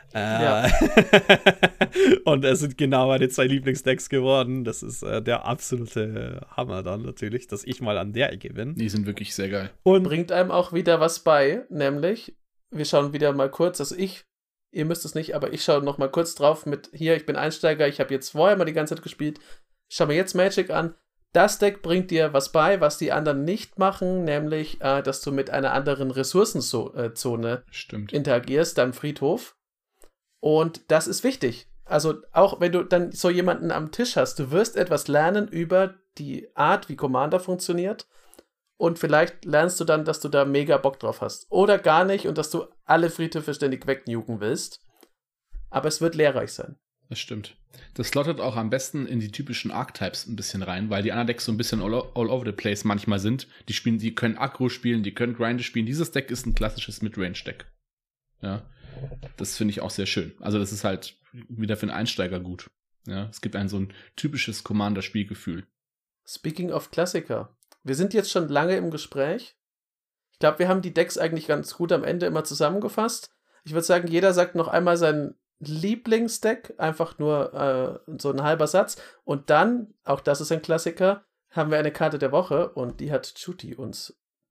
A: Und es sind genau meine 2 Lieblingsdecks geworden. Das ist der absolute Hammer dann natürlich, dass ich mal an der Ecke bin.
B: Die sind wirklich sehr geil.
C: Und bringt einem auch wieder was bei, nämlich, wir schauen wieder mal kurz, ihr müsst es nicht, aber ich schaue noch mal kurz drauf ich bin Einsteiger, ich habe jetzt vorher mal die ganze Zeit gespielt, schau mir jetzt Magic an. Das Deck bringt dir was bei, was die anderen nicht machen, nämlich, dass du mit einer anderen Ressourcenzone interagierst, deinem Friedhof. Und das ist wichtig. Also auch wenn du dann so jemanden am Tisch hast, du wirst etwas lernen über die Art, wie Commander funktioniert. Und vielleicht lernst du dann, dass du da mega Bock drauf hast. Oder gar nicht und dass du alle Friedhöfe ständig wegnuken willst. Aber es wird lehrreich sein.
B: Das stimmt. Das slottet auch am besten in die typischen Archetypes ein bisschen rein, weil die anderen Decks so ein bisschen all over the place manchmal sind. Die können Aggro spielen, die können Grinde spielen. Dieses Deck ist ein klassisches Midrange-Deck. Ja. Das finde ich auch sehr schön. Also das ist halt wieder für einen Einsteiger gut. Ja. Es gibt so ein typisches Commander-Spielgefühl.
C: Speaking of Klassiker. Wir sind jetzt schon lange im Gespräch. Ich glaube, wir haben die Decks eigentlich ganz gut am Ende immer zusammengefasst. Ich würde sagen, jeder sagt noch einmal sein Lieblingsdeck, einfach nur so ein halber Satz. Und dann, auch das ist ein Klassiker, haben wir eine Karte der Woche und die hat Chuti uns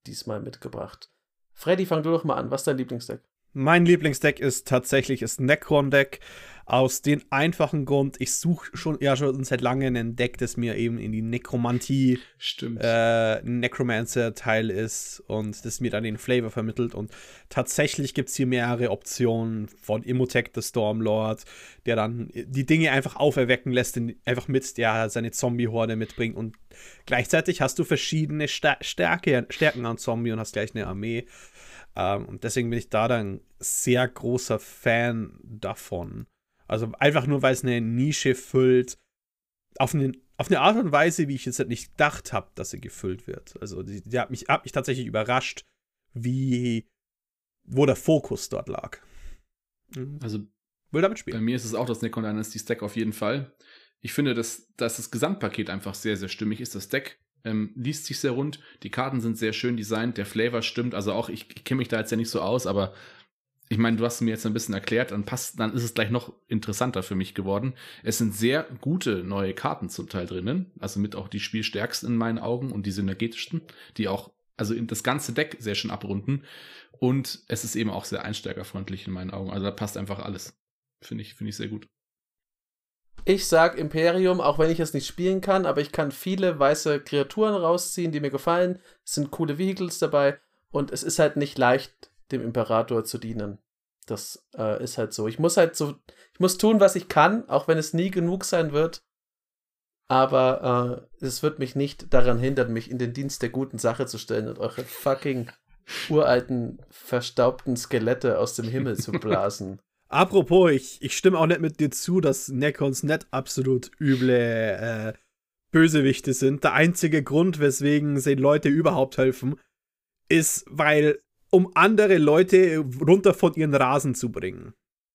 C: diesmal mitgebracht. Freddy, fang du doch mal an. Was ist dein Lieblingsdeck?
A: Mein Lieblingsdeck ist tatsächlich das Necron-Deck. Aus dem einfachen Grund, ich suche schon seit langem ein Deck, das mir eben in die Nekromantie Necromancer-Teil ist und das mir dann den Flavor vermittelt. Und tatsächlich gibt es hier mehrere Optionen von Imhotep the Stormlord, der dann die Dinge einfach auferwecken lässt, einfach mit der seine Zombie-Horde mitbringt. Und gleichzeitig hast du verschiedene Stärken an Zombie und hast gleich eine Armee. Und deswegen bin ich da dann sehr großer Fan davon. Also einfach nur, weil es eine Nische füllt, auf eine Art und Weise, wie ich jetzt nicht gedacht habe, dass sie gefüllt wird. Also die hat mich tatsächlich überrascht, wo der Fokus dort lag.
B: Also
A: will damit spielen.
B: Bei mir ist es auch das Necron Dynasty Deck auf jeden Fall. Ich finde, dass das Gesamtpaket einfach sehr, sehr stimmig ist. Das Deck liest sich sehr rund, die Karten sind sehr schön designt, der Flavor stimmt, also auch ich kenne mich da jetzt ja nicht so aus, aber ich meine, du hast mir jetzt ein bisschen erklärt, dann ist es gleich noch interessanter für mich geworden. Es sind sehr gute neue Karten zum Teil drinnen, also mit auch die spielstärksten in meinen Augen und die synergetischsten, die auch also in das ganze Deck sehr schön abrunden und es ist eben auch sehr einsteigerfreundlich in meinen Augen, also da passt einfach alles. Finde ich sehr gut.
C: Ich sag Imperium, auch wenn ich es nicht spielen kann, aber ich kann viele weiße Kreaturen rausziehen, die mir gefallen. Es sind coole Vehicles dabei und es ist halt nicht leicht, dem Imperator zu dienen. Das ist halt so. Ich muss tun, was ich kann, auch wenn es nie genug sein wird. Aber es wird mich nicht daran hindern, mich in den Dienst der guten Sache zu stellen und eure fucking uralten, verstaubten Skelette aus dem Himmel zu blasen.
A: Apropos, ich stimme auch nicht mit dir zu, dass Necrons nicht absolut üble Bösewichte sind. Der einzige Grund, weswegen sie Leute überhaupt helfen, ist, um andere Leute runter von ihren Rasen zu bringen.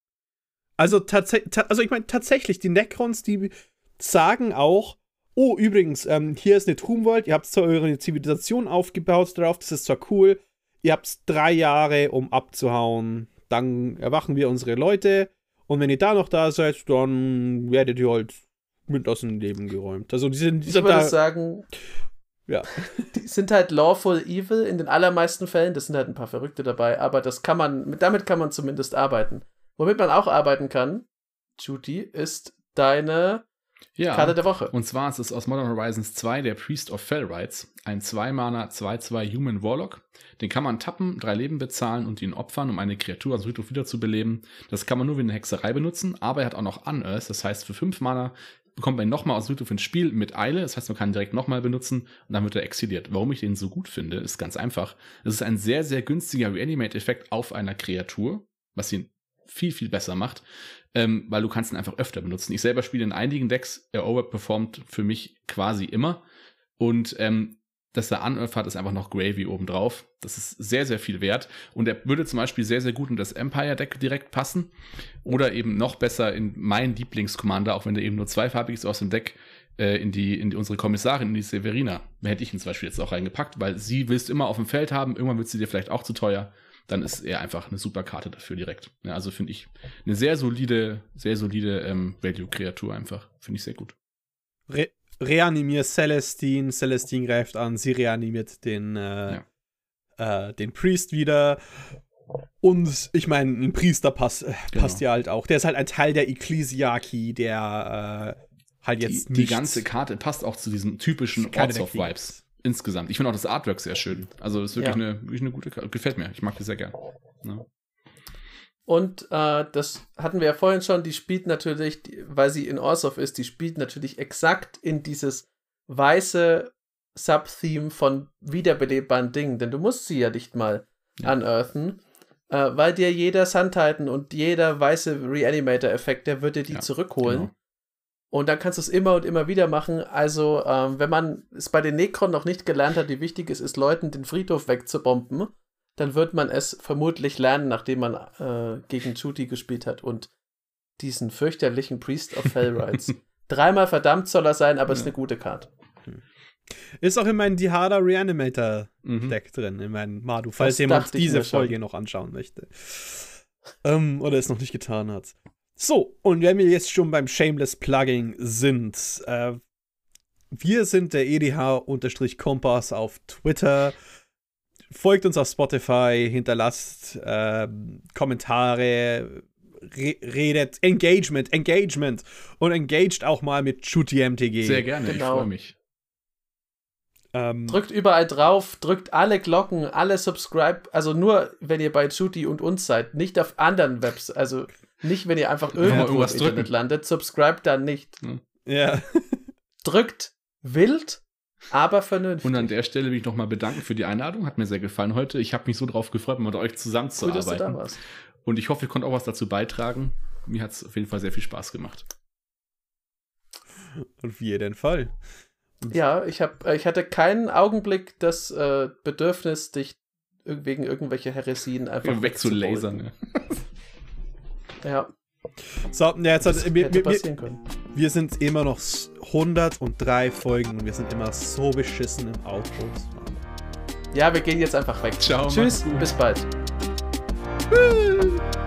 A: Also ich meine tatsächlich, die Necrons, die sagen auch, oh, übrigens, hier ist eine Tombworld, ihr habt zwar eure Zivilisation aufgebaut drauf, das ist zwar cool, ihr habt 3 Jahre, um abzuhauen, dann erwachen wir unsere Leute und wenn ihr da noch da seid, dann werdet ihr halt mit aus dem Leben geräumt. Also ich würde
C: sagen, ja. Die sind halt lawful evil in den allermeisten Fällen, das sind halt ein paar Verrückte dabei, aber damit kann man zumindest arbeiten. Womit man auch arbeiten kann, Judy, ist deine Karte der Woche.
B: Und zwar ist es aus Modern Horizons 2 der Priest of Fellrights, ein 2-Mana 2/2 Human Warlock. Den kann man tappen, 3 Leben bezahlen und ihn opfern, um eine Kreatur aus dem Friedhof wiederzubeleben. Das kann man nur wie eine Hexerei benutzen, aber er hat auch noch Unearth, das heißt für 5 Mana bekommt man ihn nochmal aus dem Friedhof ins Spiel mit Eile, das heißt man kann ihn direkt nochmal benutzen und dann wird er exiliert. Warum ich den so gut finde, ist ganz einfach. Es ist ein sehr, sehr günstiger Reanimate-Effekt auf einer Kreatur, was ihn viel, viel besser macht, weil du kannst ihn einfach öfter benutzen. Ich selber spiele in einigen Decks, er overperformt für mich quasi immer und dass er Unearth hat, ist einfach noch Gravy obendrauf. Das ist sehr, sehr viel wert und er würde zum Beispiel sehr, sehr gut in das Empire-Deck direkt passen oder eben noch besser in meinen Lieblingscommander, auch wenn der eben nur 2-farbig ist aus dem Deck, in unsere Kommissarin, in die Severina. Da hätte ich ihn zum Beispiel jetzt auch reingepackt, weil sie willst du immer auf dem Feld haben, irgendwann wird sie dir vielleicht auch zu teuer. Dann ist er einfach eine super Karte dafür direkt. Ja, also finde ich eine sehr solide Value-Kreatur einfach. Finde ich sehr gut.
A: Reanimiert Celestine greift an, sie reanimiert den Priest wieder. Und ich meine, ein Priester passt ja halt auch. Der ist halt ein Teil der Ekklesiarchie, der halt jetzt
B: die ganze Karte passt auch zu diesen typischen Orts of Vibes. Insgesamt. Ich finde auch das Artwork sehr schön. Also ist wirklich eine gute Karte. Gefällt mir. Ich mag die sehr gern. Ja.
C: Und das hatten wir ja vorhin schon, die spielt natürlich, weil sie in Orzhov ist, die spielt natürlich exakt in dieses weiße Subtheme von wiederbelebbaren Dingen. Denn du musst sie ja nicht mal unearthen, weil dir jeder Sun Titan und jeder weiße Reanimator-Effekt, der wird dir die zurückholen. Genau. Und dann kannst du es immer und immer wieder machen. Also, wenn man es bei den Necron noch nicht gelernt hat, wie wichtig es ist, Leuten den Friedhof wegzubomben, dann wird man es vermutlich lernen, nachdem man gegen Judy gespielt hat und diesen fürchterlichen Priest of Fellrights. 3-mal verdammt soll er sein, aber ist eine gute Karte.
A: Ist auch in meinem Dihada Reanimator-Deck drin, in meinem Mardu, falls jemand diese Folge noch anschauen möchte. Oder es noch nicht getan hat. So, und wenn wir jetzt schon beim Shameless Plugging sind, wir sind der EDH-Kompass auf Twitter. folgt uns auf Spotify, hinterlasst Kommentare, redet, Engagement und engaged auch mal mit ShootDMTG.
B: Sehr gerne,
C: Genau.
B: Ich freue mich.
C: Drückt überall drauf, drückt alle Glocken, alle Subscribe, also nur, wenn ihr bei Shooty und uns seid, nicht auf anderen Webs, also nicht, wenn ihr einfach irgendwo im Internet landet, subscribe dann nicht.
A: Ja.
C: Drückt wild, aber vernünftig.
B: Und an der Stelle will ich nochmal bedanken für die Einladung, hat mir sehr gefallen heute. Ich habe mich so drauf gefreut, mit euch zusammenzuarbeiten.
C: Cool, dass du da warst.
B: Und ich hoffe, ihr konntet auch was dazu beitragen. Mir hat es auf jeden Fall sehr viel Spaß gemacht.
A: Auf jeden Fall.
C: Ja, ich hatte keinen Augenblick das Bedürfnis, dich wegen irgendwelcher Heresien einfach
B: wegzulasern.
C: Ja.
A: So, jetzt
C: hätte passieren können.
A: Wir sind immer noch 103 Folgen und wir sind immer so beschissen im Outros.
C: Ja, wir gehen jetzt einfach weg.
B: Ciao.
C: Tschüss, bis bald.
A: Tschüss.